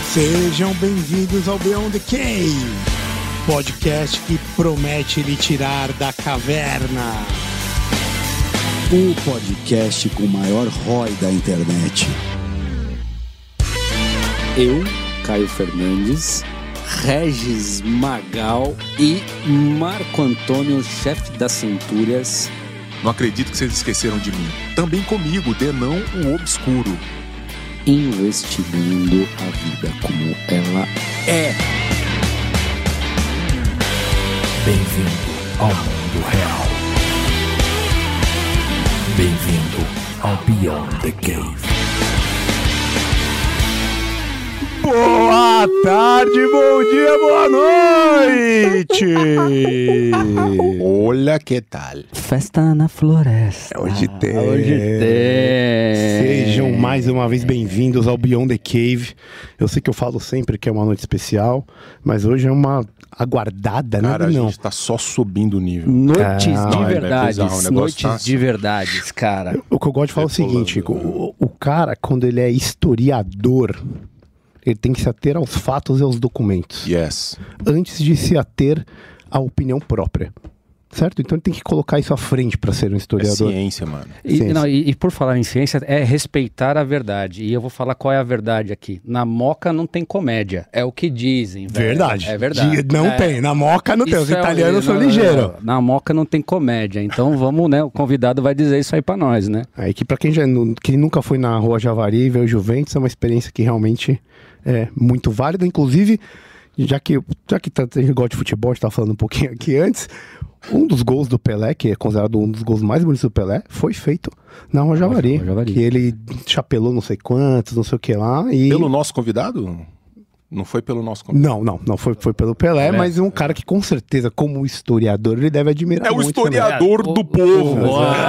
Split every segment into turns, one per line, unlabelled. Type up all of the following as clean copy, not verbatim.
Sejam bem-vindos ao Beyond the Cave, podcast que promete lhe tirar da caverna.
O podcast com o maior ROI da internet.
Eu, Caio Fernandes, Regis Magal e Marco Antônio, chefe das Centúrias.
Não acredito que vocês esqueceram de mim. Também comigo, Denão, o Obscuro.
Investigando a vida como ela é.
Bem-vindo ao mundo real. Bem-vindo ao Beyond the Cave.
Boa tarde, bom dia, boa noite!
Olha que tal.
Festa na floresta.
Hoje tem. Sejam mais uma vez bem-vindos ao Beyond the Cave. Eu sei que eu falo sempre que é uma noite especial, mas hoje é uma aguardada, né?
Cara, a gente tá só subindo o nível.
Noites de
é
verdades,
bizarro,
noites de verdades, cara.
O que eu gosto de falar é o seguinte, o cara, quando ele é historiador, ele tem que se ater aos fatos e aos documentos.
Yes.
Antes de se ater à opinião própria. Certo? Então ele tem que colocar isso à frente para ser um
É
historiador.
ciência, mano.
E por falar em ciência, é respeitar a verdade. E eu vou falar qual é a verdade aqui. Na Moca não tem comédia. É o que dizem. Velho.
Verdade.
É verdade.
Não tem. Na Moca não tem. Os
Isso
italianos são ligeiros.
Na Moca não tem comédia. Então vamos, né? O convidado vai dizer isso aí pra nós, né?
Aí que pra quem nunca foi na Rua Javari e ver o Juventus, é uma experiência que realmente é muito válida. Inclusive, já que a gente gosta de futebol, a gente tava falando um pouquinho aqui antes, um dos gols do Pelé, que é considerado um dos gols mais bonitos do Pelé, foi feito na Rua Javari. Que ele chapelou não sei quantos, não sei o que lá. E...
Pelo nosso convidado? Não foi pelo nosso convidado?
Não foi pelo Pelé, mas um cara que com certeza, como historiador, ele deve admirar
É o
muito
historiador do povo.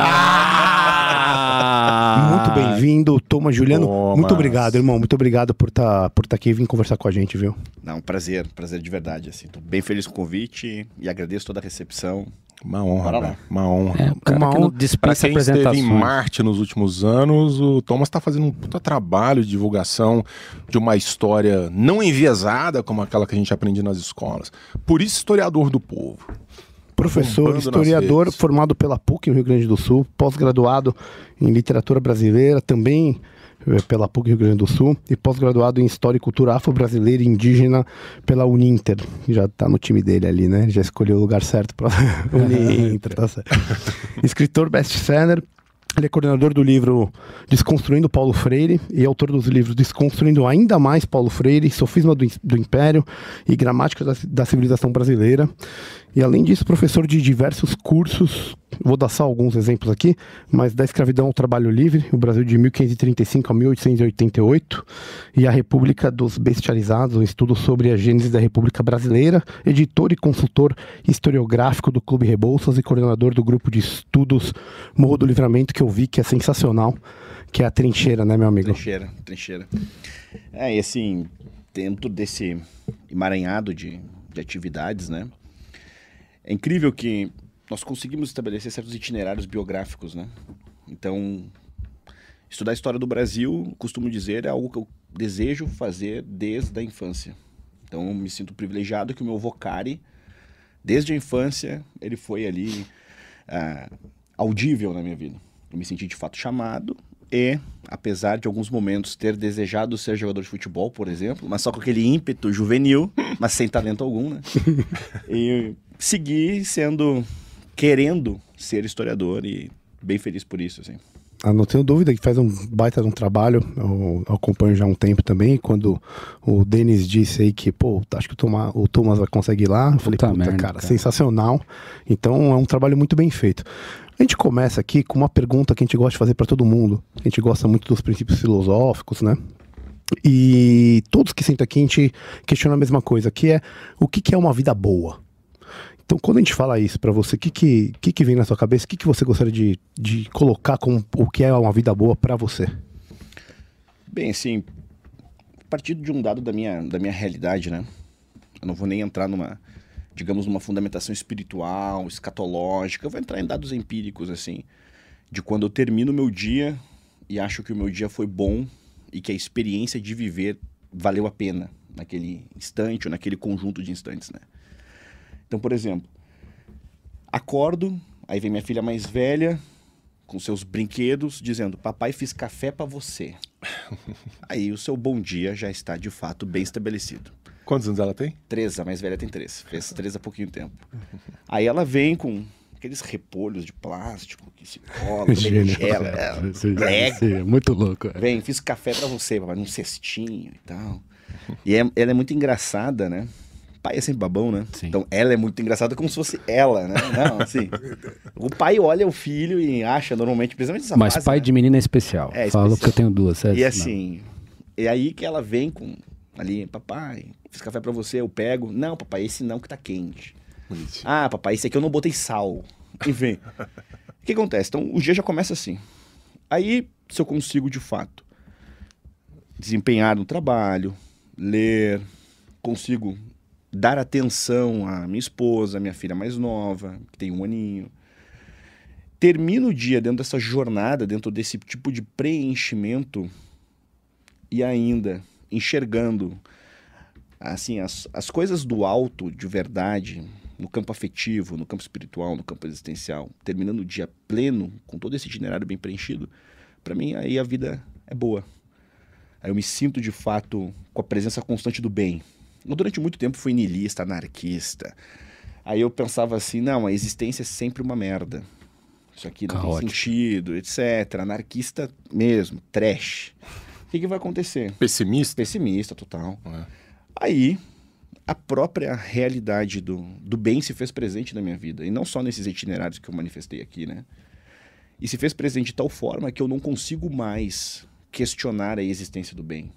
Muito bem-vindo, Thomas Juliano.
Thomas.
Muito obrigado, irmão. Muito obrigado por tá aqui e vir conversar com a gente, viu?
Não, prazer de verdade, assim. Tô bem feliz com o convite e agradeço toda a recepção.
Uma honra,
Bora lá.
velho. Uma honra.
É, o cara que não
Pra
dispensa
quem esteve
apresentações.
em Marte nos últimos anos, o Thomas tá fazendo um puta trabalho de divulgação de uma história não enviesada como aquela que a gente aprende nas escolas. Por isso, historiador do povo.
Professor,
Bombando nas
historiador,
redes.
formado pela PUC no Rio Grande do Sul, pós-graduado em literatura brasileira, também pela PUC Rio Grande do Sul, e pós-graduado em História e Cultura Afro-Brasileira e Indígena pela Uninter. Já tá no time dele ali, né? Já escolheu o lugar certo para Uninter, tá certo. Escritor best-seller. Ele é coordenador do livro Desconstruindo Paulo Freire e autor dos livros Desconstruindo Ainda Mais Paulo Freire, Sofisma do Império e Gramática da Civilização Brasileira. E além disso, professor de diversos cursos, vou dar só alguns exemplos aqui, mas da escravidão ao trabalho livre, o Brasil de 1535 a 1888, e a República dos Bestializados, um estudo sobre a gênese da República Brasileira, editor e consultor historiográfico do Clube Rebouças e coordenador do grupo de estudos Morro do Livramento, que eu vi que é sensacional, que é a Trincheira, né, meu amigo?
Trincheira. E assim, dentro desse emaranhado de atividades, né? É incrível que nós conseguimos estabelecer certos itinerários biográficos, né? Então, estudar a história do Brasil, costumo dizer, é algo que eu desejo fazer desde a infância. Então, eu me sinto privilegiado que o meu vocari, desde a infância, ele foi ali audível na minha vida. Eu me senti de fato chamado e, apesar de alguns momentos ter desejado ser jogador de futebol, por exemplo, mas só com aquele ímpeto juvenil, mas sem talento algum, né? E segui querendo ser historiador e bem feliz por isso, assim.
Não tenho dúvida que faz um baita de um trabalho, eu acompanho já há um tempo também, quando o Denis disse aí que, acho que o Thomas vai conseguir ir lá, eu falei,
merda,
cara, sensacional, então é um trabalho muito bem feito. A gente começa aqui com uma pergunta que a gente gosta de fazer para todo mundo, a gente gosta muito dos princípios filosóficos, né? E todos que sentam aqui a gente questiona a mesma coisa, que é o que é uma vida boa? Então, quando a gente fala isso pra você, o que vem na sua cabeça? O que você gostaria de colocar como o que é uma vida boa pra você?
Bem, assim, a partir de um dado da minha realidade, né? Eu não vou nem entrar numa fundamentação espiritual, escatológica. Eu vou entrar em dados empíricos, assim, de quando eu termino o meu dia e acho que o meu dia foi bom e que a experiência de viver valeu a pena naquele instante ou naquele conjunto de instantes, né? Então, por exemplo, acordo, aí vem minha filha mais velha com seus brinquedos, dizendo: papai, fiz café para você. Aí o seu bom dia já está, de fato, bem estabelecido.
Quantos anos ela tem?
3, a mais velha tem 3. Fez 3 há pouquinho tempo. Aí ela vem com aqueles repolhos de plástico que se colam, berinjela,
É muito louco.
Vem, fiz café pra você, papai, num cestinho e tal. E ela é muito engraçada, né? Pai é sempre babão, né?
Sim.
Então ela é muito engraçada como se fosse ela, né? Não, assim. O pai olha o filho e acha normalmente, principalmente essa
Mas
fase,
pai
né?
de menina é especial.
É
Falo
especial.
que eu tenho 2.
E assim, é aí que ela vem com ali: papai, fiz café pra você, eu pego. Não, papai, esse não que tá quente.
Bonitinho.
Ah, papai, esse aqui eu não botei sal. Enfim. O que acontece? Então, o dia já começa assim. Aí, se eu consigo, de fato, desempenhar no trabalho, ler, consigo dar atenção à minha esposa, à minha filha mais nova, que tem 1 aninho, termino o dia dentro dessa jornada, dentro desse tipo de preenchimento e ainda enxergando assim, as coisas do alto de verdade, no campo afetivo, no campo espiritual, no campo existencial, terminando o dia pleno, com todo esse itinerário bem preenchido, para mim aí a vida é boa. Aí eu me sinto de fato com a presença constante do bem. Eu, durante muito tempo fui niilista, anarquista. Aí eu pensava assim: não, a existência é sempre uma merda. Isso aqui não tem sentido, etc. Anarquista mesmo, trash. O que vai acontecer?
Pessimista?
Pessimista, total.
É.
Aí, a própria realidade do bem se fez presente na minha vida. E não só nesses itinerários que eu manifestei aqui, né? E se fez presente de tal forma que eu não consigo mais questionar a existência do bem.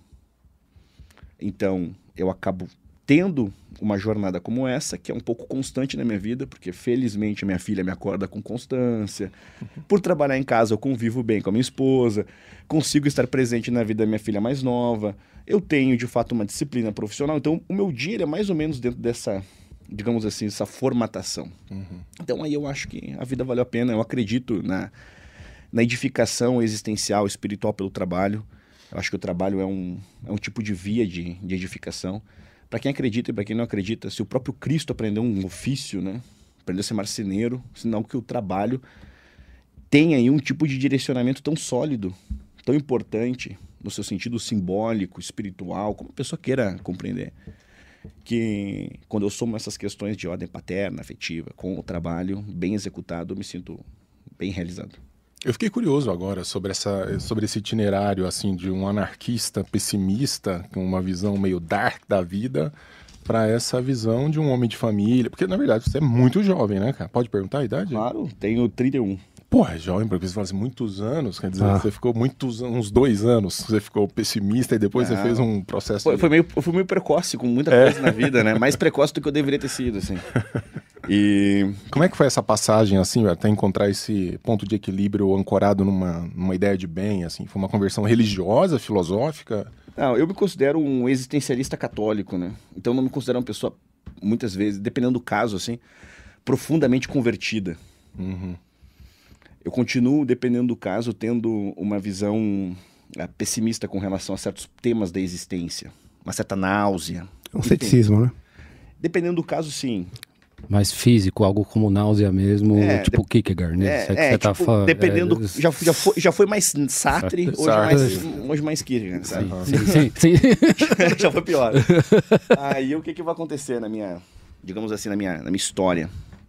Então, eu acabo tendo uma jornada como essa, que é um pouco constante na minha vida, porque felizmente a minha filha me acorda com constância. Por trabalhar em casa, eu convivo bem com a minha esposa, consigo estar presente na vida da minha filha mais nova, eu tenho, de fato, uma disciplina profissional. Então, o meu dia ele é mais ou menos dentro dessa, digamos assim, essa formatação. Então, aí eu acho que a vida valeu a pena. Eu acredito na edificação existencial, espiritual pelo trabalho. Eu acho que o trabalho é um tipo de via de edificação. Para quem acredita e para quem não acredita, se o próprio Cristo aprendeu um ofício, né? Aprendeu a ser marceneiro, senão que o trabalho tem aí um tipo de direcionamento tão sólido, tão importante, no seu sentido simbólico, espiritual, como a pessoa queira compreender, que quando eu somo essas questões de ordem paterna, afetiva, com o trabalho bem executado, eu me sinto bem realizado.
Eu fiquei curioso agora sobre esse itinerário assim de um anarquista pessimista com uma visão meio dark da vida para essa visão de um homem de família, porque na verdade você é muito jovem, né, cara? Pode perguntar a idade?
Claro, tenho 31.
Porra, é jovem, porque você fala assim, muitos anos, quer dizer, você ficou uns 2 anos, você ficou pessimista e depois você fez um processo...
Eu fui meio precoce com muita coisa na vida, né? Mais precoce do que eu deveria ter sido, assim. E...
Como é que foi essa passagem, assim, até encontrar esse ponto de equilíbrio ancorado numa ideia de bem, assim? Foi uma conversão religiosa, filosófica?
Não, eu me considero um existencialista católico, né? Então eu não me considero uma pessoa, muitas vezes, dependendo do caso, assim, profundamente convertida. Eu continuo, dependendo do caso, tendo uma visão pessimista com relação a certos temas da existência. Uma certa náusea.
É um ceticismo, né?
Dependendo do caso, sim.
Mais físico, algo como náusea mesmo, tipo Kierkegaard, né?
Você tá falando. Dependendo, já foi mais Sartre, hoje mais Kierkegaard, sabe?
Sim.
Já foi pior. Aí o que vai acontecer na minha, digamos assim, na minha história?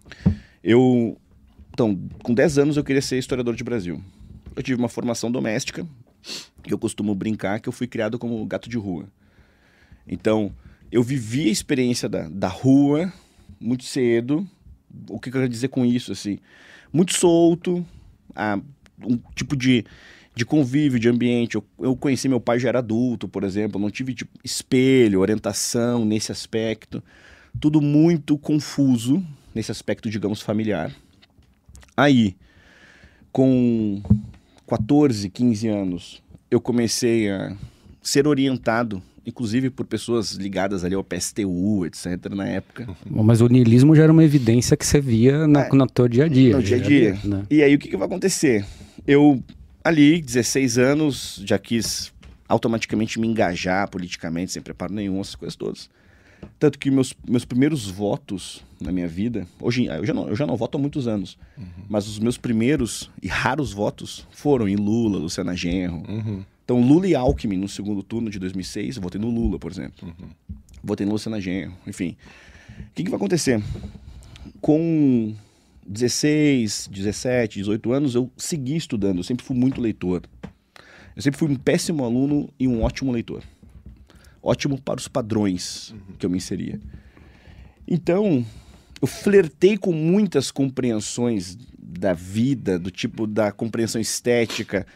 Então, com 10 anos eu queria ser historiador de Brasil. Eu tive uma formação doméstica, que eu costumo brincar que eu fui criado como gato de rua. Então, eu vivi a experiência da rua muito cedo. O que eu quero dizer com isso, assim? Muito solto, um tipo de convívio, de ambiente. Eu conheci meu pai já era adulto, por exemplo. Não tive espelho, orientação nesse aspecto. Tudo muito confuso nesse aspecto, digamos, familiar. Aí, com 14, 15 anos, eu comecei a ser orientado, inclusive por pessoas ligadas ali ao PSTU, etc., na época.
Mas o niilismo já era uma evidência que você via no teu dia a dia.
No dia a dia.
Né?
E aí, o que vai acontecer? Eu, ali, 16 anos, já quis automaticamente me engajar politicamente, sem preparo nenhum, essas coisas todas. Tanto que meus primeiros votos na minha vida, hoje eu já não voto há muitos anos, mas os meus primeiros e raros votos foram em Lula, Luciana Genro. Então, Lula e Alckmin no segundo turno de 2006, eu votei no Lula, por exemplo. Votei no Luciana Genro, enfim. O que vai acontecer? Com 16, 17, 18 anos, eu segui estudando, eu sempre fui muito leitor. Eu sempre fui um péssimo aluno e um ótimo leitor. Ótimo para os padrões que eu me inseria. Então, eu flertei com muitas compreensões da vida, do tipo da compreensão estética.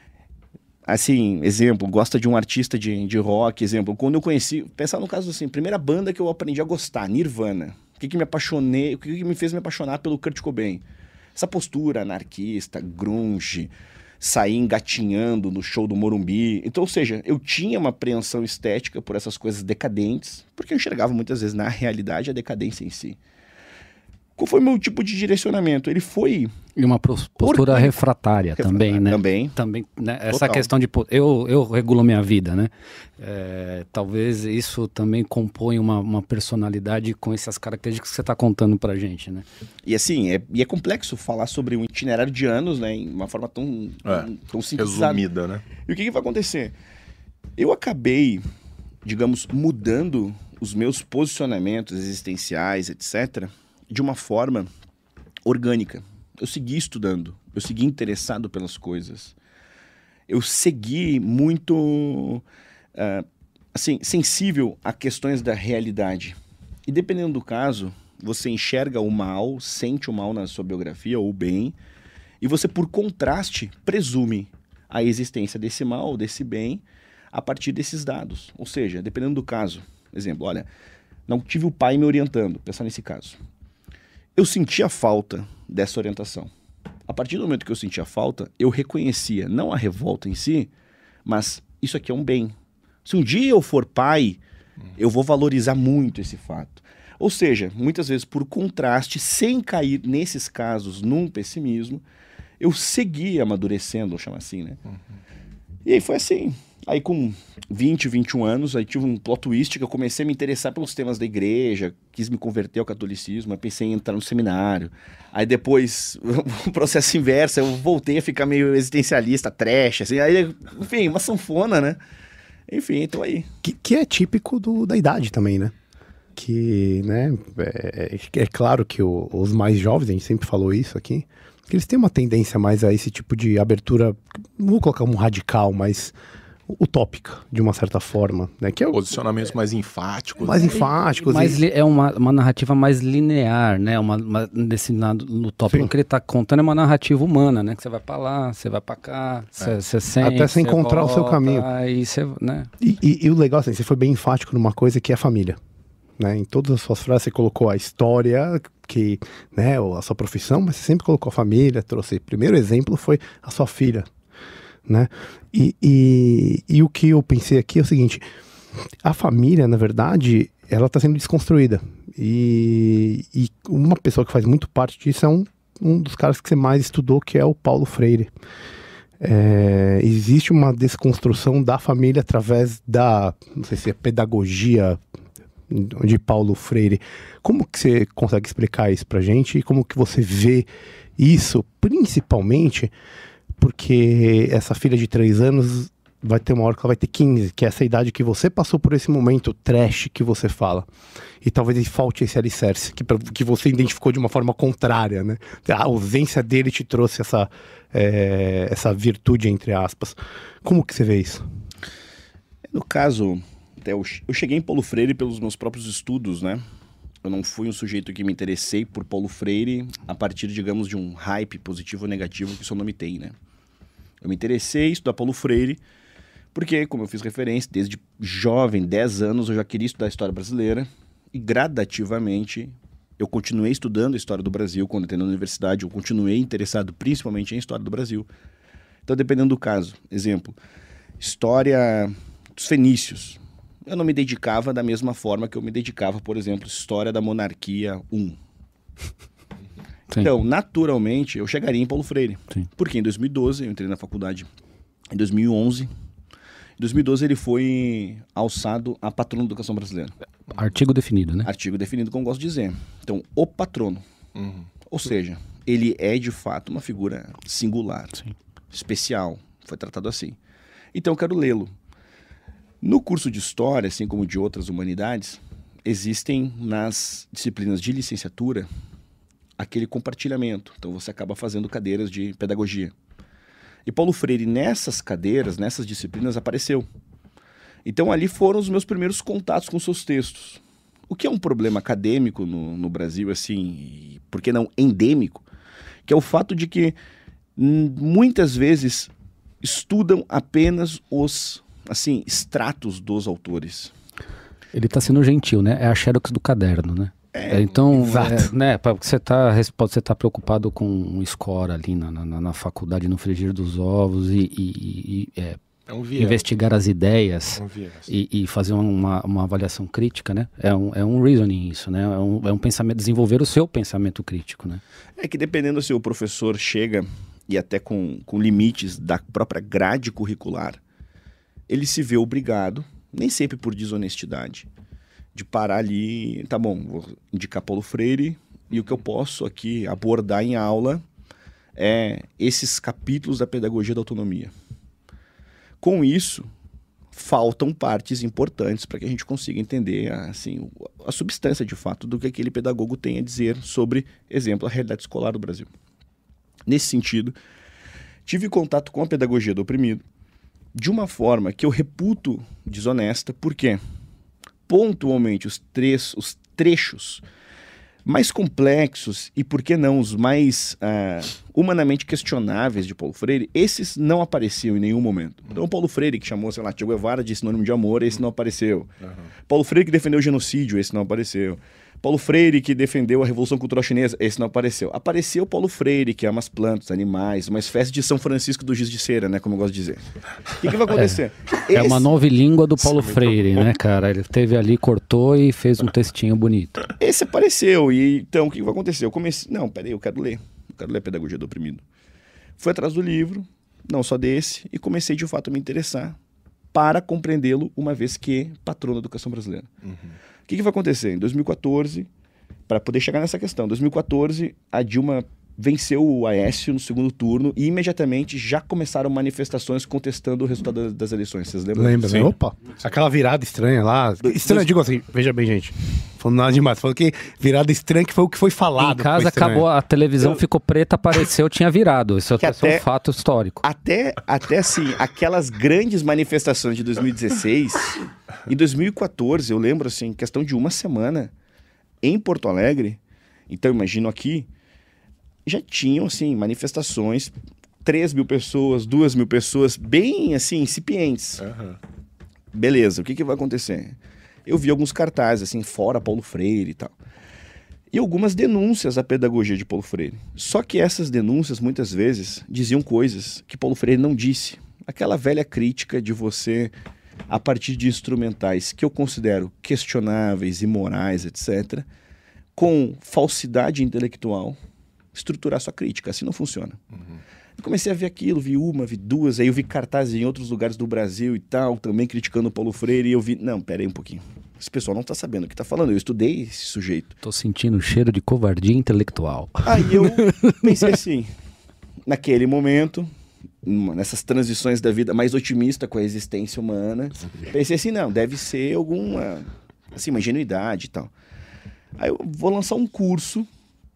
Assim, exemplo, gosta de um artista de rock, exemplo. Quando eu conheci, pensar no caso assim, primeira banda que eu aprendi a gostar, Nirvana. O que me apaixonei, o que me fez me apaixonar pelo Kurt Cobain? Essa postura anarquista, grunge, sair engatinhando no show do Morumbi. Então, ou seja, eu tinha uma apreensão estética por essas coisas decadentes, porque eu enxergava muitas vezes na realidade a decadência em si. Qual foi o meu tipo de direcionamento? Ele foi...
E uma postura refratária também, né?
Também,
né? Essa questão de... Eu regulo minha vida, né? Talvez isso também compõe uma personalidade com essas características que você está contando pra gente, né?
E assim, é complexo falar sobre um itinerário de anos, né? Em uma forma tão simplificada.
Resumida, né?
E o que vai acontecer? Eu acabei, digamos, mudando os meus posicionamentos existenciais, etc., de uma forma orgânica. Eu segui estudando, eu segui interessado pelas coisas. Eu segui muito, assim, sensível a questões da realidade. E dependendo do caso, você enxerga o mal, sente o mal na sua biografia, ou o bem, e você, por contraste, presume a existência desse mal ou desse bem a partir desses dados. Ou seja, dependendo do caso, exemplo, olha, não tive o pai me orientando, pensar nesse caso. Eu sentia falta dessa orientação. A partir do momento que eu sentia falta, eu reconhecia, não a revolta em si, mas isso aqui é um bem. Se um dia eu for pai, eu vou valorizar muito esse fato. Ou seja, muitas vezes por contraste, sem cair nesses casos num pessimismo, eu segui amadurecendo, vou chamar assim, né? E aí foi assim. Aí com 20, 21 anos, aí tive um plot twist que eu comecei a me interessar pelos temas da igreja, quis me converter ao catolicismo, aí pensei em entrar no seminário. Aí depois, o processo inverso, eu voltei a ficar meio existencialista, trash, assim, aí, enfim, uma sanfona, né? Enfim, então aí.
Que é típico da idade também, né? Que, né, é claro que os mais jovens, a gente sempre falou isso aqui, que eles têm uma tendência mais a esse tipo de abertura, não vou colocar como radical, mas utópica, de uma certa forma, né? Que é
posicionamentos mais enfáticos.
Mais enfáticos.
É uma narrativa mais linear, né? Desse lado utópico.
Sim.
O que ele está contando é uma narrativa humana, né? Que você vai para lá, você vai para cá, você sente,
até você encontrar
volta,
o seu caminho.
Aí você, né?
E o legal, assim, você foi bem enfático numa coisa que é a família. Né? Em todas as suas frases você colocou a história, que, né, a sua profissão, mas você sempre colocou a família, trouxe. O primeiro exemplo foi a sua filha. Né? E o que eu pensei aqui é o seguinte: a família, na verdade, ela está sendo desconstruída. E uma pessoa que faz muito parte disso é um dos caras que você mais estudou, que é o Paulo Freire. Existe uma desconstrução da família através da, não sei se é pedagogia de Paulo Freire. Como que você consegue explicar isso pra gente? E como que você vê isso, principalmente porque essa filha de 3 anos vai ter uma hora que ela vai ter 15, que é essa idade que você passou por esse momento trash que você fala. E talvez falte esse alicerce, que você identificou de uma forma contrária, né? A ausência dele te trouxe essa virtude, entre aspas. Como que você vê isso?
No caso, eu cheguei em Paulo Freire pelos meus próprios estudos, né? Eu não fui um sujeito que me interessei por Paulo Freire a partir, digamos, de um hype positivo ou negativo que o seu nome tem, né? Eu me interessei em estudar Paulo Freire porque, como eu fiz referência, desde jovem, 10 anos, eu já queria estudar a história brasileira e gradativamente eu continuei estudando a história do Brasil. Quando entrei na universidade, eu continuei interessado principalmente em história do Brasil. Então, dependendo do caso, exemplo, história dos fenícios. Eu não me dedicava da mesma forma que eu me dedicava, por exemplo, História da Monarquia 1.
Sim.
Então, naturalmente, eu chegaria em Paulo Freire.
Sim.
Porque em 2012, eu entrei na faculdade. Em 2011, Em 2012 ele foi alçado a patrono da educação brasileira.
Artigo definido, né?
Artigo definido, como eu gosto de dizer. Então, o patrono. Ou seja, ele é de fato uma figura singular, especial. Foi tratado assim. Então eu quero lê-lo. No curso de História, assim como de outras humanidades, existem nas disciplinas de licenciatura aquele compartilhamento. Então você acaba fazendo cadeiras de pedagogia. E Paulo Freire, nessas cadeiras, nessas disciplinas, apareceu. Então ali foram os meus primeiros contatos com seus textos. O que é um problema acadêmico no Brasil, assim, e por que não endêmico, que é o fato de que muitas vezes estudam apenas os, assim, extratos dos autores.
Ele está sendo gentil, né? É a xerox do caderno, né? Então, né, porque você pode estar preocupado com um score ali na faculdade, no frigir dos ovos
um viés.
Investigar as ideias e fazer uma avaliação crítica, né? É um reasoning isso, né? É um pensamento, desenvolver o seu pensamento crítico, né?
É que dependendo se o professor chega, e até com limites da própria grade curricular, ele se vê obrigado, nem sempre por desonestidade, de parar ali, tá bom, vou indicar Paulo Freire, e o que eu posso aqui abordar em aula é esses capítulos da pedagogia da autonomia. Com isso, faltam partes importantes para que a gente consiga entender assim, a substância de fato do que aquele pedagogo tem a dizer sobre, exemplo, a realidade escolar do Brasil. Nesse sentido, tive contato com a pedagogia do oprimido de uma forma que eu reputo desonesta, porque pontualmente os trechos mais complexos e, por que não, os mais humanamente questionáveis de Paulo Freire, esses não apareciam em nenhum momento. Então, Paulo Freire, que chamou, sei lá, Che Guevara de sinônimo de amor, esse não apareceu. Paulo Freire, que defendeu o genocídio, esse não apareceu. Paulo Freire, que defendeu a Revolução Cultural Chinesa, esse não apareceu. Apareceu Paulo Freire, que ama as plantas, animais, uma espécie de São Francisco do Giz de Cera, né, como eu gosto de dizer. O que vai acontecer?
É uma nova língua do Paulo Freire, né, cara? Ele teve ali, cortou e fez um textinho bonito.
Esse apareceu, e então o que vai acontecer? Eu comecei, não, peraí, eu quero ler a Pedagogia do Oprimido. Fui atrás do livro, não só desse, e comecei de fato a me interessar para compreendê-lo, uma vez que patrono da educação brasileira. O que vai acontecer? Em 2014, para poder chegar nessa questão, em 2014, a Dilma venceu o Aécio no segundo turno e imediatamente já começaram manifestações contestando o resultado das eleições. Vocês lembram?
Lembra, né? Opa, aquela virada estranha lá. Estranha, digo assim, veja bem, gente. Falando nada demais. Falando que virada estranha que foi o que foi falado.
Em casa acabou, a televisão ficou preta, apareceu, tinha virado. Isso é um fato histórico.
Até assim, aquelas grandes manifestações de 2016, em 2014, eu lembro assim, questão de uma semana, em Porto Alegre, então imagino aqui, já tinham, assim, manifestações, 3.000 pessoas, 2.000 pessoas, bem, assim, incipientes. Beleza, o que vai acontecer? Eu vi alguns cartazes, assim, fora Paulo Freire e tal. E algumas denúncias à pedagogia de Paulo Freire. Só que essas denúncias, muitas vezes, diziam coisas que Paulo Freire não disse. Aquela velha crítica de você, a partir de instrumentais que eu considero questionáveis, imorais, etc., com falsidade intelectual, estruturar sua crítica. Assim não funciona. Eu comecei a ver aquilo, vi uma, vi duas, aí eu vi cartazes em outros lugares do Brasil e tal, também criticando o Paulo Freire, e eu vi, não, pera aí um pouquinho. Esse pessoal não tá sabendo o que tá falando, eu estudei esse sujeito.
Tô sentindo o cheiro de covardia intelectual.
Aí eu pensei assim, naquele momento, nessas transições da vida mais otimista com a existência humana, pensei assim, não, deve ser alguma, assim, uma ingenuidade e tal. Aí eu vou lançar um curso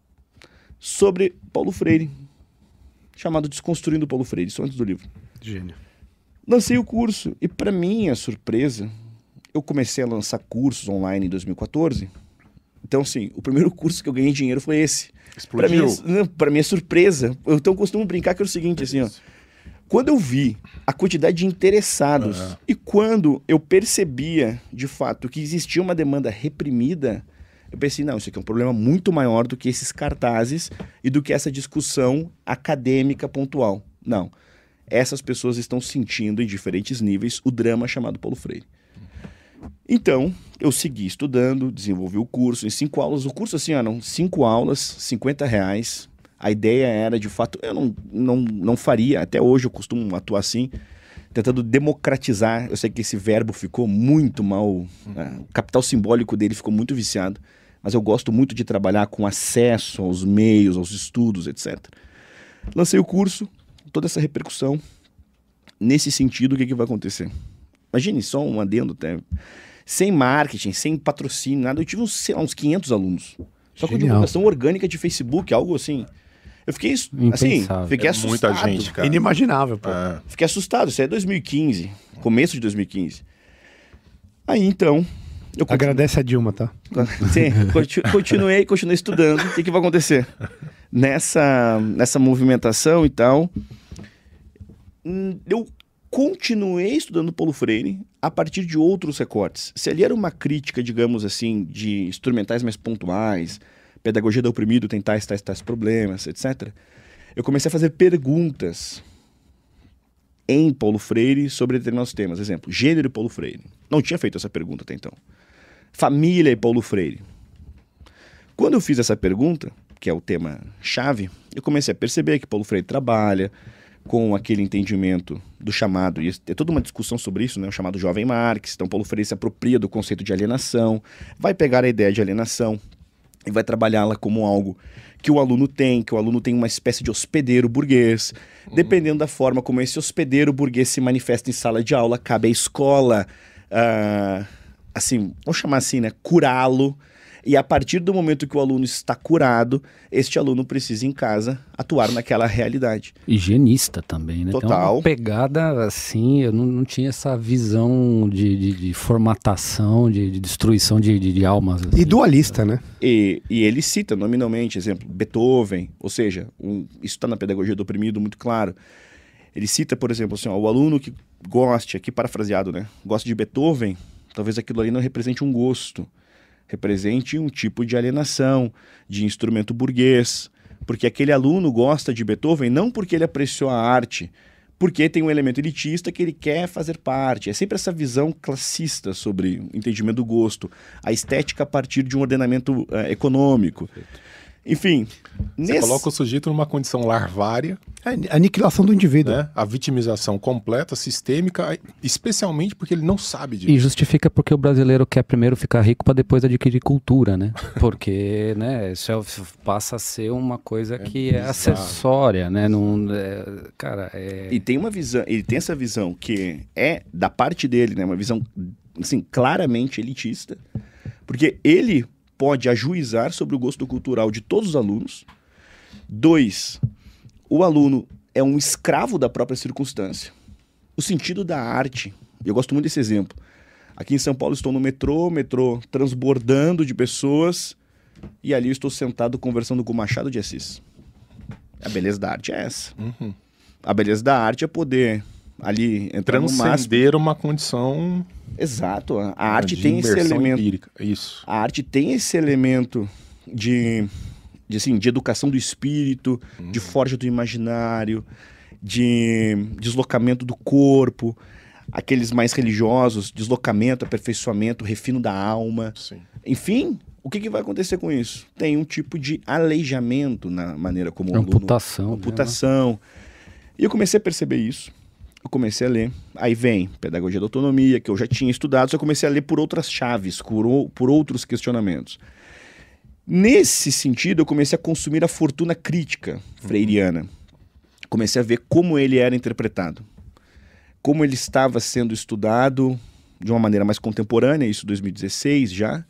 sobre Paulo Freire, chamado Desconstruindo Paulo Freire, isso antes do livro.
Gênio.
Lancei o curso e, para minha surpresa, eu comecei a lançar cursos online em 2014. Então, assim, o primeiro curso que eu ganhei dinheiro foi esse.
Explodiu.
Para minha surpresa. Então, eu costumo brincar que é o seguinte, assim, ó. Quando eu vi a quantidade de interessados e quando eu percebia, de fato, que existia uma demanda reprimida, eu pensei, não, isso aqui é um problema muito maior do que esses cartazes e do que essa discussão acadêmica pontual. Não. Essas pessoas estão sentindo em diferentes níveis o drama chamado Paulo Freire. Então, eu segui estudando, desenvolvi o curso em 5 aulas. O curso, assim, eram 5 aulas, R$50. A ideia era, de fato, eu não faria, até hoje eu costumo atuar assim, tentando democratizar. Eu sei que esse verbo ficou muito mal, o capital simbólico dele ficou muito viciado, mas eu gosto muito de trabalhar com acesso aos meios, aos estudos, etc. Lancei o curso, toda essa repercussão. Nesse sentido, o que vai acontecer? Imagine só um adendo, sem marketing, sem patrocínio, nada. Eu tive uns 500 alunos. Só com divulgação orgânica de Facebook, algo assim. Eu fiquei assim, fiquei assustado.
Muita gente, cara.
Inimaginável, pô.
Fiquei assustado, isso é 2015, começo de 2015. Aí então...
Agradece a Dilma, tá?
Sim, continuei estudando. O que vai acontecer? Nessa movimentação e tal, eu continuei estudando Paulo Freire a partir de outros recortes. Se ali era uma crítica, digamos assim, de instrumentais mais pontuais, pedagogia do oprimido, tem tais problemas, etc. Eu comecei a fazer perguntas em Paulo Freire sobre determinados temas. Exemplo, gênero e Paulo Freire. Não tinha feito essa pergunta até então. Família e Paulo Freire. Quando eu fiz essa pergunta, que é o tema-chave, eu comecei a perceber que Paulo Freire trabalha com aquele entendimento do chamado, e tem toda uma discussão sobre isso, né, o chamado jovem Marx. Então Paulo Freire se apropria do conceito de alienação, vai pegar a ideia de alienação e vai trabalhá-la como algo que o aluno tem uma espécie de hospedeiro burguês. Dependendo da forma como esse hospedeiro burguês se manifesta em sala de aula, cabe à escola, assim, vamos chamar assim, né, curá-lo. E a partir do momento que o aluno está curado, este aluno precisa em casa atuar naquela realidade.
Higienista também, né?
Total.
Tem uma pegada assim, eu não tinha essa visão de formatação, de destruição de almas. Assim.
E dualista, né?
E ele cita nominalmente, exemplo, Beethoven, ou seja, isso está na pedagogia do oprimido muito claro. Ele cita, por exemplo, assim, o aluno que goste, aqui parafraseado, né? Gosta de Beethoven, talvez aquilo ali não represente um gosto. Represente um tipo de alienação, de instrumento burguês. Porque aquele aluno gosta de Beethoven não porque ele apreciou a arte, porque tem um elemento elitista que ele quer fazer parte. É sempre essa visão classista sobre o entendimento do gosto, a estética a partir de um ordenamento econômico. Enfim...
Você coloca o sujeito numa condição larvária.
É a aniquilação do indivíduo.
Né? A vitimização completa, sistêmica, especialmente porque ele não sabe disso.
E justifica porque o brasileiro quer primeiro ficar rico para depois adquirir cultura, né? Porque, né, isso passa a ser uma coisa que é acessória, né? Não, cara,
E tem uma visão, ele tem essa visão que é da parte dele, né? Uma visão, assim, claramente elitista, porque ele pode ajuizar sobre o gosto cultural de todos os alunos. 2, o aluno é um escravo da própria circunstância. O sentido da arte, eu gosto muito desse exemplo. Aqui em São Paulo estou no metrô transbordando de pessoas, e ali eu estou sentado conversando com o Machado de Assis. A beleza da arte é essa.
Uhum.
A beleza da arte é poder ali entrar no máximo.
Transcender uma condição...
Exato, a arte tem esse elemento
empírica. Isso.
A arte tem esse elemento de educação do espírito, de forja do imaginário, de deslocamento do corpo, aqueles mais religiosos, deslocamento, aperfeiçoamento, refino da alma.
Sim.
Enfim, o que vai acontecer com isso? Tem um tipo de aleijamento na maneira como o aluno...
Amputação.
E eu comecei a perceber isso. Eu comecei a ler, aí vem Pedagogia da Autonomia, que eu já tinha estudado, só comecei a ler por outras chaves, por outros questionamentos. Nesse sentido, eu comecei a consumir a fortuna crítica freiriana. Comecei a ver como ele era interpretado, como ele estava sendo estudado de uma maneira mais contemporânea, isso em 2016 já,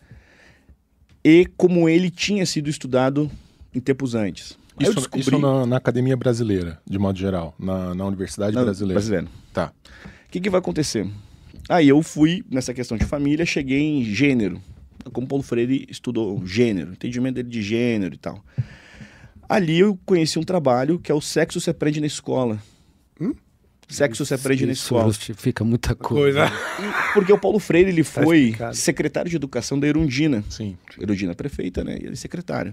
e como ele tinha sido estudado em tempos antes.
Isso na academia brasileira, de modo geral, na Universidade Brasileira. Tá.
O que vai acontecer? Aí eu fui nessa questão de família, cheguei em gênero. Como Paulo Freire estudou gênero, entendimento dele de gênero e tal. Ali eu conheci um trabalho que é o Sexo se aprende na escola. Sexo se aprende na escola.
Justifica muita coisa.
Porque o Paulo Freire ele foi secretário de educação da Erundina.
Sim.
Erundina prefeita, né? E ele secretário.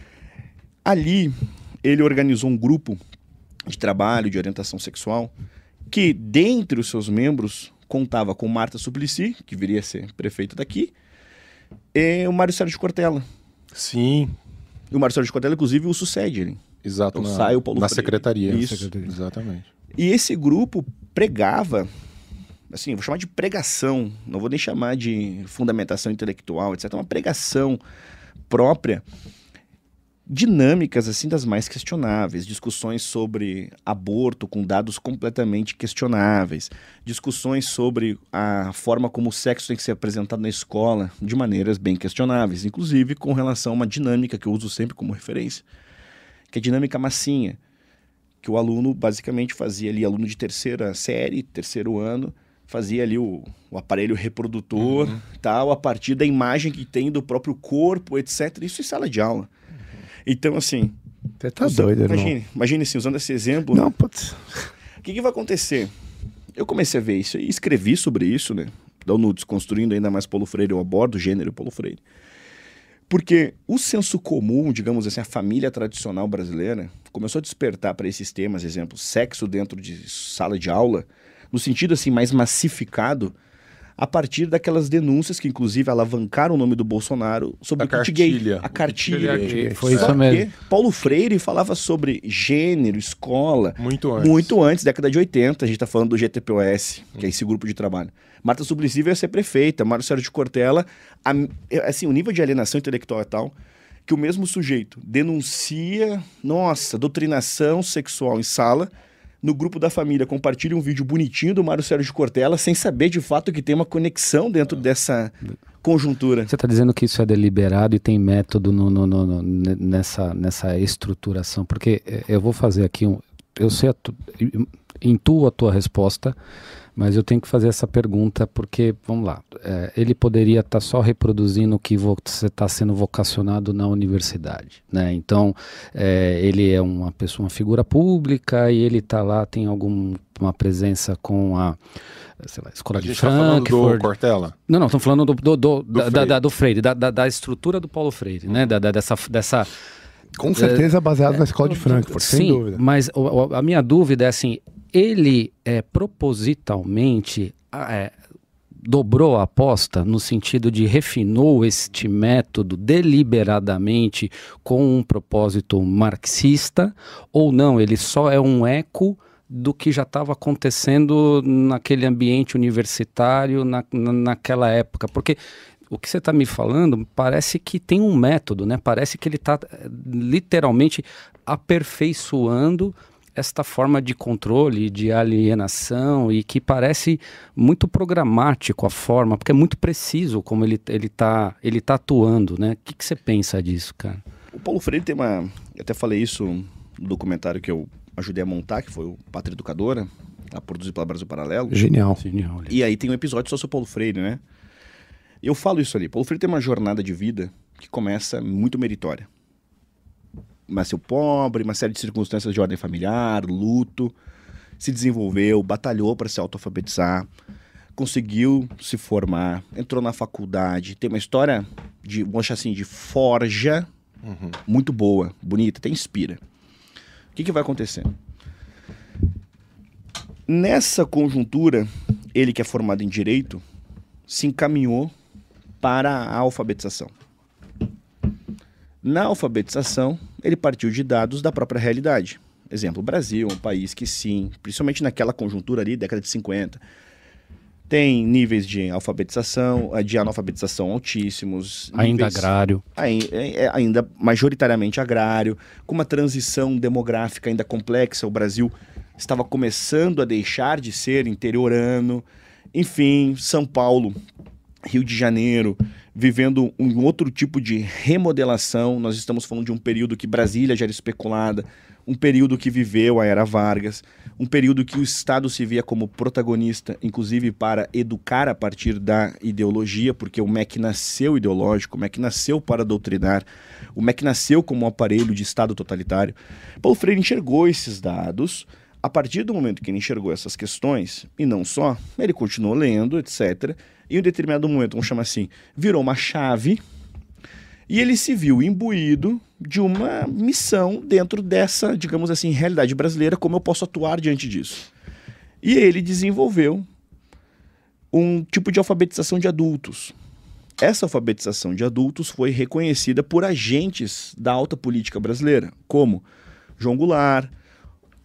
Ali, ele organizou um grupo de trabalho de orientação sexual que, dentre os seus membros, contava com Marta Suplicy, que viria a ser prefeito daqui, e o Mário Sérgio Cortella.
Sim.
E o Mário Sérgio Cortella, inclusive, o sucede ele.
Exato.
Então, sai o Paulo
na
Freire.
secretaria.
Isso.
Exatamente.
E esse grupo pregava, assim, vou chamar de pregação, não vou nem chamar de fundamentação intelectual, etc. Uma pregação própria, dinâmicas assim das mais questionáveis, discussões sobre aborto com dados completamente questionáveis, discussões sobre a forma como o sexo tem que ser apresentado na escola de maneiras bem questionáveis, inclusive com relação a uma dinâmica que eu uso sempre como referência, que é a dinâmica massinha, que o aluno basicamente fazia ali, aluno de terceira série, terceiro ano, fazia ali o aparelho reprodutor, tal, a partir da imagem que tem do próprio corpo, etc. Isso em sala de aula. Então, assim...
Você tá doido, irmão.
Imagine assim, usando esse exemplo...
Não, putz...
O que vai acontecer? Eu comecei a ver isso e escrevi sobre isso, né? No Desconstruindo ainda mais Paulo Freire, eu abordo o gênero Paulo Freire. Porque o senso comum, digamos assim, a família tradicional brasileira, começou a despertar para esses temas, exemplo, sexo dentro de sala de aula, no sentido assim mais massificado, a partir daquelas denúncias que inclusive alavancaram o nome do Bolsonaro sobre o kit gay. A cartilha gay.
Foi isso mesmo.
Paulo Freire falava sobre gênero, escola,
muito
antes, década de 80, a gente está falando do GTPOS, que é esse grupo de trabalho. Marta Suplicy veio a ser prefeita, Mário Sérgio Cortella, assim, o nível de alienação intelectual é tal que o mesmo sujeito denuncia, doutrinação sexual em sala, no grupo da família compartilha um vídeo bonitinho do Mário Sérgio Cortella, sem saber de fato que tem uma conexão dentro dessa conjuntura.
Você está dizendo que isso é deliberado e tem método nessa estruturação? Porque eu vou fazer aqui eu intuo a tua resposta, mas eu tenho que fazer essa pergunta porque, vamos lá, ele poderia estar só reproduzindo o que você está sendo vocacionado na universidade, né? Então, ele é uma figura pública e ele está lá, tem alguma
presença
com a escola de
Frankfurt. Tá falando do Cortella?
Não, estamos falando do Freire, da estrutura do Paulo Freire, né? Dessa
com certeza baseado na escola de Frankfurt, sem dúvida.
Mas a minha dúvida é assim, ele propositalmente dobrou a aposta no sentido de refinou este método deliberadamente com um propósito marxista, ou não, ele só é um eco do que já estava acontecendo naquele ambiente universitário naquela época? Porque o que você está me falando parece que tem um método, né? Parece que ele está literalmente aperfeiçoando esta forma de controle, de alienação, e que parece muito programático a forma, porque é muito preciso como ele tá atuando, né? O que você pensa disso, cara?
O Paulo Freire tem eu até falei isso no documentário que eu ajudei a montar, que foi o Pátria Educadora, produzido pela Brasil Paralelo.
Genial.
E aí tem um episódio só sobre o Paulo Freire, né? Eu falo isso ali. Paulo Freire tem uma jornada de vida que começa muito meritória. Nasceu pobre, uma série de circunstâncias de ordem familiar, luto, se desenvolveu, batalhou para se autoalfabetizar, conseguiu se formar, entrou na faculdade, tem uma história de, vamos achar assim, de forja muito boa, bonita, até inspira. O que vai acontecer? Nessa conjuntura, ele que é formado em Direito, se encaminhou para a alfabetização. Na alfabetização, ele partiu de dados da própria realidade. Exemplo, o Brasil é um país que sim, principalmente naquela conjuntura ali, década de 50, tem níveis de analfabetização altíssimos.
Ainda agrário.
Ainda majoritariamente agrário, com uma transição demográfica ainda complexa. O Brasil estava começando a deixar de ser interiorano. Enfim, São Paulo, Rio de Janeiro, vivendo um outro tipo de remodelação. Nós estamos falando de um período que Brasília já era especulada, um período que viveu a Era Vargas, um período que o Estado se via como protagonista, inclusive para educar a partir da ideologia, porque o MEC nasceu ideológico, o MEC nasceu para doutrinar, o MEC nasceu como um aparelho de Estado totalitário. Paulo Freire enxergou esses dados. A partir do momento que ele enxergou essas questões, e não só, ele continuou lendo, etc., e em um determinado momento, vamos chamar assim, virou uma chave, e ele se viu imbuído de uma missão dentro dessa, digamos assim, realidade brasileira, como eu posso atuar diante disso. E ele desenvolveu um tipo de alfabetização de adultos. Essa alfabetização de adultos foi reconhecida por agentes da alta política brasileira, como João Goulart,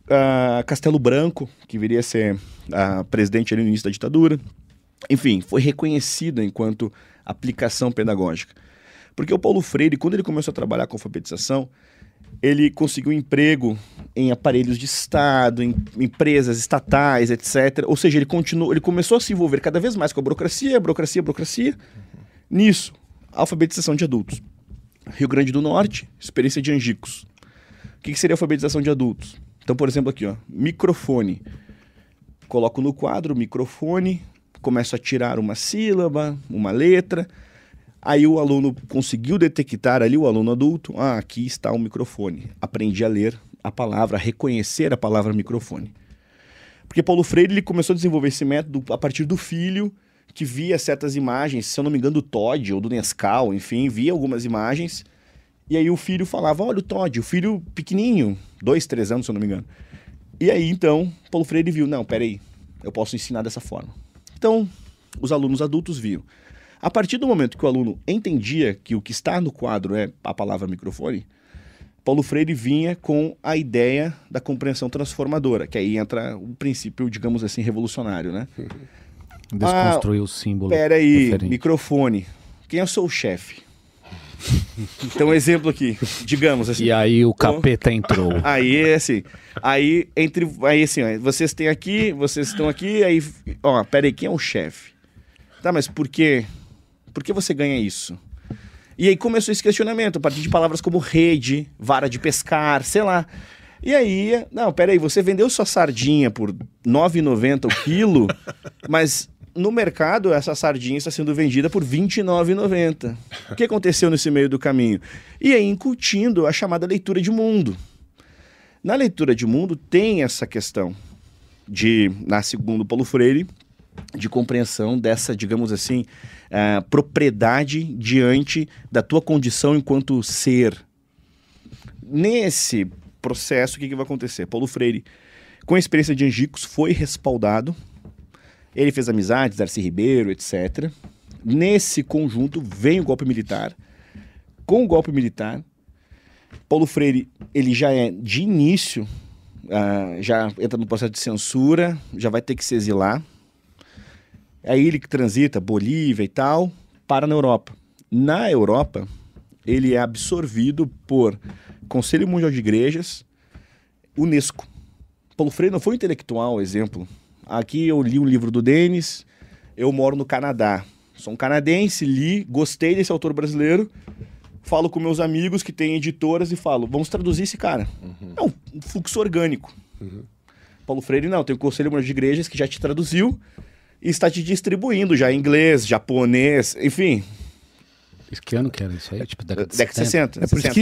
Castelo Branco, que viria a ser presidente ali no início da ditadura. Enfim, foi reconhecida enquanto aplicação pedagógica. Porque o Paulo Freire, quando ele começou a trabalhar com alfabetização, ele conseguiu emprego em aparelhos de Estado, em empresas estatais, etc. Ou seja, ele começou a se envolver cada vez mais com a burocracia. Nisso, alfabetização de adultos. Rio Grande do Norte, experiência de Angicos. O que seria alfabetização de adultos? Então, por exemplo, aqui, ó, microfone. Coloco no quadro microfone, começo a tirar uma sílaba, uma letra. Aí o aluno conseguiu detectar ali, o aluno adulto, aqui está o microfone. Aprendi a ler a palavra, a reconhecer a palavra microfone. Porque Paulo Freire ele começou a desenvolver esse método a partir do filho, que via certas imagens, se eu não me engano do Todd ou do Nescau, enfim, via algumas imagens. E aí o filho falava, olha o Todd, o filho pequenininho, 2, 3 anos, se eu não me engano. E aí, então, Paulo Freire viu, não, peraí, eu posso ensinar dessa forma. Então, os alunos adultos viam. A partir do momento que o aluno entendia que o que está no quadro é a palavra microfone, Paulo Freire vinha com a ideia da compreensão transformadora, que aí entra um princípio, digamos assim, revolucionário, né?
Desconstruir o símbolo.
Peraí,
referente.
Microfone. Quem é o seu chefe? Então, um exemplo aqui, digamos assim.
E aí o capeta entrou.
Aí, assim, ó, vocês têm aqui, vocês estão aqui, aí, ó, peraí, quem é o chefe? Tá, mas por quê? Por que você ganha isso? E aí começou esse questionamento, a partir de palavras como rede, vara de pescar, sei lá. E aí, não, peraí, você vendeu sua sardinha por R$ 9,90 o quilo, mas no mercado essa sardinha está sendo vendida por R$ 29,90. O que aconteceu nesse meio do caminho? E aí incutindo a chamada leitura de mundo. Na leitura de mundo tem essa questão segundo Paulo Freire, de compreensão dessa, digamos assim, propriedade diante da tua condição enquanto ser. Nesse processo, o que vai acontecer? Paulo Freire, com a experiência de Angicos, foi respaldado. Ele fez amizades, Darcy Ribeiro, etc. Nesse conjunto, vem o golpe militar. Com o golpe militar, Paulo Freire, ele já é, de início, já entra no processo de censura, já vai ter que se exilar. Aí ele que transita Bolívia e tal, para na Europa. Na Europa, ele é absorvido por Conselho Mundial de Igrejas, Unesco. Paulo Freire não foi um intelectual, exemplo. Aqui eu li um livro do Denis, eu moro no Canadá. Sou um canadense, li, gostei desse autor brasileiro, falo com meus amigos que têm editoras e falo, vamos traduzir esse cara. É um fluxo orgânico. Paulo Freire não, tem o Conselho Mundial de Igrejas que já te traduziu, e está te distribuindo já em inglês, japonês, enfim.
Que ano que era isso aí? Tipo, década de
60.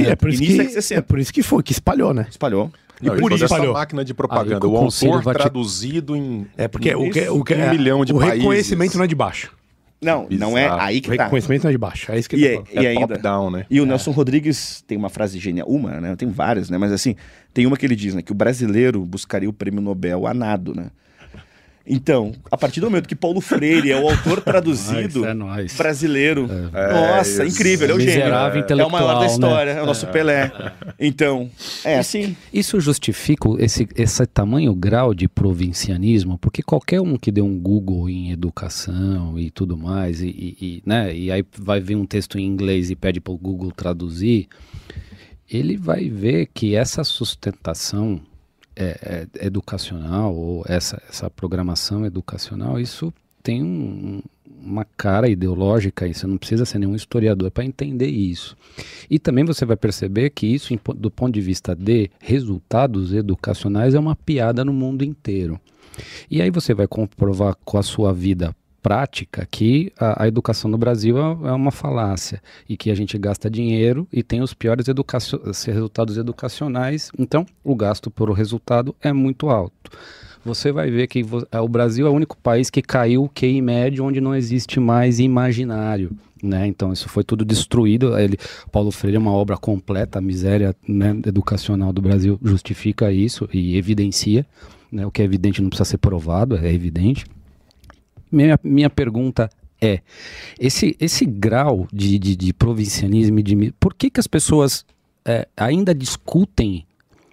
É por isso que foi, que espalhou, né?
Espalhou.
E por isso essa máquina de propaganda, o autor traduzido em
porque
um milhão de países.
O reconhecimento não é de baixo.
Não, não é aí que
tá. O reconhecimento não é de baixo, é isso que ele
e ainda,
top-down, né?
E o Nelson Rodrigues tem uma frase genial, né? Tem várias, né? Mas assim, tem uma que ele diz, né? Que o brasileiro buscaria o prêmio Nobel a nado, né? Então, a partir do momento que Paulo Freire é o autor traduzido brasileiro, nossa, incrível, ele é o gênio. É o maior da história, né? É o nosso Pelé. Então, é assim.
Isso justifica esse tamanho grau de provincianismo, porque qualquer um que dê um Google em educação e tudo mais, né, e aí vai ver um texto em inglês e pede para o Google traduzir, ele vai ver que essa sustentação educacional, ou essa programação educacional, isso tem uma cara ideológica, e você não precisa ser nenhum historiador para entender isso. E também você vai perceber que isso, do ponto de vista de resultados educacionais, é uma piada no mundo inteiro. E aí você vai comprovar com a sua vida prática que a educação no Brasil é uma falácia e que a gente gasta dinheiro e tem os piores resultados educacionais, então o gasto por resultado é muito alto. Você vai ver que o Brasil é o único país que caiu o QI médio onde não existe mais imaginário, né? Então isso foi tudo destruído. Paulo Freire é uma obra completa, a miséria, né, educacional do Brasil justifica isso e evidencia, né? O que é evidente não precisa ser provado, é evidente. Minha pergunta é, esse grau de provincianismo, por que as pessoas ainda discutem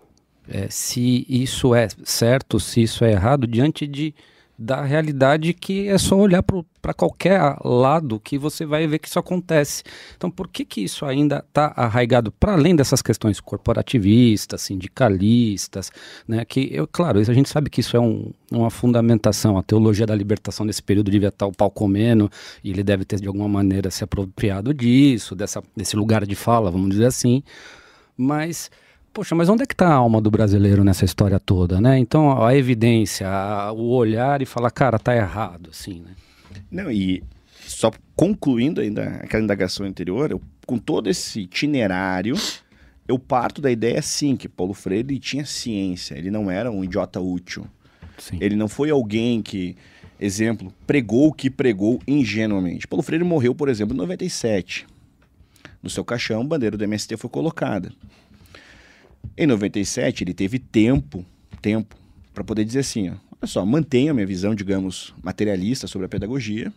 se isso é certo, se isso é errado, diante da realidade que é só olhar para qualquer lado que você vai ver que isso acontece. Então, por que isso ainda está arraigado, para além dessas questões corporativistas, sindicalistas, né? Claro, a gente sabe que isso é uma fundamentação, a teologia da libertação nesse período devia estar o pau comendo, e ele deve ter de alguma maneira se apropriado disso, desse lugar de fala, vamos dizer assim, mas... Poxa, mas onde é que está a alma do brasileiro nessa história toda, né? Então, a evidência, o olhar e falar, cara, tá errado, assim, né?
Não, e só concluindo ainda aquela indagação anterior, com todo esse itinerário, eu parto da ideia, sim, que Paulo Freire tinha ciência, ele não era um idiota útil.
Sim.
Ele não foi alguém que, exemplo, pregou o que pregou ingenuamente. Paulo Freire morreu, por exemplo, em 97. No seu caixão, a bandeira do MST foi colocada. Em 97, ele teve tempo para poder dizer assim, ó, olha só, mantenho a minha visão, digamos, materialista sobre a pedagogia,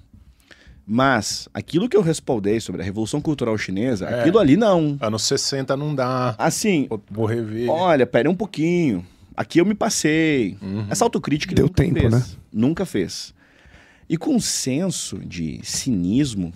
mas aquilo que eu respaldei sobre a Revolução Cultural Chinesa, aquilo ali não.
Anos 60 não dá.
Assim,
vou rever.
Olha, pera um pouquinho, aqui eu me passei. Essa autocrítica ele
Deu
nunca
tempo,
fez.
né?
Nunca fez. E com um senso de cinismo,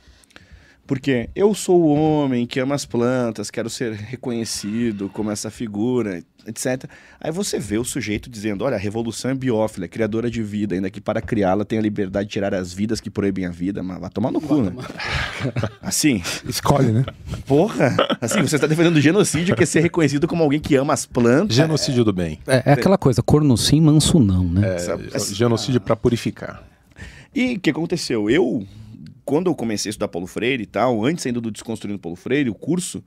porque eu sou o homem que ama as plantas, quero ser reconhecido como essa figura, etc. Aí você vê o sujeito dizendo, olha, a revolução é biófila, é criadora de vida, ainda que para criá-la tem a liberdade de tirar as vidas que proíbem a vida, mas vai tomar no cu, né? Assim...
Escolhe, né?
Porra! Assim, você está defendendo o genocídio, que é ser reconhecido como alguém que ama as plantas.
Genocídio do bem.
É aquela coisa, corno sim, manso não, né?
Genocídio para purificar.
E o que aconteceu? Quando eu comecei a estudar Paulo Freire e tal, antes ainda do Desconstruindo Paulo Freire, o curso,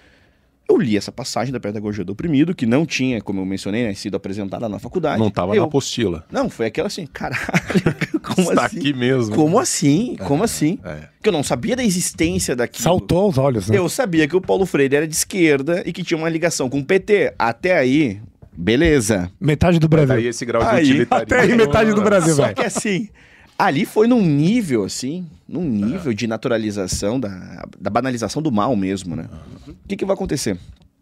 eu li essa passagem da Pedagogia do Oprimido, que não tinha, como eu mencionei, né, sido apresentada na faculdade.
Não estava na apostila.
Não, foi aquela assim, caralho,
como está assim? Aqui mesmo.
Como assim? Como assim? Porque eu não sabia da existência daquilo.
Saltou aos olhos, né?
Eu sabia que o Paulo Freire era de esquerda e que tinha uma ligação com o PT. Até aí, beleza.
Metade do Brasil.
Aí esse grau de utilitarismo.
Até aí, metade do Brasil, velho.
Só que assim... Ali foi num nível, assim, de naturalização, da banalização do mal mesmo, né? O que vai acontecer?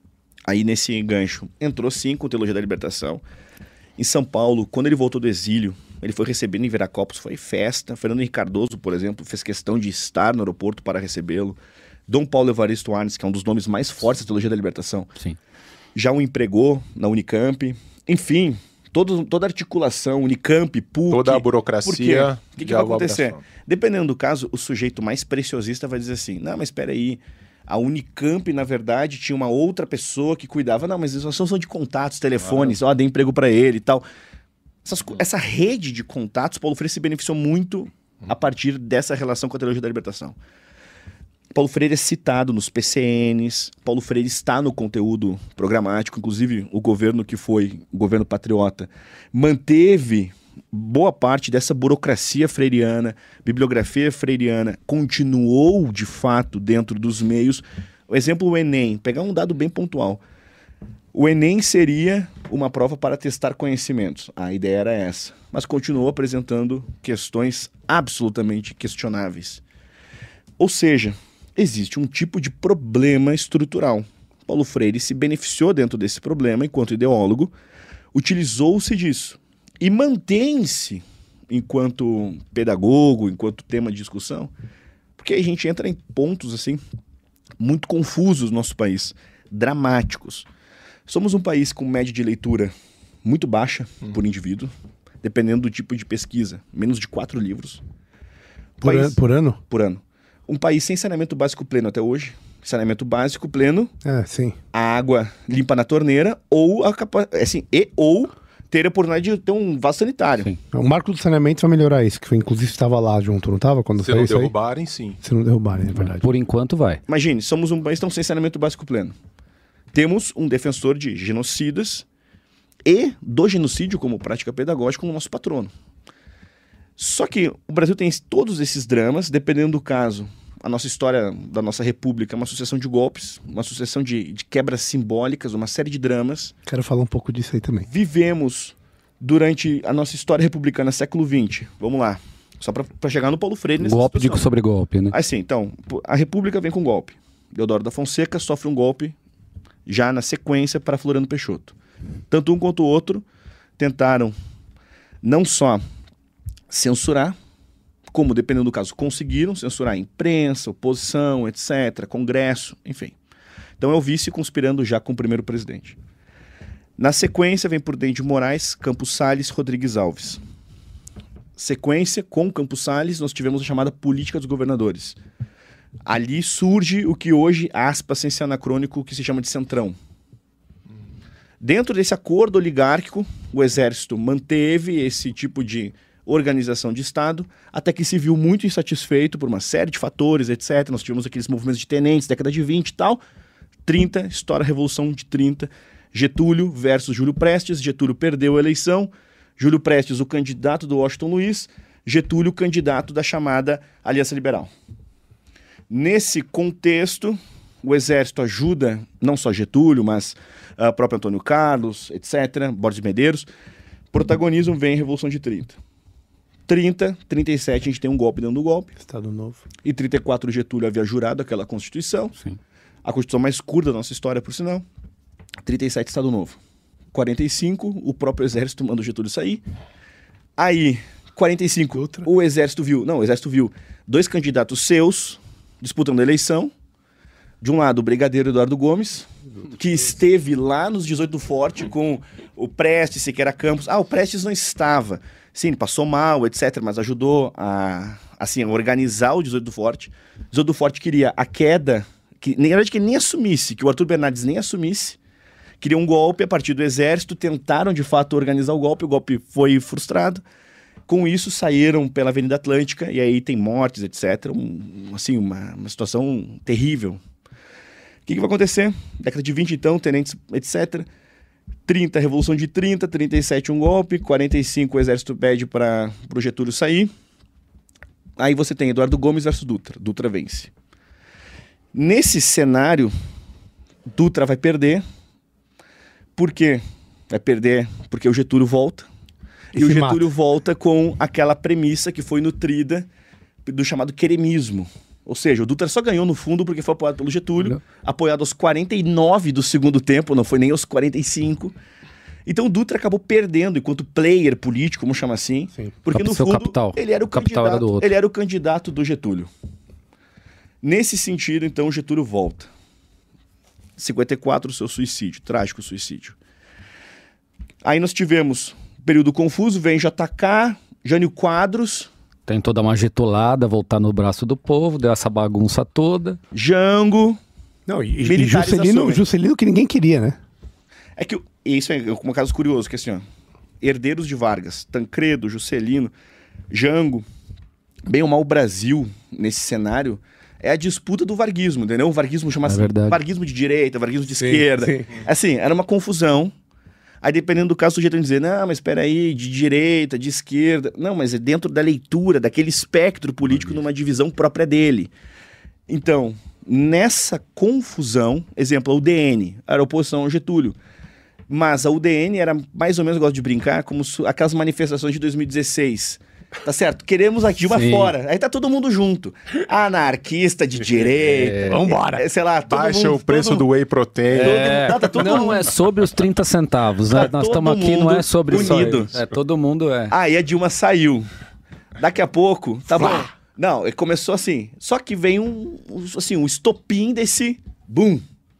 Aí, nesse gancho, entrou sim com Teologia da Libertação. Em São Paulo, quando ele voltou do exílio, ele foi recebendo em Viracopos, foi festa. Fernando Henrique Cardoso, por exemplo, fez questão de estar no aeroporto para recebê-lo. Dom Paulo Evaristo Arnes, que é um dos nomes mais fortes da Teologia da Libertação,
Sim.
já o empregou na Unicamp. Enfim... Toda a articulação, Unicamp, PUC...
Toda a burocracia...
O que vai acontecer? Dependendo do caso, o sujeito mais preciosista vai dizer assim, não, mas espera aí, a Unicamp, na verdade, tinha uma outra pessoa que cuidava, não, mas isso são de contatos, telefones, dei emprego para ele e tal. Essa rede de contatos, Paulo Freire se beneficiou muito a partir dessa relação com a Teologia da Libertação. Paulo Freire é citado nos PCNs, Paulo Freire está no conteúdo programático, inclusive o governo que foi o governo patriota manteve boa parte dessa burocracia freiriana, bibliografia freiriana, continuou de fato dentro dos meios. O exemplo, o Enem, pegar um dado bem pontual. O Enem seria uma prova para testar conhecimentos, a ideia era essa, mas continuou apresentando questões absolutamente questionáveis. Ou seja, existe um tipo de problema estrutural. Paulo Freire se beneficiou dentro desse problema enquanto ideólogo, utilizou-se disso e mantém-se enquanto pedagogo, enquanto tema de discussão, porque aí a gente entra em pontos assim muito confusos no nosso país, dramáticos. Somos um país com média de leitura muito baixa por indivíduo, dependendo do tipo de pesquisa, menos de 4 livros.
Por ano?
Por ano. Um país sem saneamento básico pleno até hoje. Saneamento básico pleno.
Sim.
A água limpa na torneira ou ou ter a oportunidade de ter um vaso sanitário.
Sim. O marco do saneamento vai melhorar isso, que foi, inclusive estava lá junto, não estava? Quando
se não derrubarem, sim.
Se não derrubarem, é verdade.
Por enquanto vai.
Imagine, somos um país tão sem saneamento básico pleno. Temos um defensor de genocidas e do genocídio como prática pedagógica como nosso patrono. Só que o Brasil tem todos esses dramas, dependendo do caso. A nossa história da nossa república é uma sucessão de golpes, uma sucessão de quebras simbólicas, uma série de dramas.
Quero falar um pouco disso aí também.
Vivemos durante a nossa história republicana, século XX. Vamos lá. Só para chegar no Paulo Freire.
Golpe sobre golpe, né?
Assim, então, a república vem com golpe. Deodoro da Fonseca sofre um golpe já na sequência para Floriano Peixoto. Tanto um quanto o outro tentaram não só censurar, como, dependendo do caso, conseguiram censurar a imprensa, oposição, etc., Congresso, enfim. Então é o vice conspirando já com o primeiro presidente. Na sequência vem Prudente de Moraes, Campos Salles, Rodrigues Alves. Sequência, com Campos Salles, nós tivemos a chamada política dos governadores. Ali surge o que hoje, aspas, sem ser anacrônico, que se chama de Centrão. Dentro desse acordo oligárquico, o Exército manteve esse tipo de organização de Estado, até que se viu muito insatisfeito por uma série de fatores, etc. Nós tivemos aqueles movimentos de tenentes, década de 20 e tal. 30, estoura a Revolução de 30. Getúlio versus Júlio Prestes. Getúlio perdeu a eleição. Júlio Prestes, o candidato do Washington Luiz. Getúlio, o candidato da chamada Aliança Liberal. Nesse contexto, o Exército ajuda não só Getúlio, mas o próprio Antônio Carlos, etc., Borges de Medeiros. Protagonismo vem a Revolução de 30. 30, 37, a gente tem um golpe dentro do golpe.
Estado Novo.
E 34, Getúlio havia jurado aquela Constituição.
Sim.
A Constituição mais curta da nossa história, por sinal. 37, Estado Novo. 45, o próprio Exército manda o Getúlio sair. Aí, 45, o Exército viu 2 candidatos seus disputando a eleição. De um lado, o brigadeiro Eduardo Gomes, que esteve lá nos 18 do Forte com o Prestes, Siqueira Campos. O Prestes não estava. Sim, ele passou mal, etc., mas ajudou a organizar o 18 do Forte. O 18 do Forte queria a queda, que na verdade que ele nem assumisse, que o Arthur Bernardes nem assumisse. Queria um golpe a partir do Exército, tentaram de fato organizar o golpe foi frustrado. Com isso saíram pela Avenida Atlântica, e aí tem mortes, etc. Uma situação terrível. O que vai acontecer? Década de 20, então, tenentes, etc. 30, Revolução de 30, 37, um golpe. 45, o Exército pede para o Getúlio sair. Aí você tem Eduardo Gomes versus Dutra. Dutra vence. Nesse cenário, Dutra vai perder. Por quê? Vai perder porque o Getúlio volta. E o Getúlio volta com aquela premissa que foi nutrida do chamado queremismo. Ou seja, o Dutra só ganhou no fundo porque foi apoiado pelo Getúlio, apoiado aos 49 do segundo tempo, não foi nem aos 45. Então o Dutra acabou perdendo enquanto player político, vamos chamar assim,
Sim.
porque no fundo
capital.
Ele era o candidato do Getúlio. Nesse sentido, então, o Getúlio volta. 54, o seu suicídio, trágico suicídio. Aí nós tivemos período confuso, vem JK, Jânio Quadros.
Tentou dar uma getulada, voltar no braço do povo, deu essa bagunça toda.
Jango.
Não, e Juscelino que ninguém queria, né?
É que isso é um caso curioso, que assim, ó, herdeiros de Vargas, Tancredo, Juscelino, Jango, bem ou mal o Brasil, nesse cenário, é a disputa do varguismo, entendeu? O varguismo chama assim, varguismo de direita, varguismo de esquerda. Sim. Assim, era uma confusão. Aí, dependendo do caso, o sujeito ia dizer, não, mas espera aí, de direita, de esquerda. Não, mas é dentro da leitura, daquele espectro político, numa divisão própria dele. Então, nessa confusão, exemplo, a UDN, era a oposição ao Getúlio. Mas a UDN era mais ou menos, eu gosto de brincar, como aquelas manifestações de 2016. Tá certo? Queremos a Dilma fora. Aí tá todo mundo junto. Anarquista de direita.
Vambora.
Sei lá,
baixa o preço do whey protein.
Não é sobre os 30 centavos, né? Nós estamos aqui, não é sobre
unido.
Só todo mundo é.
Aí a Dilma saiu. Daqui a pouco, tá bom. Não, começou assim. Só que vem um estopim desse boom.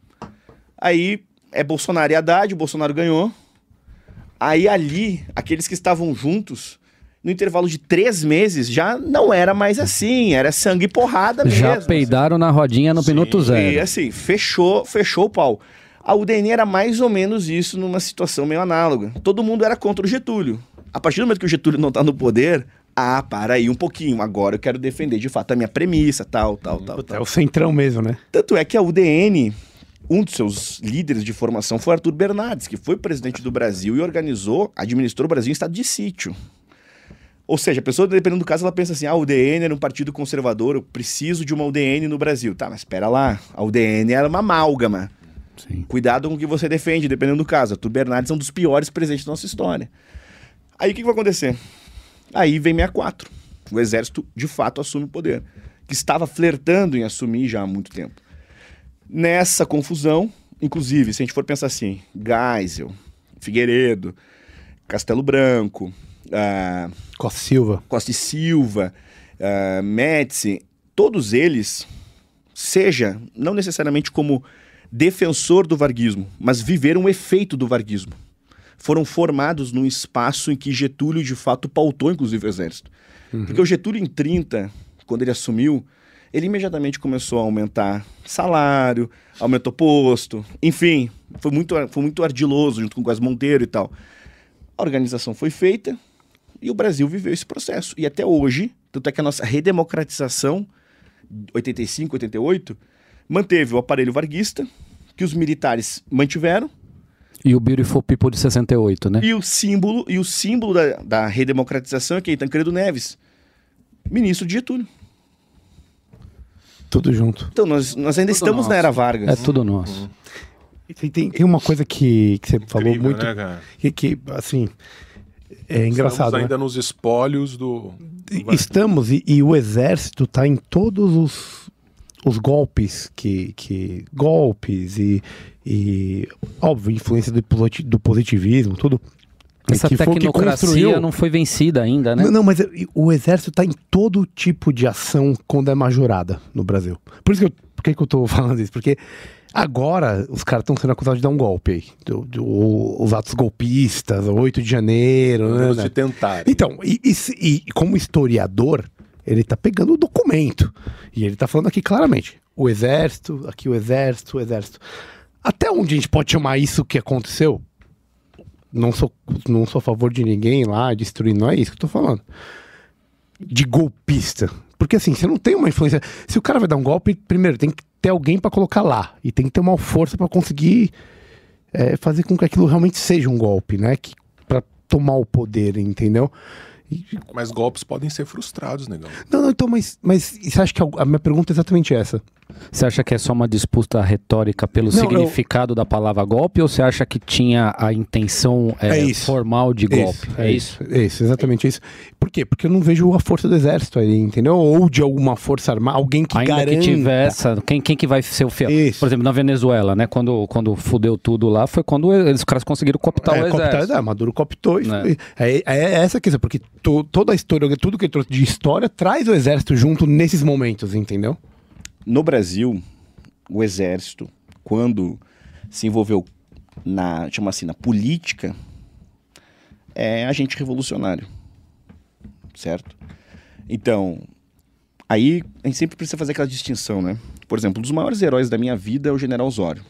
Aí é Bolsonaro e Haddad, o Bolsonaro ganhou. Aí ali, aqueles que estavam juntos, no intervalo de 3 meses, já não era mais assim, era sangue e porrada mesmo.
Já peidaram na rodinha no minuto zero.
E assim, fechou o pau. A UDN era mais ou menos isso numa situação meio análoga. Todo mundo era contra o Getúlio. A partir do momento que o Getúlio não tá no poder, para aí um pouquinho, agora eu quero defender de fato a minha premissa, tal.
É o centrão mesmo, né?
Tanto é que a UDN, um dos seus líderes de formação foi Arthur Bernardes, que foi presidente do Brasil e administrou o Brasil em estado de sítio. Ou seja, a pessoa, dependendo do caso, ela pensa assim, a UDN era um partido conservador, eu preciso de uma UDN no Brasil. Tá, mas espera lá, a UDN era uma amálgama.
Sim.
Cuidado com o que você defende, dependendo do caso. Arthur Bernardes é um dos piores presidentes da nossa história. Aí o que vai acontecer? Aí vem 64. O Exército, de fato, assume o poder, que estava flertando em assumir já há muito tempo. Nessa confusão, inclusive, se a gente for pensar assim, Geisel, Figueiredo, Castelo Branco,
Costa
e Silva, Médici, todos eles, seja não necessariamente como defensor do varguismo, mas viveram o efeito do varguismo. Foram formados num espaço em que Getúlio, de fato, pautou, inclusive, o exército. Porque o Getúlio, em 30, quando ele assumiu, ele imediatamente começou a aumentar salário, aumentou posto, enfim, foi muito ardiloso, junto com o Guas Monteiro e tal. A organização foi feita e o Brasil viveu esse processo. E até hoje, tanto é que a nossa redemocratização, 85, 88, manteve o aparelho varguista, que os militares mantiveram.
E o Beautiful People de 68, né?
E o símbolo da redemocratização é quem? Tancredo Neves, ministro de Getúlio.
Tudo junto.
Então, nós ainda estamos
nosso.
na era Vargas.
É tudo nosso.
Tem uma coisa que você falou
Incrível,
muito,
né, cara?
que assim, é engraçado,
Estamos ainda
né?
nos espólios do
Estamos, e o exército está em todos os golpes, golpes e óbvio, influência do positivismo, tudo.
Essa
que foi o que
tecnocracia
construiu.
não foi vencida ainda, né?
Não, mas o exército está em todo tipo de ação quando é majorada no Brasil. Por isso por que eu tô falando isso? Porque agora os caras estão sendo acusados de dar um golpe aí. Os atos golpistas, 8 de janeiro, né?
de tentar.
Então, e como historiador, ele tá pegando o documento. E ele tá falando aqui claramente. O exército. Até onde a gente pode chamar isso que aconteceu? Não sou a favor de ninguém lá, destruir, não é isso que eu tô falando. De golpista. Porque assim, você não tem uma influência. Se o cara vai dar um golpe, primeiro, tem que ter alguém pra colocar lá. E tem que ter uma força pra conseguir fazer com que aquilo realmente seja um golpe, né? Pra tomar o poder, entendeu?
Mas golpes podem ser frustrados, negão.
Não, então, mas você acha que a minha pergunta é exatamente essa?
Você acha que é só uma disputa retórica pelo
Não,
significado da palavra golpe ou você acha que tinha a intenção formal de golpe?
É isso, exatamente isso. Por quê? Porque eu não vejo a força do exército aí, entendeu? Ou de alguma força armada, alguém que
Ainda
garanta.
que tiver essa, quem que vai ser o fiel?
Isso.
Por exemplo, na Venezuela, né? Quando fudeu tudo lá, foi quando os caras conseguiram cooptar o exército.
Maduro cooptou.
Né?
É essa a questão, porque toda a história, tudo que ele trouxe de história, traz o exército junto nesses momentos, entendeu?
No Brasil, o exército, quando se envolveu na política, é agente revolucionário, certo? Então, aí a gente sempre precisa fazer aquela distinção, né? Por exemplo, um dos maiores heróis da minha vida é o General Osório.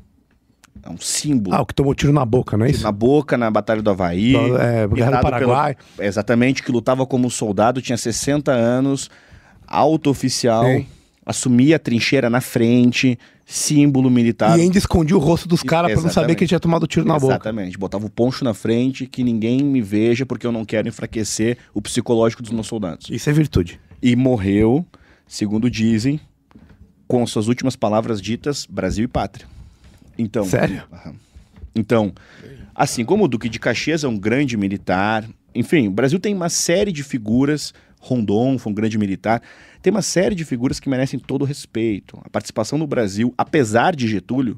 É um símbolo.
O que tomou tiro na boca, não é isso?
Na boca, na Batalha do Havaí.
Guerra do Paraguai.
Exatamente, que lutava como soldado, tinha 60 anos, alto oficial.
Sim.
Assumia a trincheira na frente, símbolo militar.
E ainda escondia o rosto dos caras pra não saber que ele tinha tomado tiro na boca.
Exatamente. Botava o poncho na frente, que ninguém me veja, porque eu não quero enfraquecer o psicológico dos meus soldados.
Isso é virtude.
E morreu, segundo dizem, com suas últimas palavras ditas, Brasil e pátria. Então,
sério?
Então, assim como o Duque de Caxias é um grande militar, enfim, o Brasil tem uma série de figuras. Rondon foi um grande militar. Tem uma série de figuras que merecem todo o respeito. A participação no Brasil, apesar de Getúlio,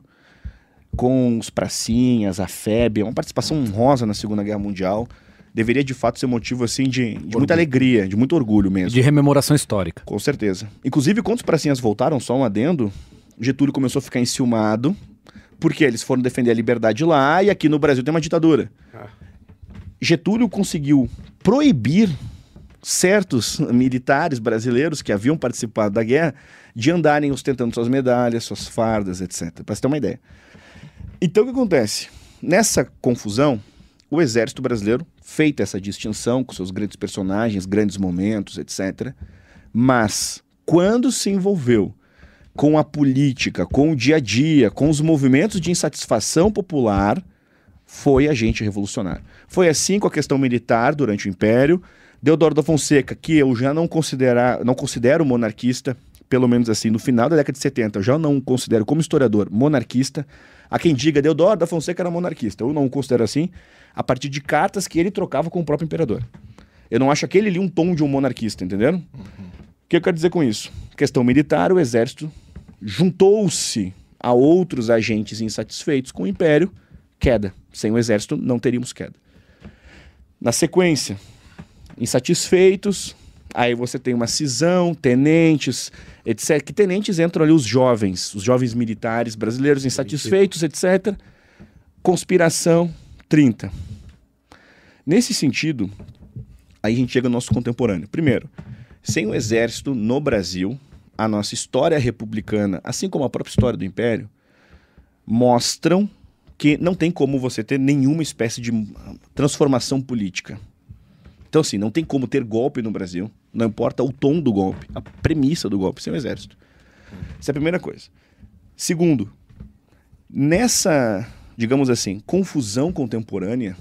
com os pracinhas, a FEB, uma participação honrosa na Segunda Guerra Mundial, deveria de fato ser motivo assim, de muita alegria, de muito orgulho mesmo.
De rememoração histórica.
Com certeza. Inclusive, quando os pracinhas voltaram, só um adendo, Getúlio começou a ficar enciumado, porque eles foram defender a liberdade lá e aqui no Brasil tem uma ditadura. Getúlio conseguiu proibir certos militares brasileiros que haviam participado da guerra de andarem ostentando suas medalhas, suas fardas, etc. Para você ter uma ideia. Então o que acontece? Nessa confusão, o exército brasileiro, feita essa distinção com seus grandes personagens, grandes momentos, etc. Mas quando se envolveu com a política, com o dia a dia, com os movimentos de insatisfação popular, foi agente revolucionário. Foi assim com a questão militar durante o Império. Deodoro da Fonseca, que eu já não considero monarquista, pelo menos assim, no final da década de 70, eu já não considero como historiador monarquista. Há quem diga Deodoro da Fonseca era monarquista, eu não o considero assim, a partir de cartas que ele trocava com o próprio imperador. Eu não acho aquele ali um tom de um monarquista, entenderam? O que eu quero dizer com isso? Questão militar, o exército juntou-se a outros agentes insatisfeitos com o Império, queda. Sem o exército não teríamos queda. Na sequência, insatisfeitos, aí você tem uma cisão, tenentes, etc. Que tenentes entram ali os jovens militares brasileiros insatisfeitos, etc. Conspiração, 30. Nesse sentido, aí a gente chega no nosso contemporâneo. Primeiro, sem o exército no Brasil, a nossa história republicana, assim como a própria história do Império, mostram que não tem como você ter nenhuma espécie de transformação política. Então, assim, não tem como ter golpe no Brasil, não importa o tom do golpe, a premissa do golpe, sem o exército. Essa é a primeira coisa. Segundo, nessa, digamos assim, confusão contemporânea,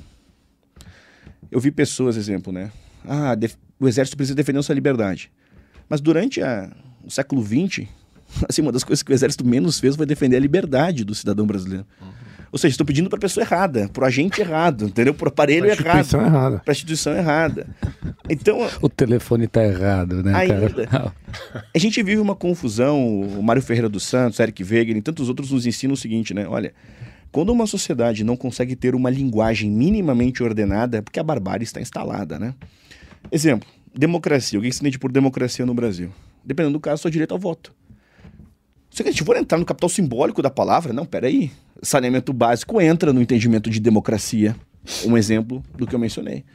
eu vi pessoas, exemplo, né? O exército precisa defender a sua liberdade. Mas durante o século XX, assim, uma das coisas que o exército menos fez foi defender a liberdade do cidadão brasileiro. Ou seja, estão pedindo para a pessoa errada, para o agente errado, entendeu? Para o aparelho errado. Para a instituição errada. Então,
o telefone tá errado, né,
ainda,
cara?
A gente vive uma confusão. O Mário Ferreira dos Santos, Eric Wegener e tantos outros nos ensinam o seguinte, né? Olha, quando uma sociedade não consegue ter uma linguagem minimamente ordenada, é porque a barbárie está instalada, né? Exemplo, democracia. O que se entende por democracia no Brasil? Dependendo do caso, só direito ao voto. Se a gente for entrar no capital simbólico da palavra, não, peraí. Saneamento básico entra no entendimento de democracia. Um exemplo do que eu mencionei.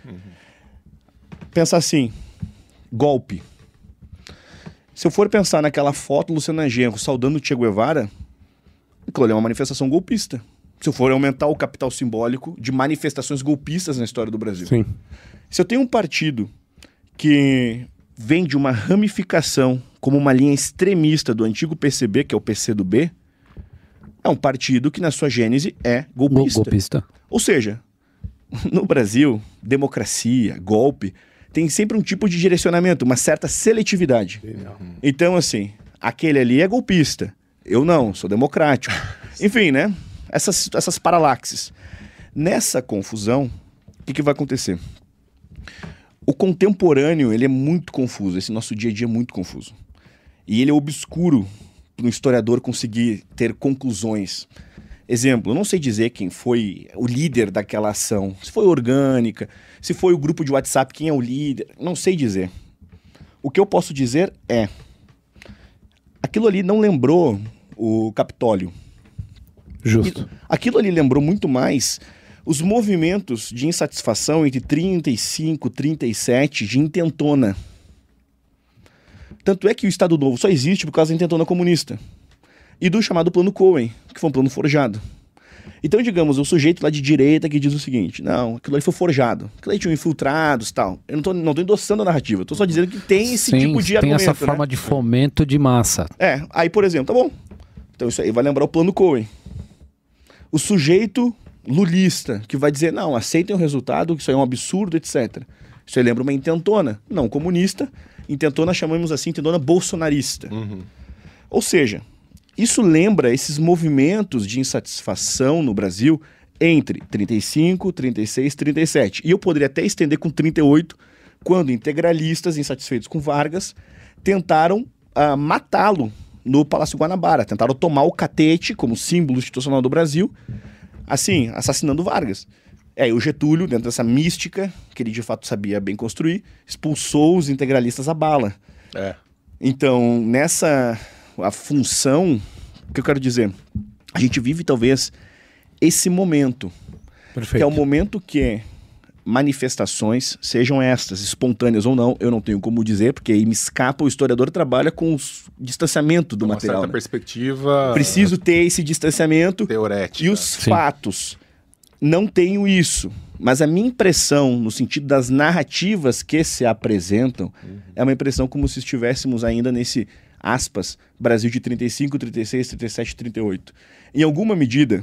Pensa assim, golpe. Se eu for pensar naquela foto Luciana Genro saudando o Che Guevara, aquilo ali é uma manifestação golpista. Se eu for aumentar o capital simbólico de manifestações golpistas na história do Brasil.
Sim.
Se eu tenho um partido que vem de uma ramificação como uma linha extremista do antigo PCB, que é o PCdoB, é um partido que na sua gênese é golpista. Ou seja, no Brasil, democracia, golpe, tem sempre um tipo de direcionamento, uma certa seletividade. Então, assim, aquele ali é golpista. Eu não, sou democrático. Enfim, né? Essas paralaxes. Nessa confusão, o que vai acontecer? O contemporâneo, ele é muito confuso. Esse nosso dia a dia é muito confuso. E ele é obscuro para um historiador conseguir ter conclusões. Exemplo, eu não sei dizer quem foi o líder daquela ação. Se foi orgânica, se foi o grupo de WhatsApp, quem é o líder. Não sei dizer. O que eu posso dizer é... aquilo ali não lembrou o Capitólio.
Justo.
Aquilo ali lembrou muito mais os movimentos de insatisfação entre 35 e 37 de intentona. Tanto é que o Estado Novo só existe por causa da intentona comunista. E do chamado Plano Cohen, que foi um plano forjado. Então, digamos, o sujeito lá de direita que diz o seguinte, não, aquilo ali foi forjado, aquilo ali tinha infiltrados e tal. Eu não tô endossando a narrativa, eu tô só dizendo que tem esse tipo de
tem
argumento,
essa forma de fomento de massa.
Aí, por exemplo, tá bom. Então isso aí vai lembrar o Plano Cohen. O sujeito lulista, que vai dizer, não, aceitem o resultado, que isso aí é um absurdo, etc. Isso aí lembra uma intentona, não comunista, intentona chamamos assim, intentona bolsonarista. Ou seja, isso lembra esses movimentos de insatisfação no Brasil entre 35, 36, 37. E eu poderia até estender com 38, quando integralistas insatisfeitos com Vargas tentaram matá-lo no Palácio Guanabara. Tentaram tomar o catete como símbolo institucional do Brasil, assim, assassinando Vargas. E o Getúlio, dentro dessa mística, que ele de fato sabia bem construir, expulsou os integralistas à bala. Então, a função, o que eu quero dizer, a gente vive talvez esse momento,
Perfeito.
que é o momento que manifestações, sejam estas, espontâneas ou não, eu não tenho como dizer, porque aí me escapa, o historiador trabalha com o distanciamento do material.
Uma certa perspectiva...
Preciso ter esse distanciamento.
Teorética.
E os fatos. Não tenho isso. Mas a minha impressão, no sentido das narrativas que se apresentam, é uma impressão como se estivéssemos ainda nesse, aspas, Brasil de 35, 36, 37, 38. Em alguma medida,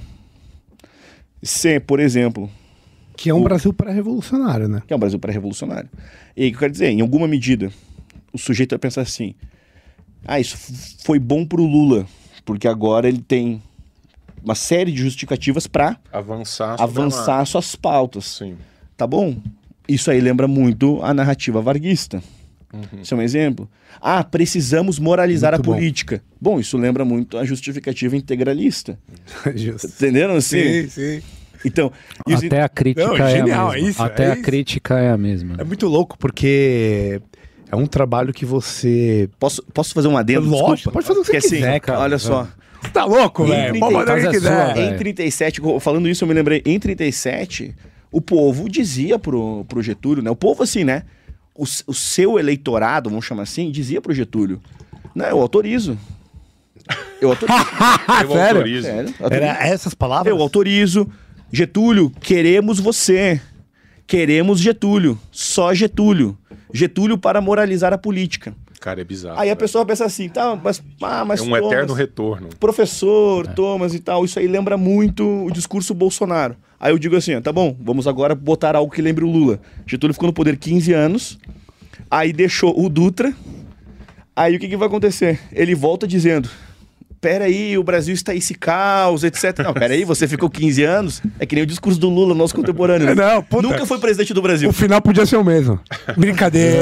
se, por exemplo...
Que é um Brasil pré-revolucionário, né?
Que é um Brasil pré-revolucionário. E aí, o que eu quero dizer? Em alguma medida, o sujeito vai pensar assim, isso foi bom pro Lula, porque agora ele tem uma série de justificativas para avançar suas pautas.
Sim.
Tá bom? Isso aí lembra muito a narrativa varguista. Isso é um exemplo. Precisamos moralizar
muito
a política. Bom, isso lembra muito a justificativa integralista.
Justo.
Entenderam? Assim?
Sim.
Então,
Até a crítica
Não,
é
genial,
a mesma.
é isso,
Até
é
a
isso.
crítica é a mesma.
É muito louco, porque é um trabalho que você...
posso fazer um adendo?
Lógico,
Desculpa.
pode fazer o que
Porque,
você quiser, cara.
Olha só.
Você tá louco,
Em
velho?
30
Pode fazer o que
casa é
quiser.
sua, velho.
Em 37, falando isso, eu me lembrei, em 37, o povo dizia pro Getúlio, né? O povo, assim, né? O seu eleitorado, vamos chamar assim, dizia pro Getúlio: não, eu autorizo. Eu autorizo.
Eu
Sério?
autorizo.
Sério?
Era essas palavras?
Eu autorizo. Getúlio, queremos você. Queremos Getúlio. Só Getúlio. Getúlio para moralizar a política.
Cara, é bizarro.
Aí a
velho.
pessoa pensa assim, tá, mas
É um
Thomas,
eterno retorno.
professor, Thomas e tal, isso aí lembra muito o discurso Bolsonaro. Aí eu digo assim, ó, tá bom, vamos agora botar algo que lembre o Lula. Getúlio ficou no poder 15 anos, aí deixou o Dutra, aí o que vai acontecer? Ele volta dizendo: peraí, o Brasil está esse caos, etc. Não, peraí, você ficou 15 anos? É que nem o discurso do Lula, nosso contemporâneo. Né?
Não, puta.
Nunca foi presidente do Brasil.
O final podia ser o mesmo. Brincadeira.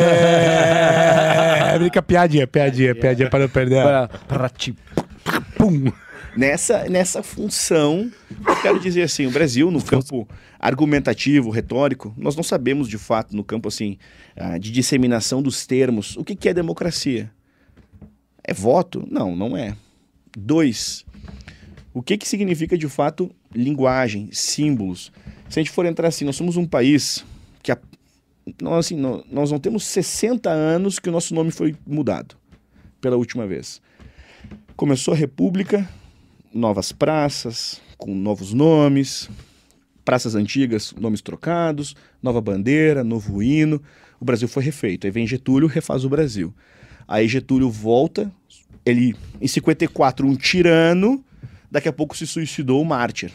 Piadinha para não perder.
Pra te...
Pum.
Nessa função, eu quero dizer assim, o Brasil, no campo argumentativo, retórico, nós não sabemos de fato, no campo assim, de disseminação dos termos, o que é democracia. É voto? Não, não é. 2, o que significa de fato linguagem, símbolos? Se a gente for entrar assim, nós somos um país que nós não temos 60 anos que o nosso nome foi mudado pela última vez. Começou a República, novas praças, com novos nomes, praças antigas, nomes trocados, nova bandeira, novo hino. O Brasil foi refeito. Aí vem Getúlio, refaz o Brasil. Aí Getúlio volta, ele, em 54, um tirano, daqui a pouco se suicidou, mártir.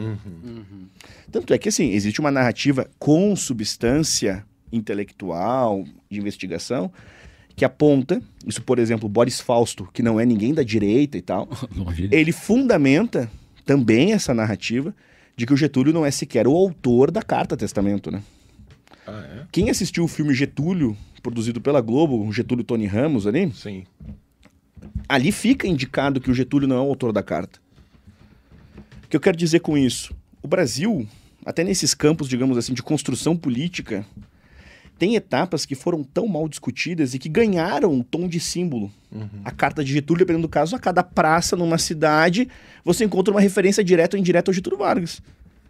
Tanto é que, assim, existe uma narrativa com substância intelectual, de investigação, que aponta, isso, por exemplo, Boris Fausto, que não é ninguém da direita e tal, ele fundamenta também essa narrativa de que o Getúlio não é sequer o autor da Carta Testamento, né?
Ah, é?
Quem assistiu o filme Getúlio, produzido pela Globo, o Getúlio Tony Ramos ali,
Sim.
ali fica indicado que o Getúlio não é o autor da carta. O que eu quero dizer com isso? O Brasil, até nesses campos, digamos assim, de construção política, tem etapas que foram tão mal discutidas e que ganharam um tom de símbolo. A carta de Getúlio, dependendo do caso, a cada praça numa cidade, você encontra uma referência direta ou indireta ao Getúlio Vargas.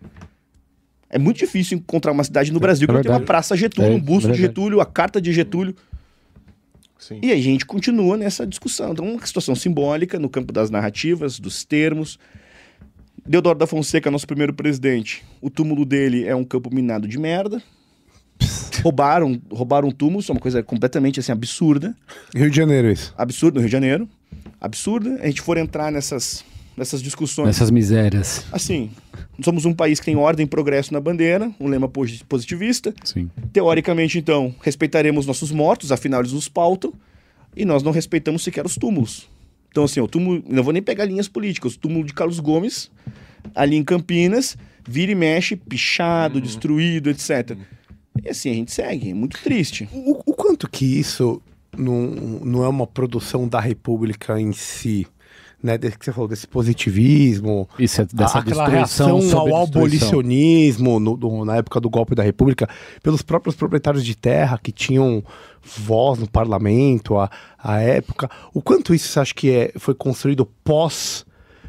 É muito difícil encontrar uma cidade no Brasil que não tem uma praça Getúlio, um busto de Getúlio, a carta de Getúlio.
Sim.
E a gente continua nessa discussão. Então, uma situação simbólica no campo das narrativas, dos termos. Deodoro da Fonseca, nosso primeiro presidente, o túmulo dele é um campo minado de merda. Roubaram um túmulo, isso é uma coisa completamente assim, absurda.
Rio de Janeiro, isso.
Absurdo, no Rio de Janeiro. Absurda. A gente for entrar nessas discussões.
Nessas misérias.
Assim, somos um país que tem ordem e progresso na bandeira, um lema positivista.
Sim.
Teoricamente, então, respeitaremos nossos mortos, afinal eles nos pautam, e nós não respeitamos sequer os túmulos. Então, assim, o túmulo, não vou nem pegar linhas políticas, o túmulo de Carlos Gomes, ali em Campinas, vira e mexe, pichado, destruído, etc. E assim, a gente segue, é muito triste.
O quanto que isso não é uma produção da República em si, né? Que você falou desse positivismo,
Isso, dessa
aquela
destruição
reação
sobre
ao
destruição.
abolicionismo na época do golpe da República, pelos próprios proprietários de terra que tinham voz no parlamento, a época. O quanto isso você acha que foi construído pós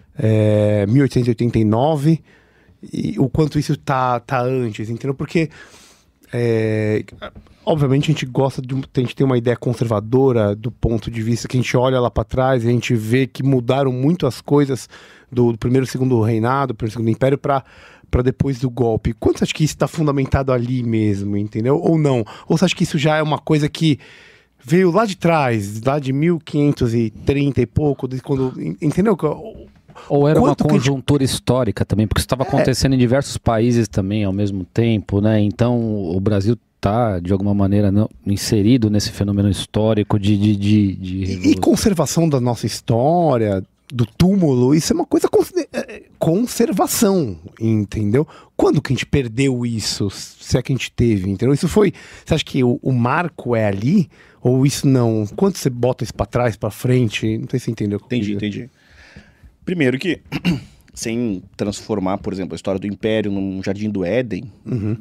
1889 e o quanto isso tá antes, entendeu? Porque obviamente a gente gosta a gente tem uma ideia conservadora do ponto de vista que a gente olha lá para trás e a gente vê que mudaram muito as coisas do primeiro e segundo reinado, primeiro e segundo império para depois do golpe. Quanto você acha que isso está fundamentado ali mesmo, entendeu? Ou não? Ou você acha que isso já é uma coisa que veio lá de trás, lá de 1530 e pouco, quando, entendeu?
Ou era uma
Quanto que a gente-
conjuntura histórica também, porque isso estava acontecendo em diversos países também ao mesmo tempo, né? Então o Brasil está, de alguma maneira, inserido nesse fenômeno histórico de
E
revolução.
conservação da nossa história, do túmulo, isso é uma coisa conservação, entendeu? Quando que a gente perdeu isso? Se é que a gente teve, entendeu? Isso foi... Você acha que o marco é ali? Ou isso não? Quando você bota isso pra trás, pra frente? Não sei se você entendeu. o que eu quis dizer.
Entendi. Primeiro que sem transformar, por exemplo, a história do Império num Jardim do Éden,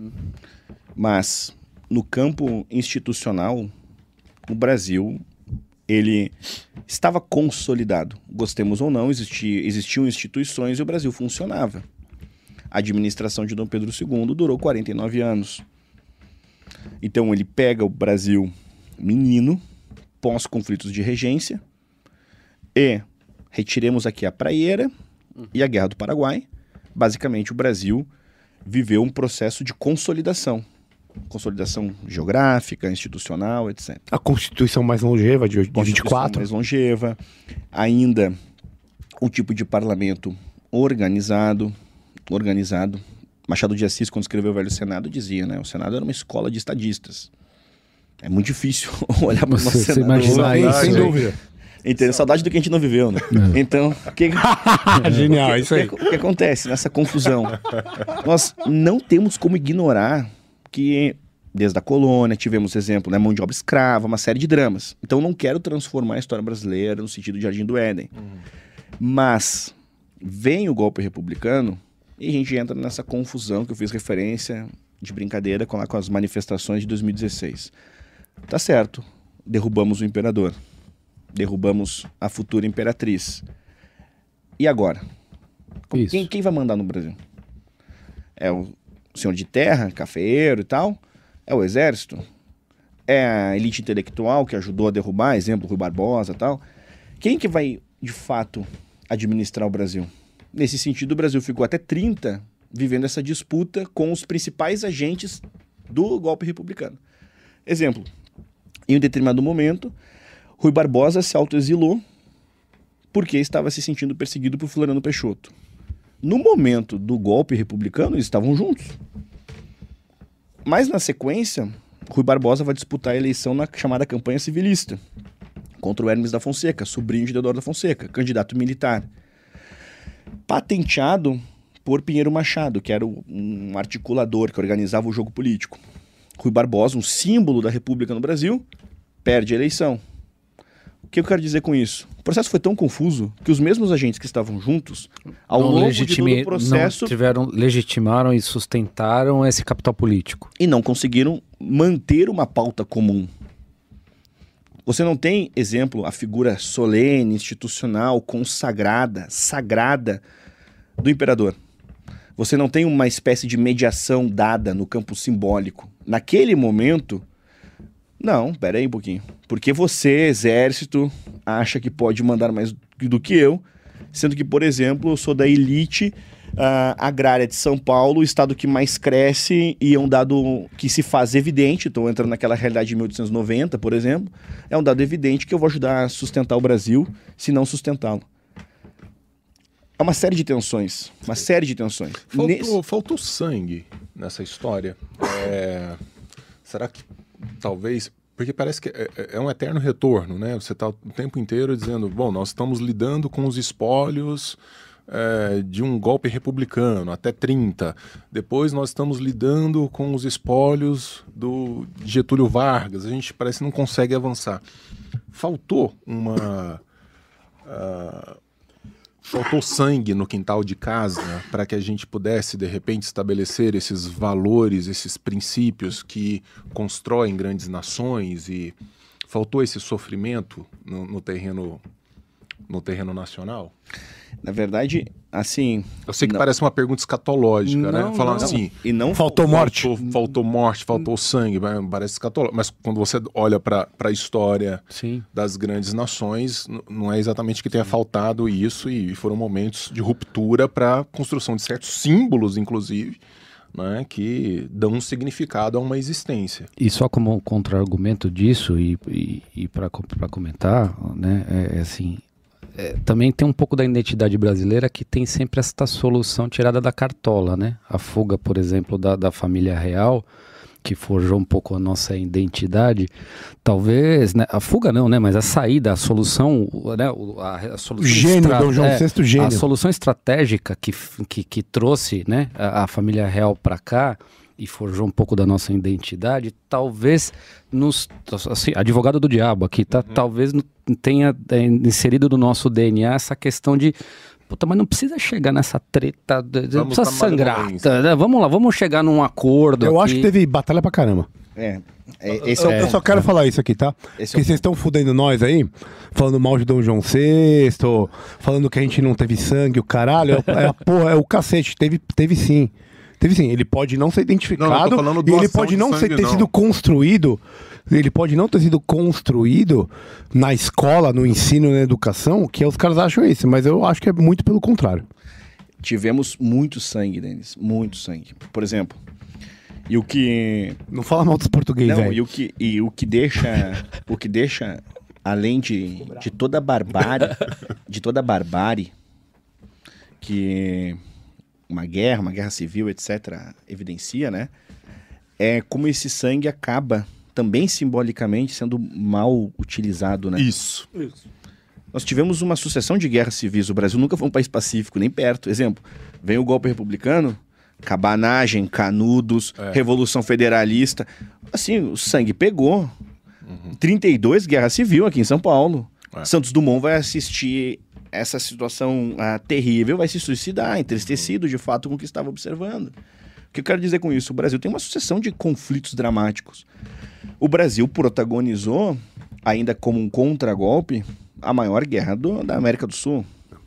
mas no campo institucional, o Brasil, ele estava consolidado. Gostemos ou não, existiam instituições e o Brasil funcionava. A administração de Dom Pedro II durou 49 anos. Então ele pega o Brasil menino, pós-conflitos de regência, e retiremos aqui a Praieira e a Guerra do Paraguai. Basicamente o Brasil viveu um processo de consolidação. Consolidação geográfica, institucional, etc.
A Constituição mais longeva, de 24.
Mais longeva. Ainda o tipo de parlamento organizado. Machado de Assis, quando escreveu o Velho Senado, dizia, né? O Senado era uma escola de estadistas. É muito difícil olhar para o nosso Senado.
Imagina isso,
sem dúvida.
Entendeu? Saudade do que a gente não viveu, né? Então,
Genial, isso aí.
O que acontece nessa confusão? Nós não temos como ignorar que, desde a colônia, tivemos exemplo, né? Mão de obra escrava, uma série de dramas. Então, eu não quero transformar a história brasileira no sentido de Jardim do Éden. Mas vem o golpe republicano e a gente entra nessa confusão que eu fiz referência de brincadeira com as manifestações de 2016. Tá certo, derrubamos o imperador, derrubamos a futura imperatriz. E agora? Quem vai mandar no Brasil? É o senhor de terra, cafeeiro e tal? É o exército? É a elite intelectual que ajudou a derrubar, exemplo, Rui Barbosa e tal? Quem que vai, de fato, administrar o Brasil? Nesse sentido, o Brasil ficou até 30 vivendo essa disputa com os principais agentes do golpe republicano. Exemplo, em um determinado momento, Rui Barbosa se autoexilou porque estava se sentindo perseguido por Floriano Peixoto. No momento do golpe republicano, eles estavam juntos. Mas na sequência, Rui Barbosa vai disputar a eleição na chamada campanha civilista contra o Hermes da Fonseca, sobrinho de Deodoro da Fonseca, candidato militar. Patenteado por Pinheiro Machado, que era um articulador que organizava o jogo político. Rui Barbosa, um símbolo da República no Brasil, perde a eleição. O que eu quero dizer com isso? O processo foi tão confuso que os mesmos agentes que estavam juntos, ao longo de todo o processo,
legitimaram e sustentaram esse capital político.
E não conseguiram manter uma pauta comum. Você não tem, exemplo, a figura solene, institucional, consagrada, sagrada do imperador. Você não tem uma espécie de mediação dada no campo simbólico. Naquele momento, não, pera aí um pouquinho. Porque você, exército, acha que pode mandar mais do que eu, sendo que, por exemplo, eu sou da elite agrária de São Paulo, o estado que mais cresce e é um dado que se faz evidente, estou entrando naquela realidade de 1890, por exemplo, é um dado evidente que eu vou ajudar a sustentar o Brasil, se não sustentá-lo. É uma série de tensões,
Faltou sangue nessa história. Será que talvez... Porque parece que é um eterno retorno, né? Você está o tempo inteiro dizendo, bom, nós estamos lidando com os espólios de um golpe republicano, até 30. Depois nós estamos lidando com os espólios de Getúlio Vargas. A gente parece que não consegue avançar. Faltou faltou sangue no quintal de casa para que a gente pudesse, de repente, estabelecer esses valores, esses princípios que constroem grandes nações, e faltou esse sofrimento no terreno nacional?
Na verdade, assim...
Eu sei que parece uma pergunta escatológica, né? Falando assim...
E não
faltou morte.
Faltou morte, faltou sangue, parece escatológico. Mas quando você olha para a história das grandes nações, não é exatamente que tenha faltado isso, e foram momentos de ruptura para a construção de certos símbolos, inclusive, né, que dão um significado a uma existência.
E só como contra-argumento disso, e para comentar, né, assim... também tem um pouco da identidade brasileira que tem sempre esta solução tirada da cartola, né? A fuga, por exemplo, da família real, que forjou um pouco a nossa identidade, talvez, né? A fuga não, né? Mas a saída, a solução, né? A solução
gênio, Dom João VI gênio.
A solução estratégica que trouxe, né? A família real para cá e forjou um pouco da nossa identidade, talvez assim, advogado do diabo aqui, tá? Talvez tenha inserido no nosso DNA essa questão de puta, mas não precisa chegar nessa treta, não
Vamos
precisa
pra
sangrar,
malemolência.
né? Vamos lá, vamos chegar num acordo
Eu
aqui.
acho que teve batalha pra caramba.
Eu
só quero falar isso aqui, tá?
Esse
Porque vocês estão fudendo nós aí, falando mal de Dom João VI, falando que a gente não teve sangue, o caralho, é o cacete, teve sim. Teve sim, ele pode não ser identificado,
Não, eu tô falando
e
doação
ele pode
de
não
sangue,
ter
não.
sido construído, ele pode não ter sido construído na escola, no ensino, na educação, que os caras acham isso, mas eu acho que é muito pelo contrário.
Tivemos muito sangue, Denis. Muito sangue. Por exemplo, e o que...
Não fala mal dos portugueses,
Não,
velho.
e o que deixa, além de toda a barbárie, que uma guerra civil, etc., evidencia, né? É como esse sangue acaba também simbolicamente sendo mal utilizado, né?
Isso.
Nós tivemos uma sucessão de guerras civis. O Brasil nunca foi um país pacífico, nem perto. Exemplo, vem o golpe republicano, cabanagem, canudos, Revolução Federalista. Assim, o sangue pegou. 32, guerra civil aqui em São Paulo. Santos Dumont vai assistir essa situação terrível, vai se suicidar, entristecido de fato com o que estava observando. O que eu quero dizer com isso? O Brasil tem uma sucessão de conflitos dramáticos. O Brasil protagonizou, ainda como um contragolpe, a maior guerra da América do Sul.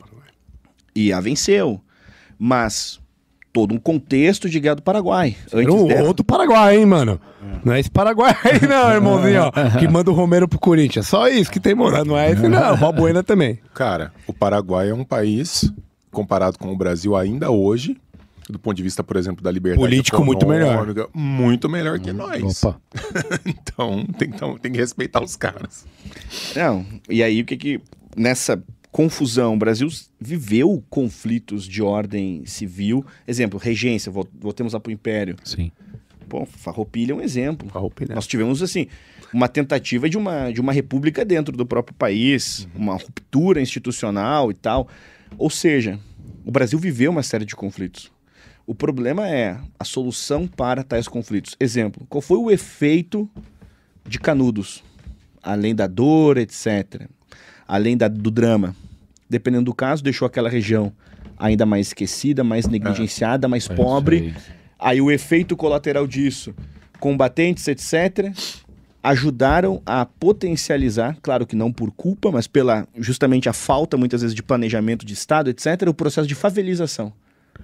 E a venceu. Mas todo um contexto de guerra do Paraguai. Antes dessa...
Outro Paraguai, hein, mano? Não é esse Paraguai aí, não, irmãozinho, ó, que manda o Romero pro Corinthians. Só isso que tem morado, não é esse, não. Balbuena também.
Cara, o Paraguai é um país, comparado com o Brasil ainda hoje, do ponto de vista, por exemplo, da liberdade
político muito melhor.
econômica, muito melhor que nós.
Opa.
Então, tem que respeitar os caras.
Não, e aí o que nessa confusão, o Brasil viveu conflitos de ordem civil. Exemplo, regência, voltemos lá pro Império.
Sim.
Bom, Farroupilha é um exemplo.
Farroupilha.
Nós tivemos, assim, uma tentativa de uma república dentro do próprio país, uma ruptura institucional e tal. Ou seja, o Brasil viveu uma série de conflitos. O problema é a solução para tais conflitos. Exemplo, qual foi o efeito de Canudos? Além da dor, etc. Além do drama. Dependendo do caso, deixou aquela região ainda mais esquecida, mais negligenciada, mais pobre. Aí o efeito colateral disso, combatentes, etc., ajudaram a potencializar, claro que não por culpa, mas pela justamente a falta, muitas vezes, de planejamento de Estado, etc., o processo de favelização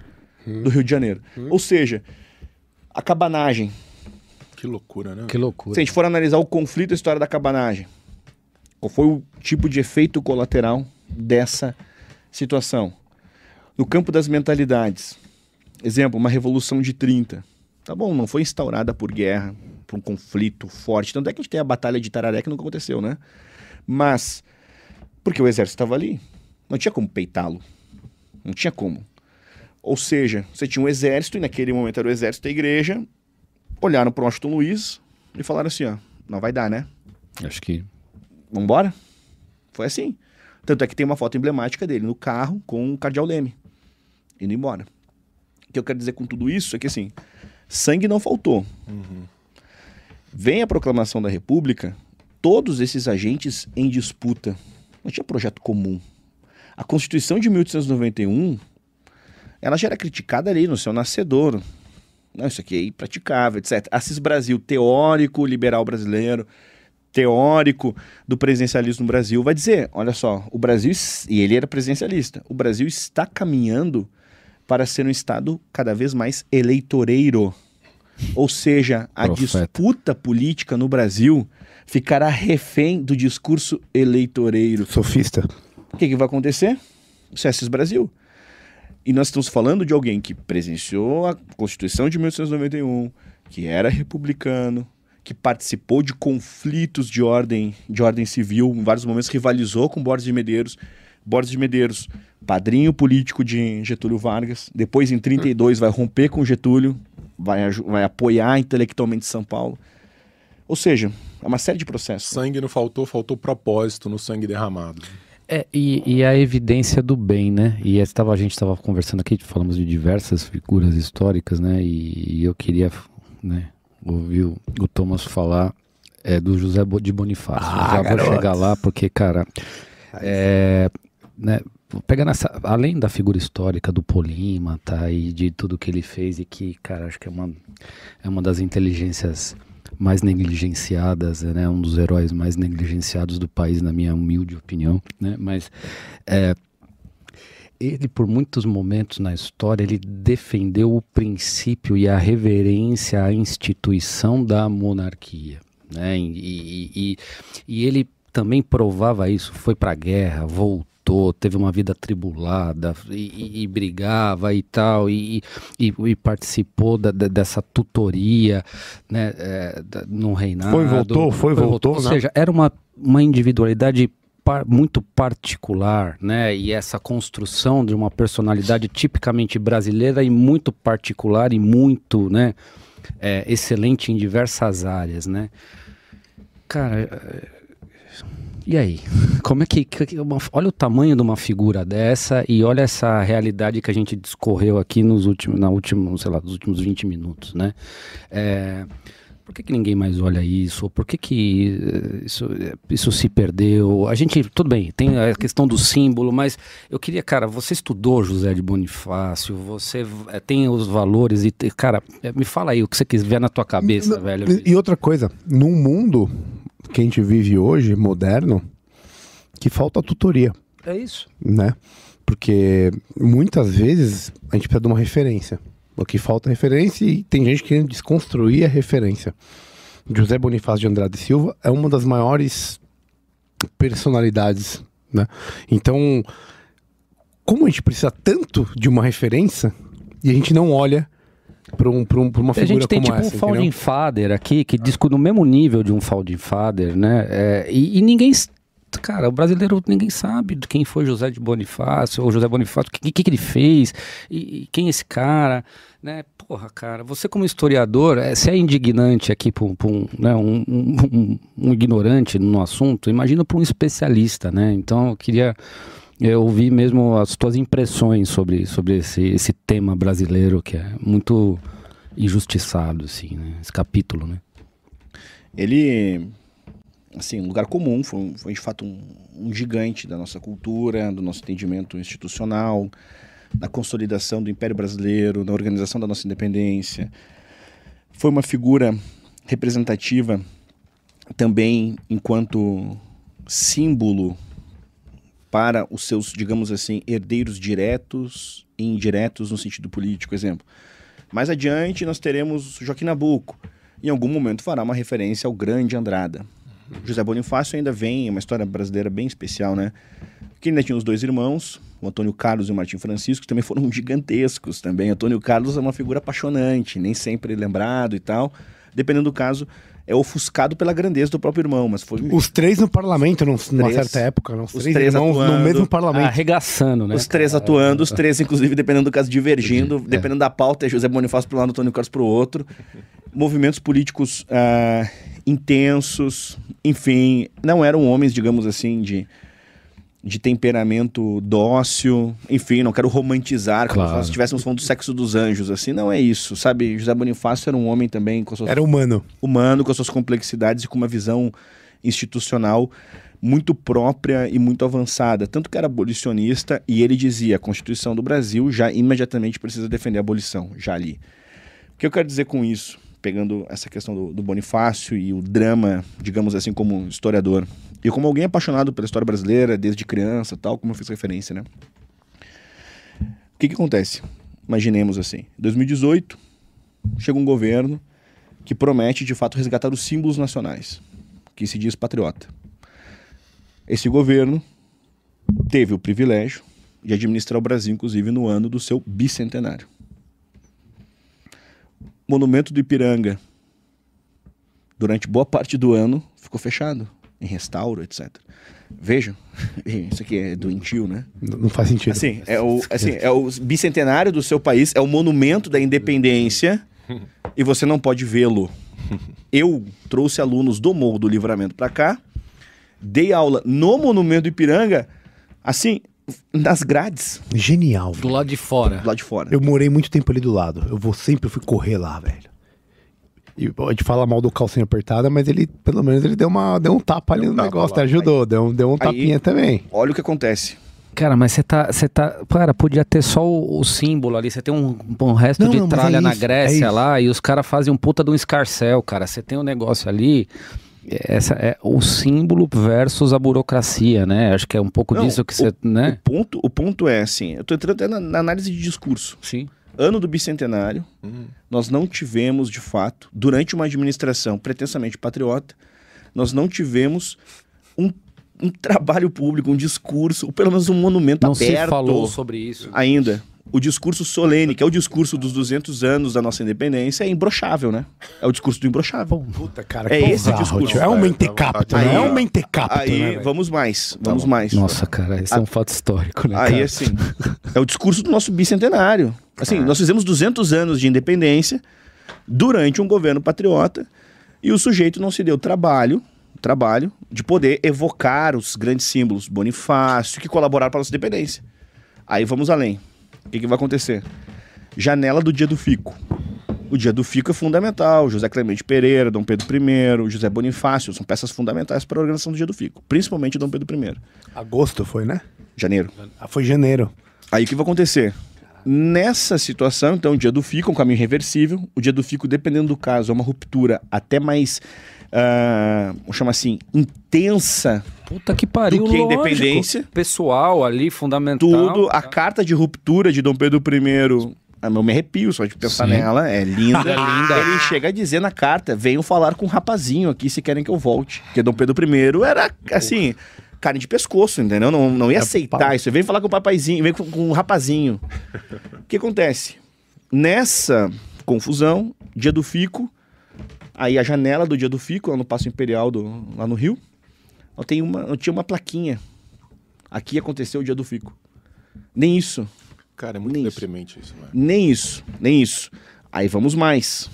do Rio de Janeiro. Ou seja, a cabanagem.
Que loucura, né?
Que loucura.
Se a gente for analisar o conflito, a história da cabanagem, qual foi o tipo de efeito colateral dessa situação? No campo das mentalidades, exemplo, uma revolução de 30. Tá bom, não foi instaurada por guerra, por um conflito forte. Tanto é que a gente tem a Batalha de Tararé que nunca aconteceu, né? Mas, porque o exército estava ali. Não tinha como peitá-lo. Não tinha como. Ou seja, você tinha um exército, e naquele momento era o exército da igreja, olharam para o Washington Luiz e falaram assim, ó, não vai dar, né?
Acho que...
Vambora? Foi assim. Tanto é que tem uma foto emblemática dele no carro com o Cardeal Leme, indo embora. O que eu quero dizer com tudo isso é que, assim, sangue não faltou. Vem a proclamação da República, todos esses agentes em disputa. Não tinha projeto comum. A Constituição de 1891, ela já era criticada ali no seu nascedouro. Não, isso aqui é impraticável, etc. Assis Brasil, teórico liberal brasileiro, teórico do presidencialismo no Brasil, vai dizer, olha só, o Brasil, e ele era presidencialista, o Brasil está caminhando para ser um Estado cada vez mais eleitoreiro. Ou seja, a disputa política no Brasil ficará refém do discurso eleitoreiro.
Sofista.
O que vai acontecer? O Assis Brasil. E nós estamos falando de alguém que presenciou a Constituição de 1891, que era republicano, que participou de conflitos de ordem civil, em vários momentos rivalizou com Borges de Medeiros. Borges de Medeiros, padrinho político de Getúlio Vargas, depois em 32 vai romper com Getúlio, vai apoiar intelectualmente São Paulo. Ou seja, é uma série de processos.
Sangue não faltou, faltou propósito no sangue derramado.
E a evidência do bem, né? E a gente estava conversando aqui, falamos de diversas figuras históricas, né? E eu queria, né, ouvir o Thomas falar do José de Bonifácio. Já vou chegar lá, porque, cara, né, pegando além da figura histórica do Polímata e de tudo que ele fez, e que, cara, acho que é uma das inteligências mais negligenciadas, né? Um dos heróis mais negligenciados do país, na minha humilde opinião, né? Mas ele, por muitos momentos na história, ele defendeu o princípio e a reverência à instituição da monarquia, né? E ele também provava isso, foi para a guerra, voltou, teve uma vida atribulada e brigava e tal, e participou dessa tutoria, né, no reinado.
Foi, voltou,
Ou
né?
seja, era uma individualidade muito particular, né? E essa construção de uma personalidade tipicamente brasileira e muito particular e muito, né, excelente em diversas áreas, né? Cara, e aí? Como é que olha o tamanho de uma figura dessa e olha essa realidade que a gente discorreu aqui nos últimos 20 minutos, né? Por que ninguém mais olha isso? Ou por que isso se perdeu? A gente, tudo bem, tem a questão do símbolo, mas eu queria, cara, você estudou José de Bonifácio, você tem os valores e, cara, me fala aí o que você quiser na tua cabeça, velho.
E outra coisa, num mundo que a gente vive hoje, moderno, que falta tutoria.
É isso.
Né? Porque muitas vezes a gente precisa de uma referência. O que falta é referência e tem gente querendo desconstruir a referência. José Bonifácio de Andrade Silva é uma das maiores personalidades, né? Então, como a gente precisa tanto de uma referência e a gente não olha para uma figura como essa?
A gente tem tipo
essa,
um founding father aqui, que discute no mesmo nível de um founding father, né? E ninguém... Cara, o brasileiro, ninguém sabe de quem foi José de Bonifácio, ou José Bonifácio, o que ele fez, e quem é esse cara, né? Porra, cara, você como historiador, se é indignante aqui para um ignorante no assunto, imagina para um especialista, né? Então eu queria ouvir mesmo as tuas impressões sobre esse tema brasileiro, que é muito injustiçado, assim, né? Esse capítulo, né?
Ele... assim, um lugar comum, foi de fato um gigante da nossa cultura, do nosso entendimento institucional, na consolidação do Império Brasileiro, na organização da nossa independência. Foi uma figura representativa também enquanto símbolo para os seus, digamos assim, herdeiros diretos e indiretos no sentido político. Exemplo, mais adiante nós teremos Joaquim Nabuco, em algum momento fará uma referência ao grande Andrada. José Bonifácio ainda vem, é uma história brasileira bem especial, né? Que ainda tinha os dois irmãos, o Antônio Carlos e o Martim Francisco, que também foram gigantescos também. Antônio Carlos é uma figura apaixonante, nem sempre lembrado e tal. Dependendo do caso, é ofuscado pela grandeza do próprio irmão, mas foi...
Os três no parlamento, numa certa época, não? Os três irmãos atuando, no mesmo parlamento.
Arregaçando, né?
Os três atuando, os três, inclusive, dependendo do caso, divergindo. Dependendo da pauta, é José Bonifácio para um lado, Antônio Carlos para o outro. Movimentos políticos intensos, enfim, não eram homens, digamos assim, de temperamento dócil, enfim, não quero romantizar, como se nós estivéssemos falando do sexo dos anjos, assim, não é isso, sabe? José Bonifácio era um homem também com suas...
Era humano,
com as suas complexidades e com uma visão institucional muito própria e muito avançada, tanto que era abolicionista, e ele dizia, a Constituição do Brasil já imediatamente precisa defender a abolição, já ali. O que eu quero dizer com isso? Pegando essa questão do Bonifácio e o drama, digamos assim, como historiador, e como alguém apaixonado pela história brasileira desde criança, tal, como eu fiz referência, né? O que acontece? Imaginemos assim, em 2018, chega um governo que promete, de fato, resgatar os símbolos nacionais, que se diz patriota. Esse governo teve o privilégio de administrar o Brasil, inclusive, no ano do seu bicentenário. Monumento do Ipiranga, durante boa parte do ano, ficou fechado, em restauro, etc. Vejam, isso aqui é doentio, né?
Não faz sentido.
Assim, é o bicentenário do seu país, é o monumento da independência, e você não pode vê-lo. Eu trouxe alunos do Morro do Livramento para cá, dei aula no Monumento do Ipiranga, assim... nas grades.
Genial.
Do lado de fora.
Do lado de fora.
Eu morei muito tempo ali do lado. Sempre fui correr lá, velho. E pode falar mal do calcinha apertada, mas ele, pelo menos, ele deu um tapa ali no negócio, ajudou. Deu um tapinha também.
Olha o que acontece.
Cara, mas você tá. Cara, podia ter só o símbolo ali. Você tem um resto
Não,
de
mas
tralha
é
na
isso,
Grécia
é isso.
lá e os caras fazem um puta de um escarcéu, cara. Você tem um negócio ali. Essa é o símbolo versus a burocracia, né? Acho que é um pouco
Não,
disso que você. Né?
O ponto é assim, eu tô entrando até na análise de discurso.
Sim.
Ano do bicentenário, nós não tivemos, de fato, durante uma administração pretensamente patriota, nós não tivemos um trabalho público, um discurso, ou pelo menos um monumento
Não
aberto.
se falou sobre isso.
Ainda. O discurso solene, que é o discurso dos 200 anos da nossa independência, é imbrochável, né? É o discurso do imbrochável.
Puta, cara,
É
que
esse o
bizarro,
discurso.
tio. É um mentecapto,
Aí-
né? É um mentecapto,
Aí,
né, velho?
vamos mais, vamos mais.
Nossa, cara, isso é um fato histórico, né?
Aí,
cara?
assim, é o discurso do nosso bicentenário. Assim, nós fizemos 200 anos de independência durante um governo patriota e o sujeito não se deu trabalho de poder evocar os grandes símbolos, Bonifácio, que colaboraram para a nossa independência. Aí vamos além. O que vai acontecer? Janela do Dia do Fico. O Dia do Fico é fundamental. José Clemente Pereira, Dom Pedro I, José Bonifácio são peças fundamentais para a organização do Dia do Fico, principalmente Dom Pedro I.
Agosto foi, né?
Janeiro.
Ah, foi janeiro.
Aí o que vai acontecer? Nessa situação, então, o Dia do Fico é um caminho reversível. O Dia do Fico, dependendo do caso, é uma ruptura até mais, vamos chamar assim, intensa.
Puta que pariu,
Do que a
lógico.
independência.
Pessoal ali, fundamental.
Tudo, a carta de ruptura de Dom Pedro I, eu me arrepio só de pensar
Sim.
nela, é linda.
É linda.
Ele chega a dizer na carta, venham falar com um rapazinho aqui se querem que eu volte. Porque Dom Pedro I era, assim, carne de pescoço, entendeu? Não ia aceitar isso. Vem falar com o papaizinho, vem com um rapazinho. O que acontece? Nessa confusão, Dia do Fico, aí a janela do Dia do Fico, lá no Paço Imperial, lá no Rio, eu tinha uma plaquinha. Aqui aconteceu o Dia do Fico. Nem isso.
Cara, é muito
Nem isso.
deprimente isso, né?
Nem isso. Aí vamos mais.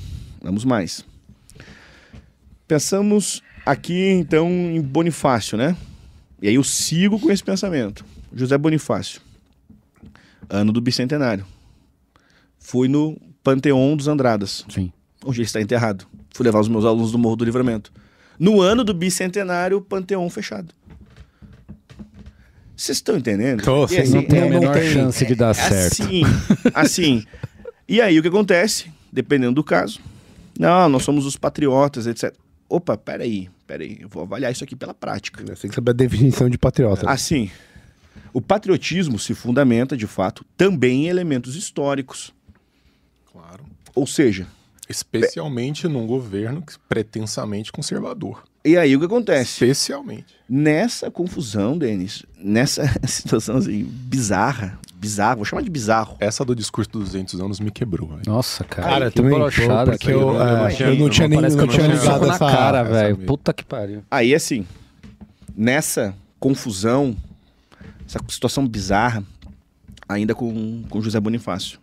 Pensamos aqui, então, em Bonifácio, né? E aí eu sigo com esse pensamento. José Bonifácio. Ano do bicentenário. Fui no Panteão dos Andradas,
Sim.
onde ele está enterrado. Fui levar os meus alunos do Morro do Livramento. No ano do bicentenário, o Panteão fechado. Vocês estão entendendo?
Tô,
E
sim.
assim,
Não tem a
não
menor
tem-
chance de dar certo.
Assim. E aí o que acontece? Dependendo do caso. Não, nós somos os patriotas, etc. Opa, peraí. Eu vou avaliar isso aqui pela prática.
Você tem que saber a definição de patriota.
Assim, o patriotismo se fundamenta, de fato, também em elementos históricos.
Claro.
Ou seja,
Especialmente num governo pretensamente conservador.
e aí o que acontece?
Especialmente.
Nessa confusão, Denis, nessa situação assim, bizarra, vou chamar de bizarro.
Essa do discurso dos 200 anos me quebrou. Velho.
Nossa, cara.
Cara,
que
também,
brochada.
porque eu não
Parece
tinha
que
não
eu
tinha
tomei um
ligado
soco na
essa...
cara,
essa
velho.
mesmo.
Puta que pariu.
Aí, assim, nessa confusão, essa situação bizarra, ainda com José Bonifácio.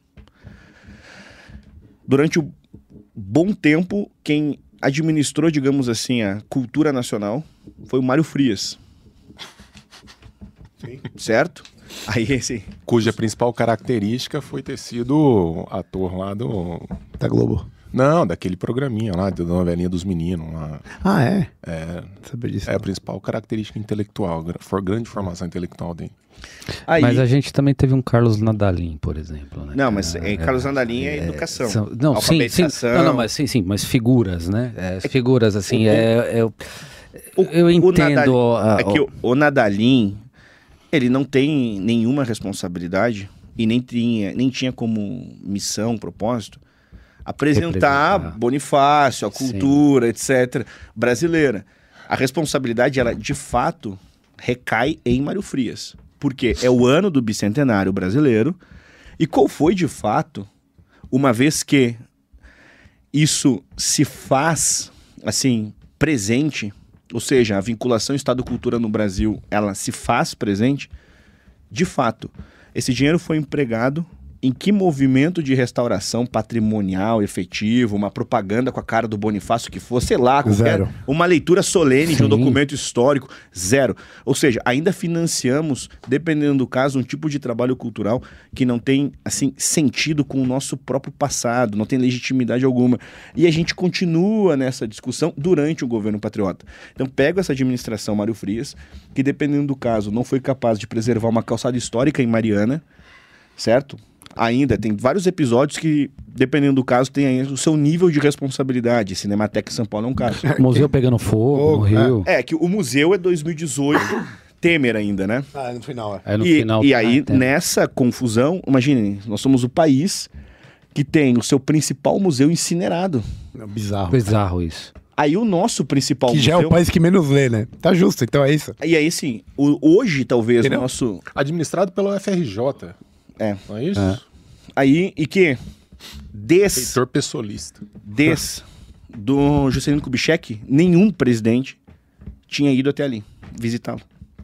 Durante o bom tempo, quem administrou, digamos assim, a cultura nacional foi o Mário Frias. Certo? Aí, assim,
Cuja principal característica foi ter sido ator lá do...
Da Globo.
Não, daquele programinha lá, da novelinha dos meninos lá.
Ah, é?
É,
Sabia disso.
é a principal característica intelectual, grande formação intelectual dele.
aí...
Mas a gente também teve um Carlos Nadalim, por exemplo. Né,
Não, mas
cara?
Carlos Andalim é educação.
Não, sim, sim.
Alfabetização.
Não, mas sim, mas figuras, né? Figuras, assim, eu entendo...
É que o Nadalim, ele não tem nenhuma responsabilidade e nem tinha como missão, propósito, apresentar
Representar.
Bonifácio, a cultura, etc., brasileira. A responsabilidade, ela, de fato, recai em Mário Frias. Porque é o ano do bicentenário brasileiro. E qual foi, de fato, uma vez que isso se faz, assim, presente, ou seja, a vinculação Estado-Cultura no Brasil, ela se faz presente, de fato, esse dinheiro foi empregado em que movimento de restauração patrimonial efetivo, uma propaganda com a cara do Bonifácio que for, sei lá,
Zero.
uma leitura solene de um
Sim.
documento histórico, zero. Ou seja, ainda financiamos, dependendo do caso, um tipo de trabalho cultural que não tem, assim, sentido com o nosso próprio passado, não tem legitimidade alguma. E a gente continua nessa discussão durante o governo patriota. Então, pego essa administração Mário Frias, que dependendo do caso, não foi capaz de preservar uma calçada histórica em Mariana, certo? Ainda tem vários episódios que, dependendo do caso, tem aí o seu nível de responsabilidade. Cinemateca São Paulo é um caso.
Museu pegando fogo no Rio.
É, que o museu é 2018, Temer ainda, né?
Ah, no final, é.
Aí no
E,
final.
e aí,
tem.
nessa confusão, imaginem, nós somos o país que tem o seu principal museu incinerado.
É bizarro.
Bizarro isso.
Aí o nosso principal
Que
museu...
já é o país que menos lê, né? Tá justo, então é isso.
E aí, sim, hoje, talvez,
Entendeu?
o nosso...
Administrado pelo FRJ.
É.
Não é isso?
Aí, e que
Feitor pessoalista.
do Juscelino Kubitschek, nenhum presidente tinha ido até ali visitá-lo.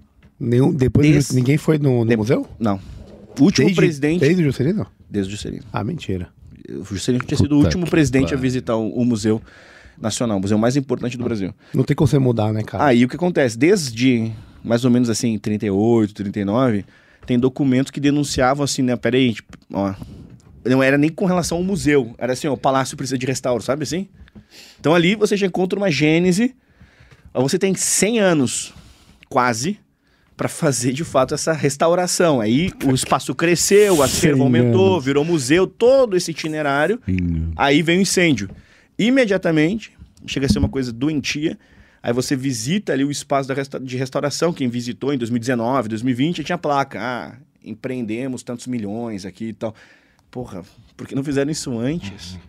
Depois ninguém foi no museu?
Não. O último presidente...
Desde o Juscelino?
Desde o Juscelino.
Ah, mentira.
O Juscelino tinha sido o
Puta
último
que
presidente a
pariu.
visitar o Museu Nacional, o museu mais importante do Brasil.
Não tem como você mudar, né, cara?
Aí o que acontece? Desde mais ou menos assim, 38, 39, tem documentos que denunciavam assim, né? Peraí, tipo, ó. Não era nem com relação ao museu, era assim, ó, o palácio precisa de restauro, sabe assim? Então ali você já encontra uma gênese. Ó, você tem 100 anos, quase, para fazer de fato essa restauração. Aí o espaço cresceu, o acervo
100
aumentou,
anos.
virou museu, todo esse itinerário. Aí vem o incêndio. Imediatamente, chega a ser uma coisa doentia. Aí você visita ali o espaço de restauração. Quem visitou em 2019, 2020, tinha placa. Ah, empreendemos tantos milhões aqui e tal. Porra, por que não fizeram isso antes?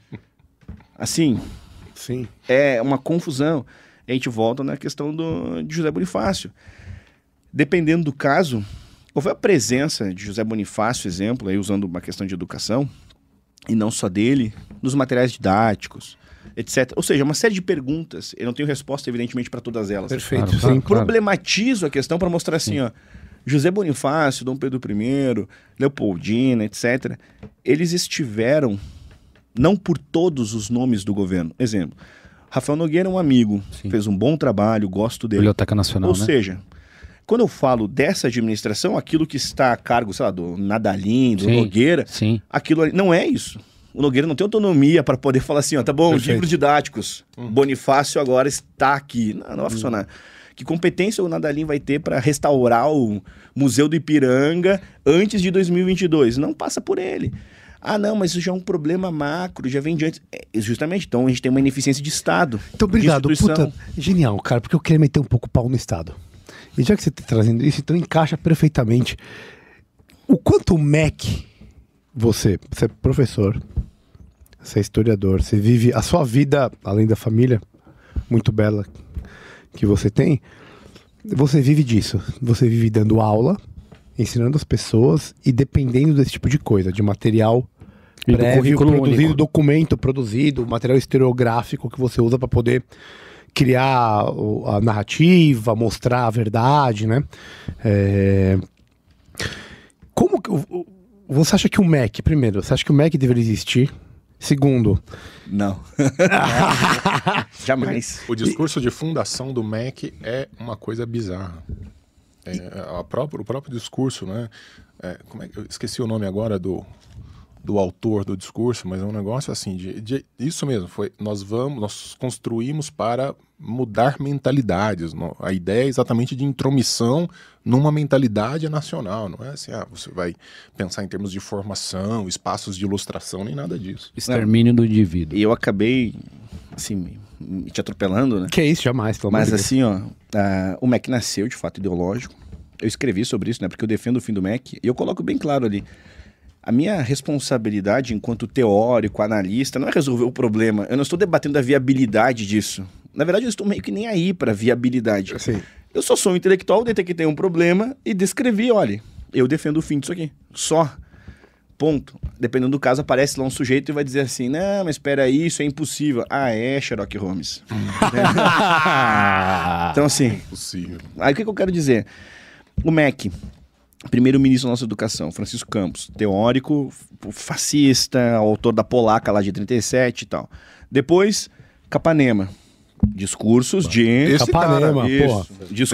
Assim,
Sim.
é uma confusão. A gente volta na questão de José Bonifácio. Dependendo do caso, qual foi a presença de José Bonifácio, exemplo, aí usando uma questão de educação, e não só dele, nos materiais didáticos, etc. Ou seja, uma série de perguntas. Eu não tenho resposta, evidentemente, para todas elas.
Perfeito.
Claro,
Sim.
claro.
Problematizo a questão para mostrar assim, ó, José Bonifácio, Dom Pedro I, Leopoldina, etc., eles estiveram, não por todos os nomes do governo. Exemplo, Rafael Nogueira é um amigo, fez um bom trabalho, gosto dele.
Biblioteca Nacional,
Ou
né?
seja, quando eu falo dessa administração, aquilo que está a cargo, sei lá, do Nadalim, do
Sim,
Nogueira,
sim.
aquilo ali, não é isso. O Nogueira não tem autonomia para poder falar assim, ó, tá bom,
Perfeito.
livros didáticos, Bonifácio agora está aqui. Não vai funcionar. Que competência o Nadalim vai ter para restaurar o Museu do Ipiranga antes de 2022? Não passa por ele. Ah, não, mas isso já é um problema macro, já vem de antes. Justamente, então a gente tem uma ineficiência de Estado.
Então, obrigado.
de instituição.
Puta, genial, cara, porque eu queria meter um pouco o pau no Estado. E já que você está trazendo isso, então encaixa perfeitamente. O quanto o MEC, você é professor, você é historiador, você vive a sua vida, além da família, muito bela que você tem, você vive disso. Você vive dando aula, ensinando as pessoas e dependendo desse tipo de coisa, de material
E do
prévio,
currículo
produzido,
único.
documento produzido, material historiográfico que você usa para poder criar a narrativa, mostrar a verdade, né? Como que você acha que o MEC, primeiro, você acha que o MEC deveria existir? Segundo,
Não. Jamais.
O discurso de fundação do MEC é uma coisa bizarra. O próprio discurso, né? Eu esqueci o nome agora do autor do discurso, mas é um negócio assim, isso mesmo, nós construímos para mudar mentalidades. A ideia é exatamente de intromissão numa mentalidade nacional, não é assim, você vai pensar em termos de formação, espaços de ilustração, nem nada disso.
Extermínio do indivíduo.
E eu acabei, assim, te atropelando, né?
que é isso? Jamais, pelo amor
Mas
de Deus.
assim, ó, o MEC nasceu de fato ideológico. Eu escrevi sobre isso, né? Porque eu defendo o fim do MEC. E eu coloco bem claro ali. A minha responsabilidade enquanto teórico, analista, não é resolver o problema. Eu não estou debatendo a viabilidade disso. Na verdade, eu estou meio que nem aí para viabilidade.
Sim.
Eu só sou um intelectual, detectei um problema e descrevi, olha, eu defendo o fim disso aqui. Só. Ponto. Dependendo do caso, aparece lá um sujeito e vai dizer assim, não, mas espera aí, isso é impossível. Ah, é, Sherlock Holmes. Então, assim,
Possível.
aí o que eu quero dizer? O MEC, primeiro-ministro da nossa educação, Francisco Campos, teórico, fascista, autor da Polaca lá de 37 e tal. Depois, Capanema, discursos de...
Esse
Capanema,
cara,
porra.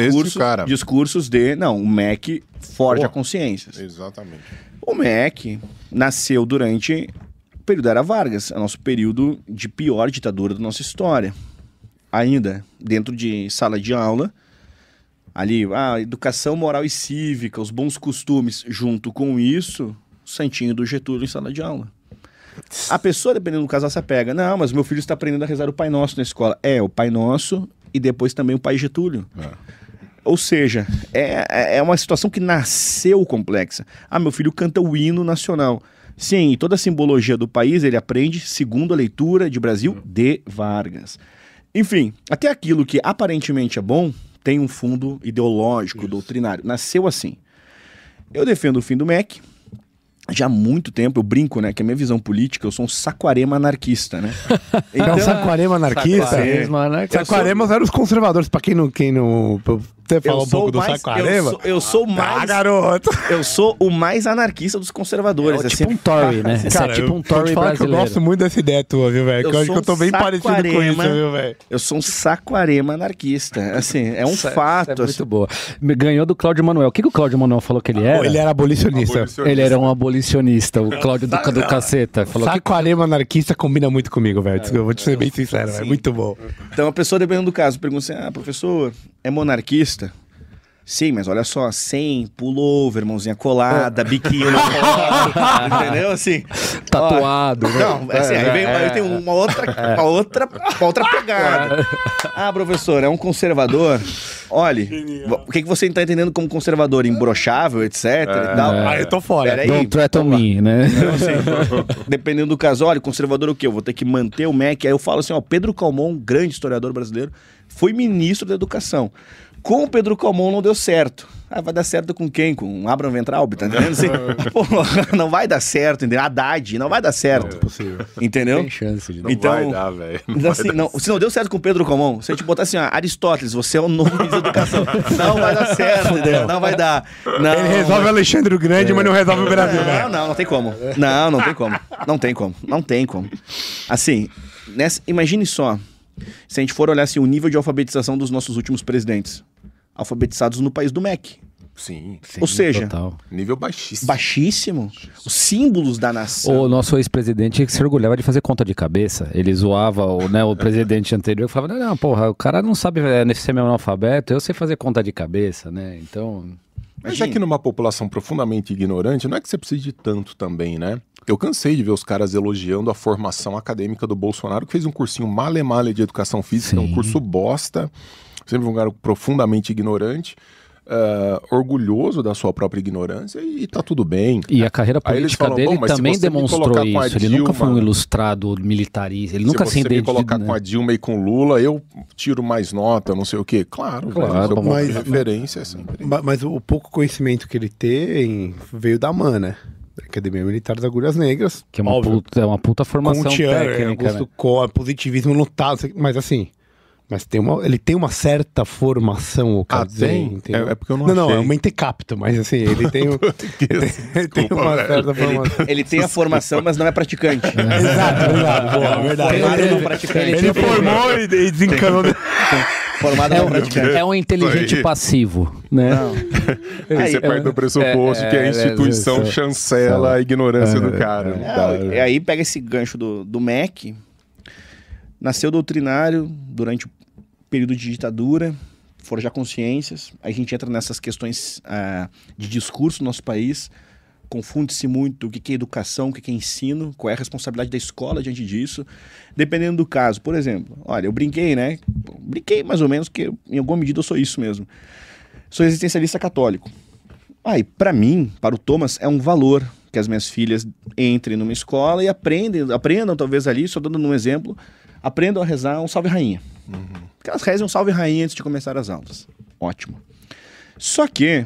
Discursos de... Não, o MEC forja consciências.
Exatamente.
O MEC nasceu durante o período da Era Vargas, é nosso período de pior ditadura da nossa história. Ainda dentro de sala de aula, ali, educação moral e cívica, os bons costumes, junto com isso, o santinho do Getúlio em sala de aula. A pessoa, dependendo do caso, ela se apega. Não, mas meu filho está aprendendo a rezar o Pai Nosso na escola. É, o Pai Nosso e depois também o Pai Getúlio. Ou seja, é uma situação que nasceu complexa. Meu filho canta o hino nacional. Sim, e toda a simbologia do país ele aprende segundo a leitura de Brasil de Vargas. Enfim, até aquilo que aparentemente é bom tem um fundo ideológico, doutrinário. Nasceu assim. Eu defendo o fim do MEC. Já há muito tempo, eu brinco, né? Que a minha visão política, eu sou um saquarema anarquista, né?
Então, saquarema anarquista? Saquaremas eram os conservadores. Pra quem não você falou um pouco do saquarema?
Eu sou mais...
garoto!
Eu sou o mais anarquista dos conservadores.
É tipo um Tory, né?
Cara,
é tipo um Tory
brasileiro. Que eu gosto muito dessa ideia tua, viu, velho? Eu acho que eu tô bem parecido com isso, viu, velho?
Eu sou um saquarema anarquista. Assim, é um fato.
Isso é muito boa. Ganhou do Cláudio Manuel. O que o Cláudio Manuel falou que ele era?
Ele era abolicionista.
Ele era um abolicionista, o Cláudio do Caceta.
Saquarema anarquista combina muito comigo, velho. Eu vou te ser bem sincero, é muito bom.
Então a pessoa, dependendo do caso, pergunta assim, professor, é monarquista? Sim, mas olha só, sem pullover, mãozinha colada, biquinho na cola, entendeu? Assim,
tatuado.
Não, assim, aí tem uma outra pegada. Professor, é um conservador? Olha, o que você está entendendo como conservador? Imbrochável, etc. E tal?
Eu tô fora.
Peraí, don't threaten me, né?
Então, assim, dependendo do caso, olha, conservador o quê? Eu vou ter que manter o MEC. Aí eu falo assim, Pedro Calmon, grande historiador brasileiro, foi ministro da Educação. Com o Pedro Calmon não deu certo. Vai dar certo com quem? Com o Abraham Weintraub, tá entendendo? Assim, não vai dar certo, entendeu? Haddad, não vai dar certo. Não é possível. Entendeu?
Tem chance de
não. Então, vai dar, velho.
Se não deu certo com o Pedro Calmon, se a gente botar assim, Aristóteles, você é o novo ministro da Educação. Não vai dar certo, entendeu? Não vai dar. Não,
ele resolve Alexandre o Grande, mas não resolve o Brasil, né?
Não tem como. Não tem como. Assim, imagine só, se a gente for olhar assim, o nível de alfabetização dos nossos últimos presidentes. Alfabetizados no país do MEC.
Sim.
Ou seja,
total.
Nível baixíssimo.
Baixíssimo. Os símbolos da nação.
O nosso ex-presidente se orgulhava de fazer conta de cabeça. Ele zoava o presidente anterior e falava, não, porra, o cara não sabe ser meu analfabeto, eu sei fazer conta de cabeça, né? Então...
Mas já que numa população profundamente ignorante, não é que você precise de tanto também, né? Eu cansei de ver os caras elogiando a formação acadêmica do Bolsonaro, que fez um cursinho male de educação física, um curso bosta, sempre um cara profundamente ignorante, orgulhoso da sua própria ignorância e tá tudo bem.
E a carreira política dele também demonstrou isso. Ele nunca foi um ilustrado militarista. Ele nunca se
me colocar com a Dilma e com o Lula, eu tiro mais nota, não sei o quê. Claro, mas referência sempre.
Mas o pouco conhecimento que ele tem veio da AMAN, né? Academia Militar das Agulhas Negras.
Que é uma puta formação técnica.
Positivismo notado, mas assim... Mas ele tem uma certa formação, o cara
tem? É porque eu não achei.
Não, é uma mentecapto, mas assim, ele tem, tem uma certa formação.
Ele tem a formação, mas não é praticante.
Exato, boa, verdade. Ele formou e desencanou.
Formado não praticante.
É um inteligente passivo, né?
Aí você parte do pressuposto que a instituição chancela a ignorância do cara.
E aí pega esse gancho do MEC, nasceu doutrinário durante o período de ditadura, forjar consciências. Aí a gente entra nessas questões de discurso no nosso país, confunde-se muito o que é educação, o que é ensino, qual é a responsabilidade da escola diante disso, dependendo do caso. Por exemplo, olha, eu brinquei, né? Brinquei mais ou menos, que em alguma medida eu sou isso mesmo. Sou existencialista católico. E para mim, para o Thomas, é um valor que as minhas filhas entrem numa escola e aprendam talvez ali, só dando um exemplo, aprendam a rezar um Salve Rainha. Que elas rezem um Salve Rainha antes de começar as aulas. Ótimo. Só que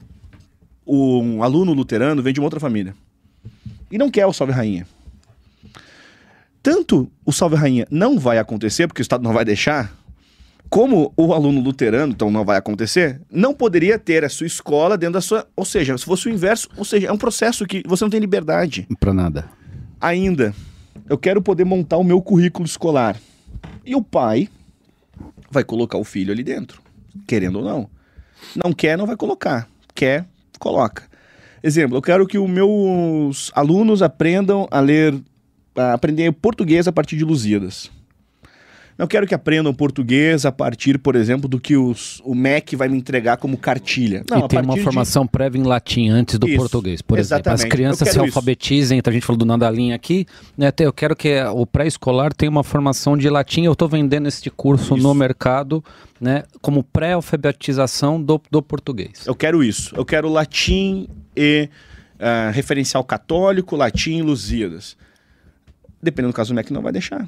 um aluno luterano vem de uma outra família e não quer o Salve Rainha. Tanto o Salve Rainha não vai acontecer, porque o Estado não vai deixar, Como o aluno luterano, então não vai acontecer, não poderia ter a sua escola dentro da sua... Ou seja, se fosse o inverso, ou seja, é um processo que você não tem liberdade.
Pra nada.
Ainda, eu quero poder montar o meu currículo escolar. E o pai vai colocar o filho ali dentro, querendo ou não. Não quer, não vai colocar. Quer, coloca. Exemplo, eu quero que os meus alunos aprendam a aprender português a partir de Lusíadas. Não quero que aprendam português a partir, por exemplo, do que o MEC vai me entregar como cartilha. Não,
e tem uma formação prévia em latim antes do português, por exemplo. As crianças se alfabetizem, então a gente falou do Nandalinha aqui, né? Eu quero que o pré-escolar tenha uma formação de latim, eu estou vendendo este curso no mercado, né, como pré-alfabetização do português.
Eu quero isso. Eu quero latim e referencial católico, latim e Lusíadas. Dependendo do caso do MEC, não vai deixar.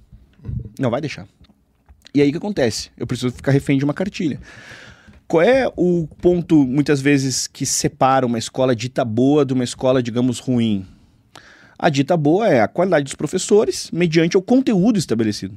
Não vai deixar. E aí o que acontece? Eu preciso ficar refém de uma cartilha. Qual é o ponto, muitas vezes, que separa uma escola dita boa de uma escola, digamos, ruim? A dita boa é a qualidade dos professores mediante o conteúdo estabelecido.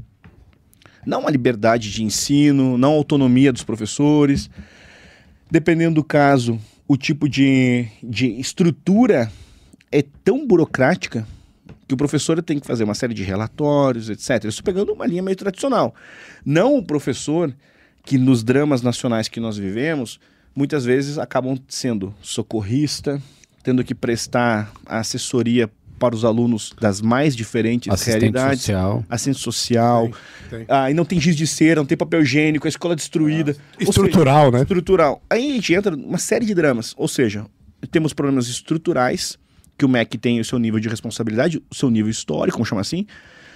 Não a liberdade de ensino, não a autonomia dos professores. Dependendo do caso, o tipo de estrutura é tão burocrática que o professor tem que fazer uma série de relatórios, etc. Eu estou pegando uma linha meio tradicional. Não o professor que nos dramas nacionais que nós vivemos, muitas vezes acabam sendo socorrista, tendo que prestar assessoria para os alunos das mais diferentes realidades. Assistente social. Tem. E não tem giz de cera, não tem papel higiênico, a escola destruída.
Estrutural, né?
Estrutural. Aí a gente entra numa série de dramas. Ou seja, temos problemas estruturais, que o MEC tem o seu nível de responsabilidade, o seu nível histórico, vamos chamar assim.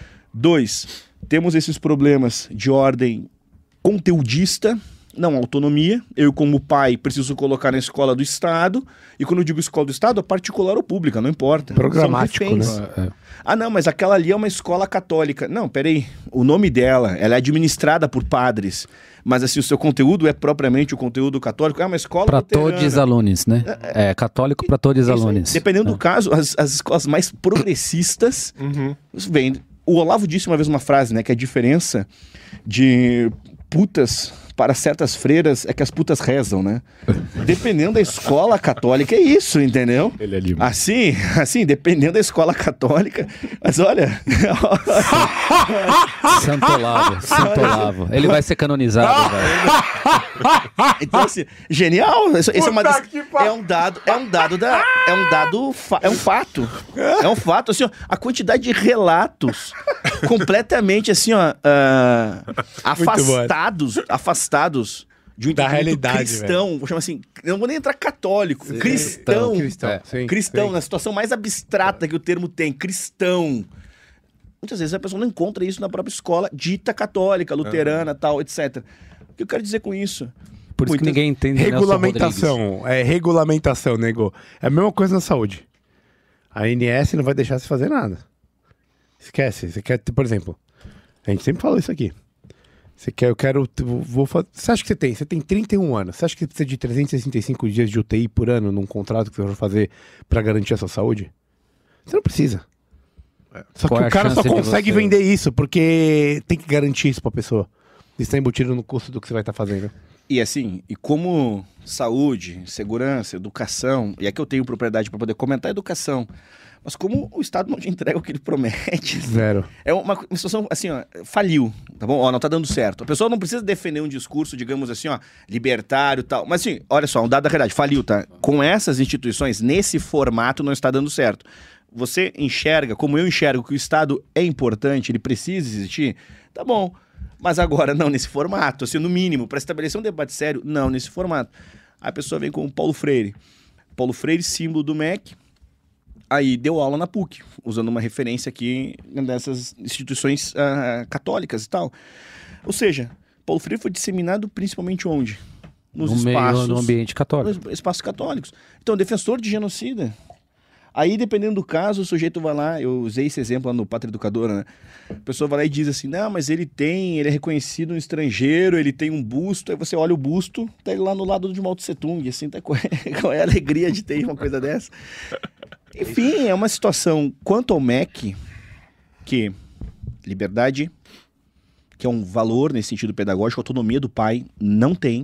2, temos esses problemas de ordem conteudista, não autonomia. Eu, como pai, preciso colocar na escola do Estado, e quando eu digo escola do Estado, é particular ou pública, não importa.
Programático, né?
Ah, não, mas aquela ali é uma escola católica. Não, peraí, o nome dela, ela é administrada por padres, mas assim, o seu conteúdo é propriamente o conteúdo católico, é uma escola
para todos os alunos, né? É católico para todos os alunos.
Dependendo do caso, as escolas mais progressistas vêm. O Olavo disse uma vez uma frase, né, que a diferença de putas para certas freiras é que as putas rezam, né? Dependendo da escola católica, é isso, entendeu?
Ele é demais.
Assim, dependendo da escola católica. Mas olha...
Santo Olavo. Ele vai ser canonizado, velho.
Então, assim, genial. Isso é um fato. É um fato, assim, ó, a quantidade de relatos completamente, assim, ó, afastados de um
da realidade
cristão, vou chamar assim, não vou nem entrar católico, cristão, na situação mais abstrata que o termo tem, cristão. Muitas vezes a pessoa não encontra isso na própria escola dita católica, luterana, tal, etc. O que eu quero dizer com isso?
Por isso que ninguém entende.
Regulamentação, nego. É a mesma coisa na saúde. A ANS não vai deixar você fazer nada. Esquece. Você quer, por exemplo, a gente sempre falou isso aqui. Você acha que você tem 31 anos, você acha que precisa de 365 dias de UTI por ano num contrato que você vai fazer pra garantir a sua saúde? Você não precisa. Só que o cara só consegue vender isso porque tem que garantir isso pra pessoa. Isso está embutido no custo do que você vai estar fazendo.
E assim, e como saúde, segurança, educação, e aqui eu tenho propriedade para poder comentar a educação, mas como o Estado não te entrega o que ele promete...
Zero.
É uma situação, assim, ó, faliu, tá bom? Ó, não tá dando certo. A pessoa não precisa defender um discurso, digamos assim, ó, libertário e tal. Mas assim, olha só, um dado da realidade, faliu, tá? Com essas instituições, nesse formato, não está dando certo. Você enxerga, como eu enxergo, que o Estado é importante, ele precisa existir, tá bom. Mas agora, não nesse formato, assim, no mínimo, para estabelecer um debate sério, não nesse formato. Aí a pessoa vem com o Paulo Freire. Paulo Freire, símbolo do MEC, aí deu aula na PUC, usando uma referência aqui dessas instituições católicas e tal. Ou seja, Paulo Freire foi disseminado principalmente onde? No
ambiente católico.
Nos espaços católicos. Então, defensor de genocida. Aí, dependendo do caso, o sujeito vai lá, eu usei esse exemplo lá no Pátria Educadora, né? A pessoa vai lá e diz assim, não, mas ele é reconhecido no estrangeiro, ele tem um busto, aí você olha o busto, tá ele lá no lado de Mao Tse Tung, assim, tá, qual é a alegria de ter uma coisa dessa? Enfim, é uma situação, quanto ao MEC, que liberdade, que é um valor nesse sentido pedagógico, a autonomia do pai não tem.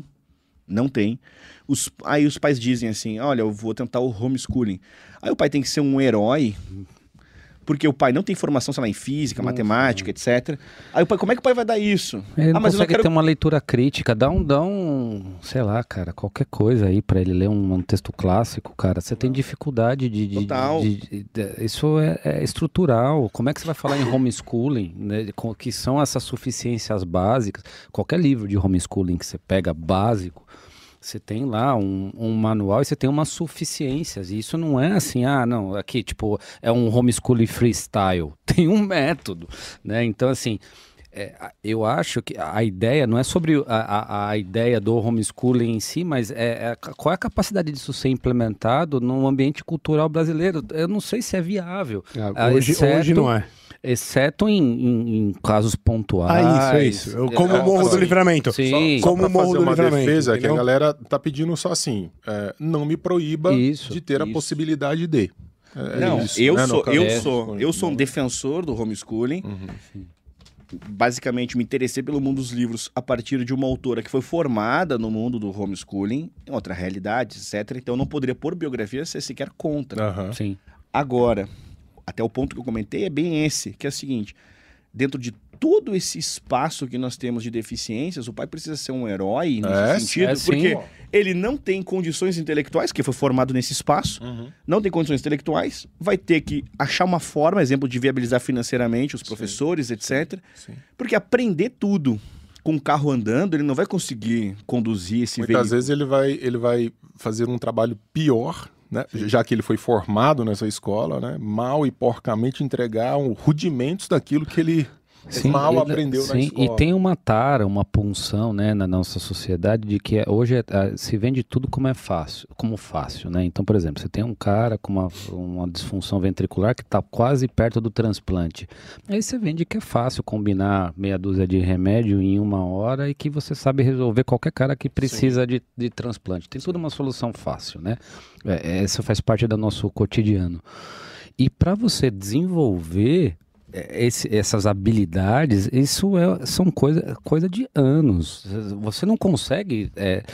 Aí os pais dizem assim, olha, eu vou tentar o homeschooling. Aí o pai tem que ser um herói, porque o pai não tem formação, sei lá, em física, matemática, etc. Aí o pai, como é que o pai vai dar isso?
Ele não
mas eu não
consegue
quero...
ter uma leitura crítica, dá um, sei lá, cara, qualquer coisa aí pra ele ler um texto clássico, cara. Você tem dificuldade
Total.
Isso é estrutural. Como é que você vai falar em homeschooling, né, que são essas suficiências básicas? Qualquer livro de homeschooling que você pega básico, você tem lá um manual e você tem umas suficiências. E isso não é assim, não, aqui, tipo, é um homeschooling freestyle. Tem um método, né? Então, assim, eu acho que a ideia não é sobre a ideia do homeschooling em si, mas qual é a capacidade disso ser implementado no ambiente cultural brasileiro. Eu não sei se é viável.
Hoje não é.
Exceto em casos pontuais.
Isso. Como o Morro do Livramento.
Sim.
Só
Como
pra
o Morro
fazer
do
uma
Livramento.
defesa, que a
entendeu?
galera tá pedindo só assim, não me proíba de ter a
Isso.
possibilidade de.
Não,
isso,
eu
né,
sou um defensor do homeschooling. Basicamente, me interessei pelo mundo dos livros a partir de uma autora que foi formada no mundo do homeschooling, em outra realidade, etc. Então, eu não poderia, por biografia, ser sequer contra.
Aham.
Sim.
Agora, até o ponto que eu comentei é bem esse, que é o seguinte, dentro de todo esse espaço que nós temos de deficiências, o pai precisa ser um herói nesse sentido,
sim.
porque ele não tem condições intelectuais, que foi formado nesse espaço, não tem condições intelectuais, vai ter que achar uma forma, exemplo, de viabilizar financeiramente os professores, etc.
Sim.
Porque aprender tudo com o carro andando, ele não vai conseguir conduzir esse
Muitas
veículo.
vezes ele vai fazer um trabalho pior, né? Já que ele foi formado nessa escola, né? Mal e porcamente entregar rudimentos daquilo que ele mal aprendeu na escola.
E tem uma tara, uma punção, né, na nossa sociedade de que hoje se vende tudo como fácil, né? Então, por exemplo, você tem um cara com uma disfunção ventricular que está quase perto do transplante. Aí você vende que é fácil combinar meia dúzia de remédio em 1 hora e que você sabe resolver qualquer cara que precisa de transplante. Tem tudo uma solução fácil, né? Isso faz parte do nosso cotidiano. E para você desenvolver essas habilidades, isso são coisa de anos. Você não consegue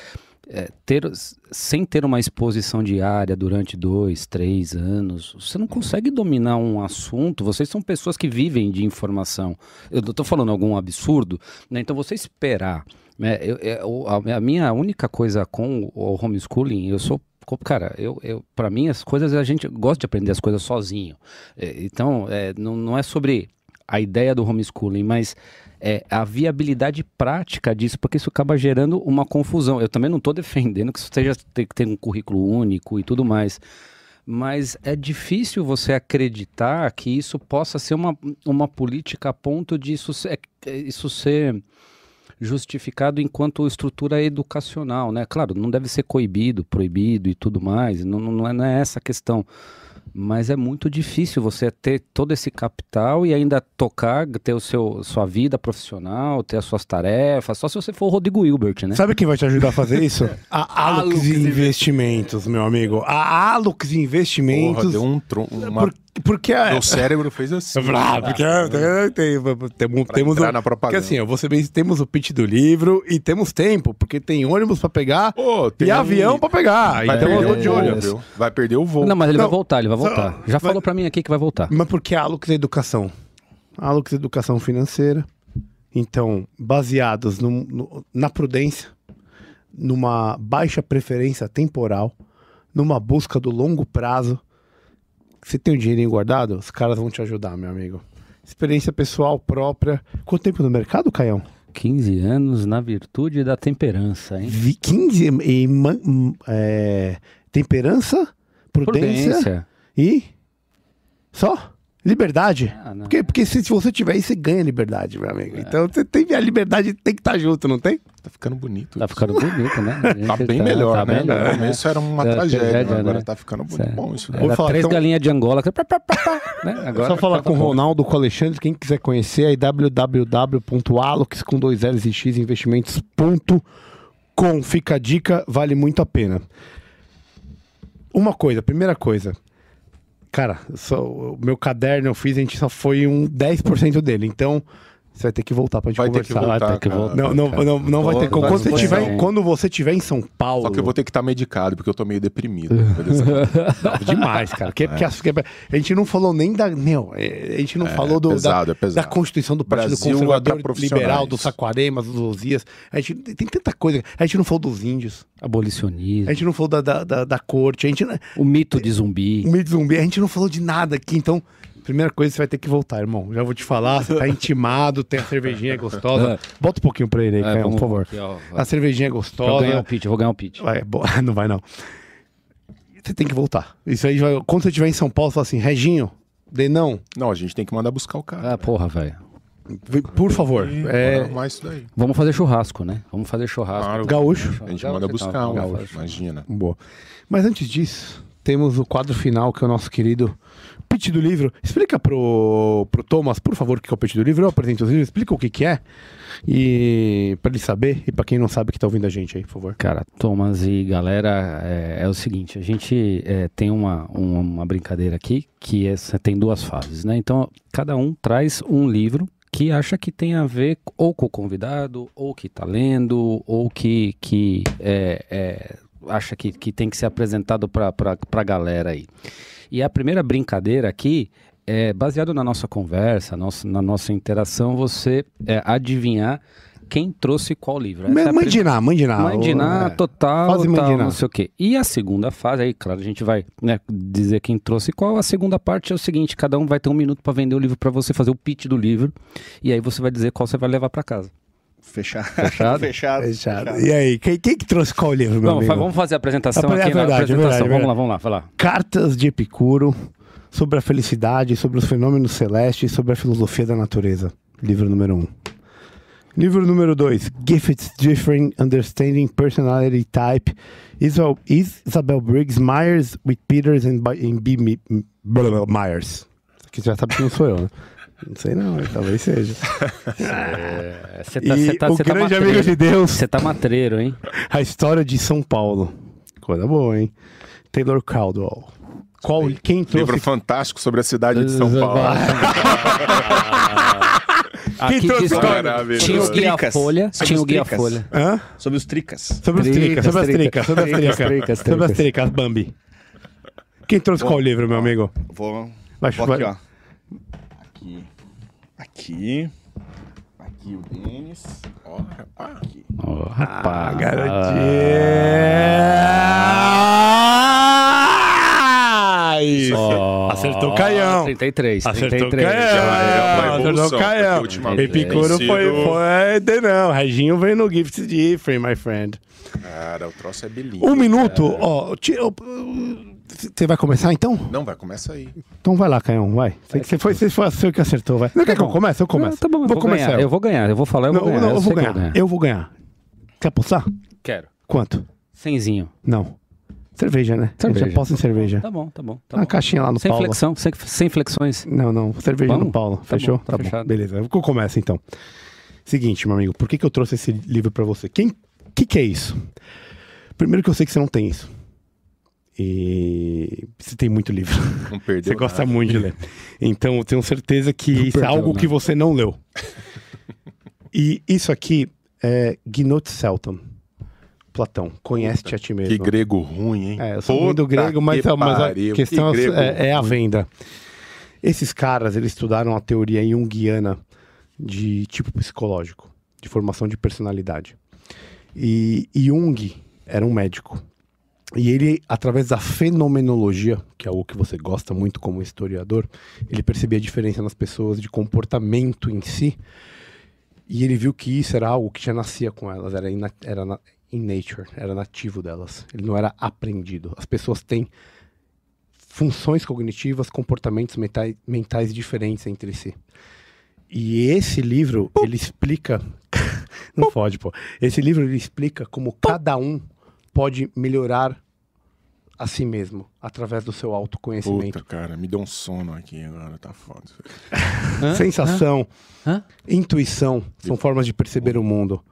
sem ter uma exposição diária durante 2, 3 anos, você não consegue dominar um assunto. Vocês são pessoas que vivem de informação. Eu não estou falando algum absurdo, né? Então você esperar, né? A minha única coisa com o homeschooling, cara, para mim as coisas, a gente gosta de aprender as coisas sozinho. Então, não é sobre a ideia do homeschooling, mas a viabilidade prática disso, porque isso acaba gerando uma confusão. Eu também não estou defendendo que isso tem que ter um currículo único e tudo mais, mas é difícil você acreditar que isso possa ser uma política a ponto de isso ser justificado enquanto estrutura educacional, né? Claro, não deve ser proibido e tudo mais, não é essa a questão, mas é muito difícil você ter todo esse capital e ainda ter sua vida profissional, ter as suas tarefas, só se você for o Rodrigo Hilbert, né?
Sabe quem vai te ajudar a fazer isso? A Alux Investimentos, meu amigo. A Alux Investimentos...
Porra, deu
porque
meu cérebro fez assim.
Temos
entrar na propaganda.
Porque assim, eu vou ser bem, temos o pitch do livro e temos tempo, porque tem ônibus pra pegar e avião pra pegar.
Vai
Então
perder
eu tô
o
de olho.
voo, viu? Vai perder o voo.
Não, mas ele vai voltar. Já falou pra mim aqui que vai voltar.
Mas porque a Alux é educação. A Alux é educação financeira. Então, baseados na prudência, numa baixa preferência temporal, numa busca do longo prazo. Você tem um dinheirinho guardado? Os caras vão te ajudar, meu amigo. Experiência pessoal própria. Quanto tempo no mercado, Caião?
15 anos na virtude da temperança, hein?
15 e temperança, prudência e só liberdade.
Não.
Porque se você tiver isso, você ganha liberdade, meu amigo. Então você tem a liberdade, tem que estar junto, não tem?
Tá ficando bonito.
Tá ficando bonito, né?
Tá bem melhor,
tá
né?
melhor,
No começo era uma tragédia, né? Agora tá ficando
Certo.
bom isso.
Era
falar,
3
então-
galinhas de Angola. Né? Agora
Só falar
tá
com o
bom.
Ronaldo, com o Alexandre, quem quiser conhecer, aí www.alux com 2 L's e X investimentos.com. Fica a dica, vale muito a pena. Primeira coisa. Cara, o meu caderno eu fiz, a gente só foi 10% dele. Então, Você vai ter que voltar pra gente
Vai ter que
conversar.
voltar,
Vai ter que
cara.
voltar.
Não vai ter como.
Vai
Quando você estiver em São Paulo...
Só que eu vou ter que estar medicado, porque eu tô meio deprimido.
Não, demais, cara. A gente não falou nem da... a gente não falou
pesado.
da Constituição do Partido
Brasil
Conservador
tá profissionais.
Liberal, do Saquaremas, dos Osias. A gente tem tanta coisa. A gente não falou dos índios.
Abolicionismo.
A gente não falou da corte. A gente,
O mito de zumbi.
o mito zumbi. A gente não falou de nada aqui. Então, primeira coisa, você vai ter que voltar, irmão. Já vou te falar. Você tá intimado, tem a cervejinha gostosa. Bota um pouquinho pra ele aí, Caio, por favor.
Aqui, ó.
A cervejinha
Eu vou
gostosa.
ganhar um pitch.
Vai, não vai não. Você tem que voltar. Isso aí, quando você estiver em São Paulo, fala assim, Reginho, Denão,
Não, a gente tem que mandar buscar o cara.
Ah, porra, velho.
por favor.
Bora arrumar isso daí.
Vamos fazer churrasco, né? Vamos fazer churrasco.
Claro.
Gaúcho.
A gente
Gaúcho,
manda
então,
buscar um,
gaúcho.
imagina.
Boa. Mas antes disso, temos o quadro final, que é o nosso querido pitch do livro. Explica pro Thomas, por favor, o que é o pitch do livro. Eu apresento os livros, explica o que é. E pra ele saber, e pra quem não sabe que tá ouvindo a gente aí, por favor.
Cara, Thomas e galera, é o seguinte, a gente tem uma brincadeira aqui, que tem duas fases, né? Então, cada um traz um livro que acha que tem a ver ou com o convidado, ou que tá lendo, ou que acha que tem que ser apresentado pra galera aí. E a primeira brincadeira aqui é baseado na nossa conversa, na nossa interação, você adivinhar quem trouxe qual livro. Essa é a
Mandinar.
Mandinar total,
Fase
tal,
mandinar.
não sei o quê. E a segunda fase, aí, claro, a gente vai dizer quem trouxe qual. A segunda parte é o seguinte, cada um vai ter 1 minuto para vender o livro para você, fazer o pitch do livro, e aí você vai dizer qual você vai levar para casa.
Fechado.
Fechado?
Fechado.
E aí, quem que trouxe qual livro, meu amigo?
Vamos fazer a apresentação
É
aqui.
verdade,
Apresentação.
é verdade.
Vamos lá, vai lá.
Cartas de Epicuro, sobre a felicidade, sobre os fenômenos celestes, sobre a filosofia da natureza. Livro número 1. Livro número 2, Gifts Different Understanding Personality Type, Isabel Briggs Myers with Peters and B. Myers. Que já sabe que não sou eu, né? Não sei não, talvez seja. O grande amigo de Deus,
Você tá matreiro, hein?
a história de São Paulo. Coisa boa, hein? Taylor Caldwell. Quem trouxe...
Livro fantástico sobre a cidade de São Paulo.
Quem
Aqui
trouxe
diz-
Maravilha.
tinha o guia
Tricas.
folha,
Sobre
tinha
os
o guia
tricas.
folha.
Hã?
Sobre os tricas.
Sobre as tricas, sobre as
Tricas,
tricas, sobre as tricas, Bambi. Quem trouxe qual livro, meu amigo?
Vou
Vai,
aqui, ó. Aqui o Denis.
Ó, rapaz.
Aqui.
Oh, rapaz.
Garotinho!
Ó,
Acertou o Caião.
33.
Acertou o
33.
Caião.
Já é uma
Acertou o
evolução,
Caião.
porque ultimamente
Epicuro
tem
foi...
sido-
Não, Reginho veio no Gifts Different, my friend.
Cara, o troço é belinho.
1 minuto, ó. Você vai começar então?
Não, vai, começa aí.
Então vai lá, Caião, vai. Você foi você que acertou, vai. Não quer que eu comece? Eu começo.
Tá bom, eu vou
começar.
ganhar. Eu vou ganhar. Eu vou falar, eu vou ganhar.
Não, eu vou
sei que
ganhar. Eu vou ganhar. Quer apostar?
Quero.
Quanto?
100zinho.
Não. Cerveja, né?
Cerveja.
Eu já aposto em cerveja.
Tá bom.
Uma caixinha lá no
Sem
Paulo.
flexão, sem flexões.
Não. Cerveja
Vamos?
no Paulo.
Tá
Fechou?
bom, tá fechado.
Beleza. Eu começo então. Seguinte, meu amigo. Por que eu trouxe esse livro pra você? Que é isso? Primeiro que eu sei que você não tem isso. E você tem muito livro.
Não perdeu
Você gosta
nada.
muito de ler. Então, eu tenho certeza que isso é
perdeu
algo
nada.
que você não leu. E isso aqui é Gnot Celton. Platão, conhece-te a ti mesmo.
Que grego ruim, hein?
Eu sou muito grego, mas a
pariu,
questão
que grego
é a
ruim.
venda. Esses caras, eles estudaram a teoria junguiana de tipo psicológico, de formação de personalidade. E Jung era um médico. E ele, através da fenomenologia, que é algo que você gosta muito como historiador, ele percebia a diferença nas pessoas de comportamento em si. E ele viu que isso era algo que já nascia com elas, era in nature, era nativo delas. Ele não era aprendido. As pessoas têm funções cognitivas, comportamentos mentais diferentes entre si. E esse livro, ele explica... Não pode, pô. Esse livro, ele explica como cada um pode melhorar a si mesmo, através do seu autoconhecimento.
Puta, cara, me deu um sono aqui agora, tá foda.
Sensação,
Hã?
intuição, são formas de perceber o mundo.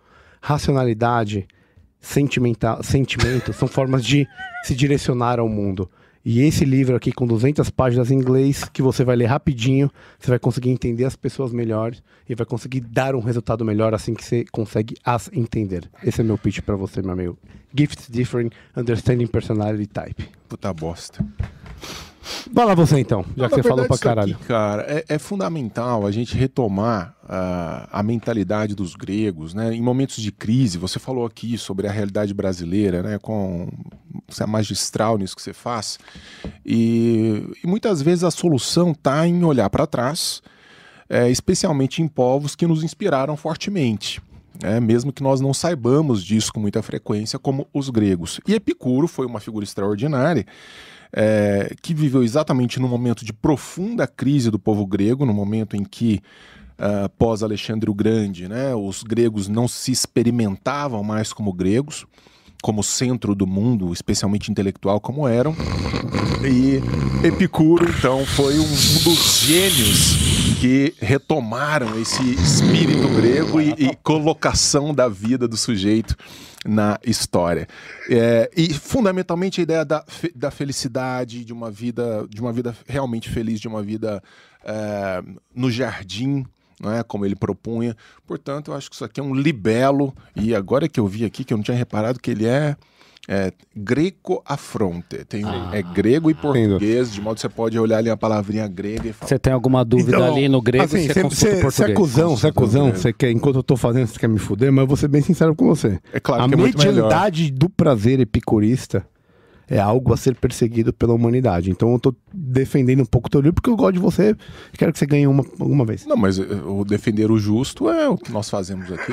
Racionalidade, sentimento, são formas de se direcionar ao mundo. E esse livro aqui com 200 páginas em inglês, que você vai ler rapidinho, você vai conseguir entender as pessoas melhor e vai conseguir dar um resultado melhor assim que você consegue as entender. Esse é meu pitch pra você, meu amigo. Gifts Different, Understanding Personality Type.
Puta bosta.
Vai lá você então, já que você falou pra
isso
caralho.
aqui, cara, é fundamental a gente retomar a mentalidade dos gregos, né? Em momentos de crise, você falou aqui sobre a realidade brasileira, né? Você é magistral nisso que você faz. E muitas vezes a solução está em olhar para trás, especialmente em povos que nos inspiraram fortemente. Mesmo que nós não saibamos disso com muita frequência, como os gregos. E Epicuro foi uma figura extraordinária, que viveu exatamente no momento de profunda crise do povo grego, no momento em que, pós Alexandre o Grande, né, os gregos não se experimentavam mais como gregos, como centro do mundo, especialmente intelectual como eram. E Epicuro, então, foi um dos gênios que retomaram esse espírito grego e colocação da vida do sujeito na história. E fundamentalmente a ideia da felicidade, de uma vida realmente feliz, de uma vida no jardim, não é? Como ele propunha. Portanto, eu acho que isso aqui é um libelo, e agora que eu vi aqui, que eu não tinha reparado que ele é greco-afronte. É grego e português, de modo que você pode olhar ali a palavrinha grega e falar.
Você tem alguma dúvida
Então,
ali no grego?
assim,
você consulta o
você é
português.
cuzão, você quer, enquanto eu tô fazendo, você quer me fuder, mas eu vou ser bem sincero com você.
É claro
A
que é muito melhor.
mediandade do prazer epicurista é algo a ser perseguido pela humanidade. Então eu tô defendendo um pouco o teu livro porque eu gosto de você e quero que você ganhe alguma vez.
Não, mas o defender o justo é o que nós fazemos aqui.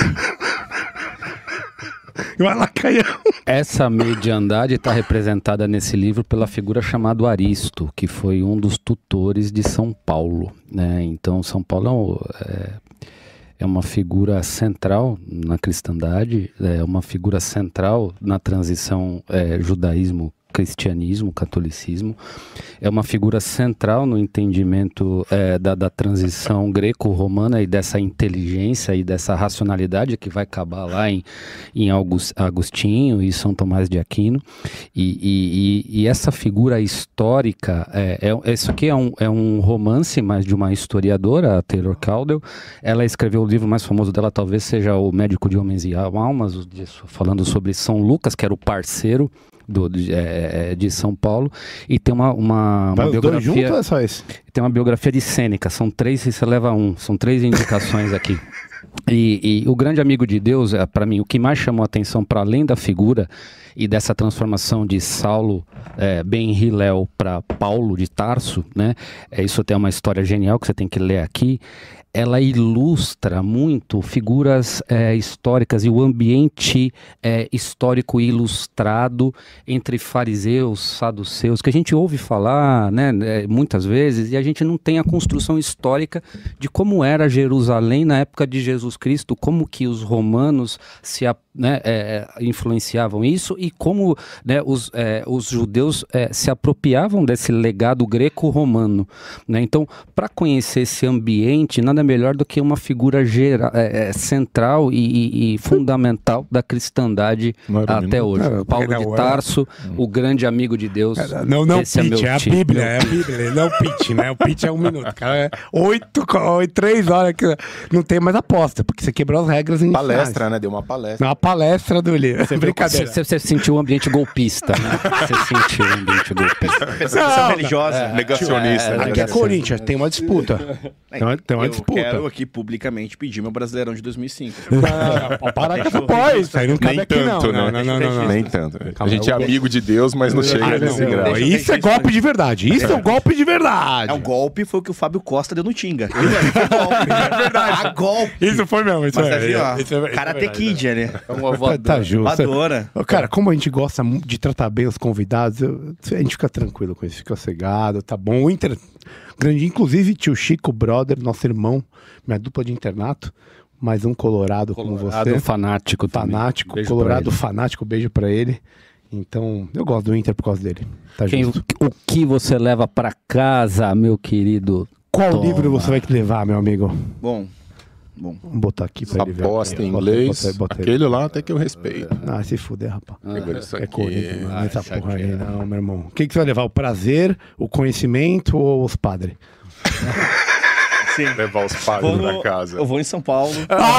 Vai lá, Caião.
Essa mediandade está representada nesse livro pela figura chamada Aristo, que foi um dos tutores de São Paulo, né? Então São Paulo é uma figura central na cristandade, é uma figura central na transição judaísmo-cristianismo, catolicismo, é uma figura central no entendimento da transição greco-romana e dessa inteligência e dessa racionalidade que vai acabar lá em Agostinho e São Tomás de Aquino, e essa figura histórica, isso aqui é um romance, mas de uma historiadora, a Taylor Caldwell. Ela escreveu o livro mais famoso dela, talvez seja O Médico de Homens e Almas, falando sobre São Lucas, que era o parceiro de São Paulo, e tem uma biografia
juntos, ou é só esse?
Tem uma biografia de Sêneca, são 3 e você leva 1, são 3 indicações aqui. E o Grande Amigo de Deus, para mim, o que mais chamou a atenção, para além da figura e dessa transformação de Saulo Ben Hillel para Paulo de Tarso, né? Isso tem uma história genial que você tem que ler aqui. Ela ilustra muito figuras históricas e o ambiente histórico ilustrado entre fariseus, saduceus, que a gente ouve falar, né, muitas vezes, e a gente não tem a construção histórica de como era Jerusalém na época de Jesus Cristo, como que os romanos influenciavam isso e como, né, os judeus se apropriavam desse legado greco-romano, né? Então, para conhecer esse ambiente, nada melhor do que uma figura central e fundamental da cristandade até hoje. Paulo de Tarso, o grande amigo de Deus.
Não,
esse
pitch, é a Bíblia, não pitch, né? O pitch é 1 minuto, cara. 3 horas que não tem mais aposta, porque você quebrou as regras iniciais.
Palestra, né? Deu uma palestra.
Uma palestra do livro. Brincadeira.
Você sentiu o ambiente golpista, né? Você sentiu o ambiente golpista.
Perseguição religiosa.
Negacionista.
Aqui é Corinthians, tem uma disputa. Tem uma disputa.
Eu quero aqui publicamente pedir meu Brasileirão de 2005.
Para de apoio, isso aí não cabe aqui
tanto,
não.
né?
Não.
Nem tanto. A gente é amigo de Deus, mas não chega nesse grau.
Isso é golpe de verdade. Isso é um golpe de verdade.
É um golpe, foi o que o Fábio Costa deu no Tinga. Foi golpe. É verdade. A golpe.
Isso foi mesmo. Isso
Karate Kid, né?
Tá justo.
Voadora.
Cara, como a gente gosta de tratar bem os convidados, a gente fica tranquilo com isso, fica sossegado, tá bom. O Inter, grande, inclusive tio Chico, brother, nosso irmão, minha dupla de internato, mais um colorado como você.
Fanático também.
Fanático,
Beijo
colorado
pra ele.
fanático, beijo pra ele. Então, eu gosto do Inter por causa dele. Tá justo.
O que você leva pra casa, meu querido?
Qual
Toma.
livro você vai levar, meu amigo?
Bom, Bom.
Vamos botar aqui pra
Essa
ele ver.
bosta
aqui,
em
ó.
inglês.
Bota aí.
Aquele lá até que eu respeito.
Ah, se fuder, rapaz.
Agora isso
É
aqui.
Corinthians, mano. Essa
isso
porra
aqui,
aí, não, meu irmão. O que você vai levar? O prazer, o conhecimento ou os padres?
Sim.
Levar os padres pra casa.
Eu vou em São Paulo.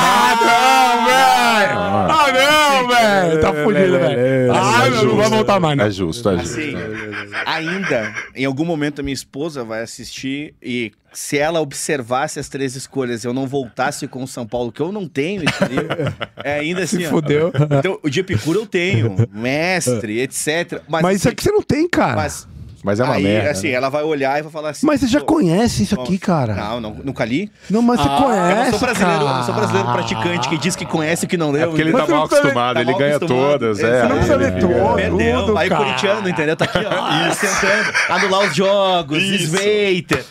Ah, não, velho! Tá fudido, velho. Ah, não vai voltar mais, não.
É justo, é justo.
Assim, ainda, em algum momento a minha esposa vai assistir e se ela observasse as 3 escolhas e eu não voltasse com o São Paulo, que eu não tenho esse livro, é ainda assim,
Se
ó.
fudeu.
Então, o de Epicuro eu tenho, mestre, etc.
Mas isso
assim,
aqui você não tem, cara.
Mas é uma
aí,
merda.
assim,
né?
ela vai olhar e vai falar assim...
Mas você já
pô,
conhece isso aqui, cara.
Não, nunca li.
Não, mas você
Eu
conhece,
não sou brasileiro
cara.
praticante que diz que conhece e que não leu.
É porque ele
Mas
tá
você
mal
não precisa
acostumado,
tá
ele
mal
ganha
acostumado.
todas.
Você
não precisa ler todo.
Perdeu.
Tudo,
Aí o
cara.
corintiano, entendeu? Tá aqui, ó, tentando anular os jogos, desveita.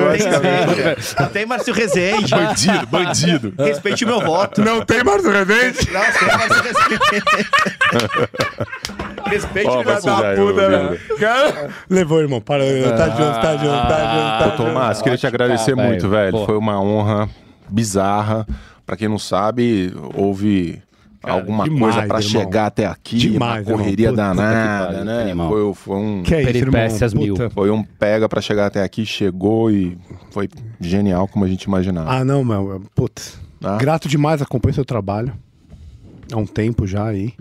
Tem Márcio Rezende.
Bandido.
Respeite o meu voto.
Não tem Márcio Rezende?
Não, tem Márcio Rezende. Respeite o meu
Mas
voto.
já
Puta,
eu,
velho. Cara, levou, irmão. Para. Tá junto.
Ô, Tomás, queria te agradecer
velho.
muito, velho.
Pô.
Foi uma honra bizarra. Pra quem não sabe, houve alguma
demais,
coisa pra
irmão.
chegar até aqui.
Demais,
uma correria
irmão. Puta
que
danada,
pariu,
né?
animal.
Foi um...
Que é isso, irmão?
Peripécias mil.
Puta.
Foi um pega pra chegar até aqui, chegou e foi genial como a gente imaginava.
Ah, não, meu. Putz.
Tá?
Grato demais, acompanho seu trabalho. Há um tempo já aí.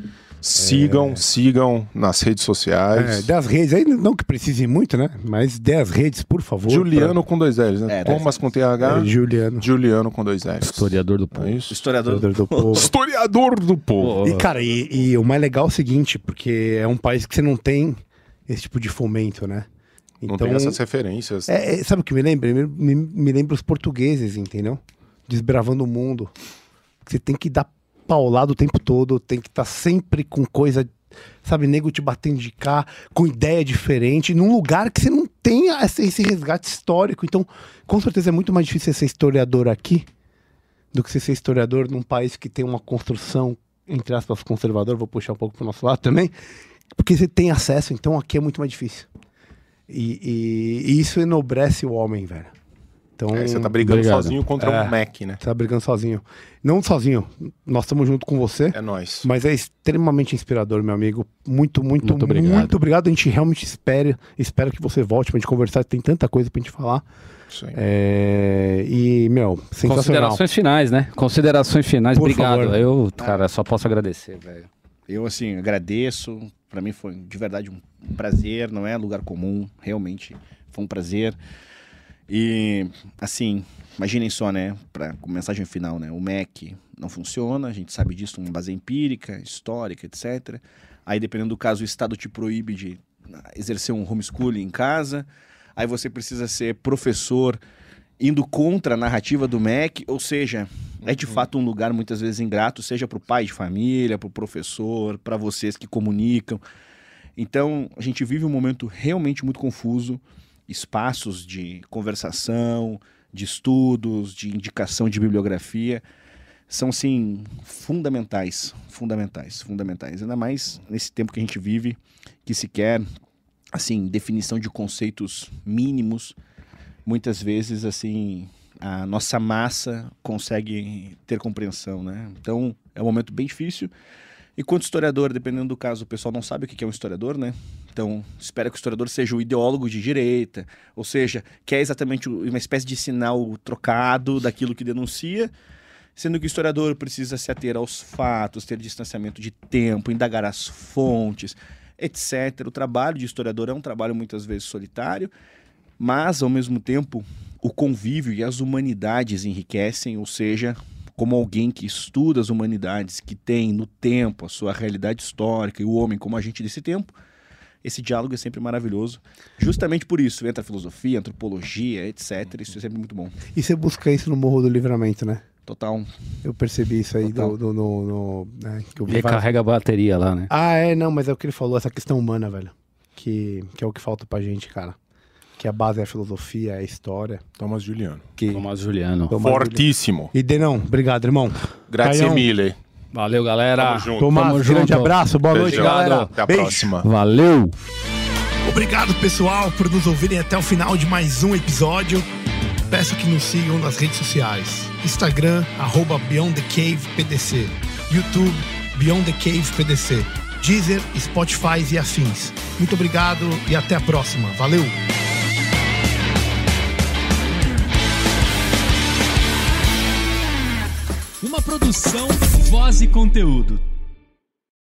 Sigam nas redes sociais.
Dê as redes aí, não que precise muito, né? Mas dê as redes, por favor.
Juliano com 2 L's, né?
É,
Thomas com TH.
Juliano.
Juliano com 2 L's.
Historiador do povo.
É isso?
Historiador
Do povo.
Historiador do povo.
E, cara, e o mais legal é o seguinte, porque é um país que você não tem esse tipo de fomento, né?
Não tem essas referências.
Sabe o que me lembra? Me lembra os portugueses, entendeu? Desbravando o mundo. Você tem que dar paulado o tempo todo, tem que estar sempre com coisa, sabe, nego te batendo de cá, com ideia diferente, num lugar que você não tem esse resgate histórico. Então, com certeza é muito mais difícil ser historiador aqui do que ser historiador num país que tem uma construção, entre aspas, conservadora. Vou puxar um pouco pro nosso lado também, porque você tem acesso, então aqui é muito mais difícil. E isso enobrece o homem, velho. Então,
Você tá brigando
obrigado.
sozinho contra um Mac, né?
você tá brigando sozinho. Não sozinho, nós estamos junto com você.
É nóis.
Mas é extremamente inspirador, meu amigo. Muito
obrigado.
muito obrigado. A gente realmente espera que você volte pra gente conversar. Tem tanta coisa pra gente falar.
Isso aí.
E, meu, sensacional.
Considerações finais, né? Considerações finais.
Por
Obrigado.
favor.
Eu, cara, só posso agradecer, velho.
Eu, assim, agradeço. Pra mim foi, de verdade, um prazer. Não é lugar comum. Realmente foi um prazer. E, assim, imaginem só, né? Com mensagem final, né? O MEC não funciona. A gente sabe disso, uma base empírica, histórica, etc. Aí, dependendo do caso, o Estado te proíbe de exercer um homeschooling em casa. Aí você precisa ser professor indo contra a narrativa do MEC. Ou seja, é de fato um lugar muitas vezes ingrato, seja para o pai de família, para o professor, para vocês que comunicam. Então, a gente vive um momento realmente muito confuso. Espaços de conversação, de estudos, de indicação de bibliografia, são, sim, fundamentais. Ainda mais nesse tempo que a gente vive, que se quer, assim, definição de conceitos mínimos. Muitas vezes, assim, a nossa massa consegue ter compreensão, né? Então, é um momento bem difícil. E quanto historiador, dependendo do caso, o pessoal não sabe o que é um historiador, né? Então, espera que o historiador seja o ideólogo de direita, ou seja, que é exatamente uma espécie de sinal trocado daquilo que denuncia, sendo que o historiador precisa se ater aos fatos, ter distanciamento de tempo, indagar as fontes, etc. O trabalho de historiador é um trabalho muitas vezes solitário, mas, ao mesmo tempo, o convívio e as humanidades enriquecem, ou seja, como alguém que estuda as humanidades, que tem no tempo a sua realidade histórica e o homem como agente desse tempo, esse diálogo é sempre maravilhoso. Justamente por isso, entra a filosofia, antropologia, etc. Isso é sempre muito bom.
E você busca isso no Morro do Livramento, né?
Total.
Eu percebi isso aí
Total.
né, que eu vi
Recarrega a bateria lá, né?
não, mas é o que ele falou, essa questão humana, velho. Que é o que falta pra gente, cara. Que a base é a filosofia, é a história.
Thomas Juliano.
Tomás Juliano.
Fortíssimo.
E Denão, obrigado, irmão.
Grazie
Caião.
mille.
Valeu, galera.
Tamo junto.
Tomás,
Tamo
grande
junto.
abraço, boa noite,
Beijão.
galera.
Até a
Beijo.
próxima.
Valeu.
Obrigado, pessoal, por nos ouvirem até o final de mais um episódio.
peço que nos sigam nas redes sociais. Instagram, @BeyondTheCavePDC. YouTube, Beyond the Cave PDC. Deezer, Spotify e afins. Muito obrigado e até a próxima. Valeu!
Uma produção, voz e conteúdo.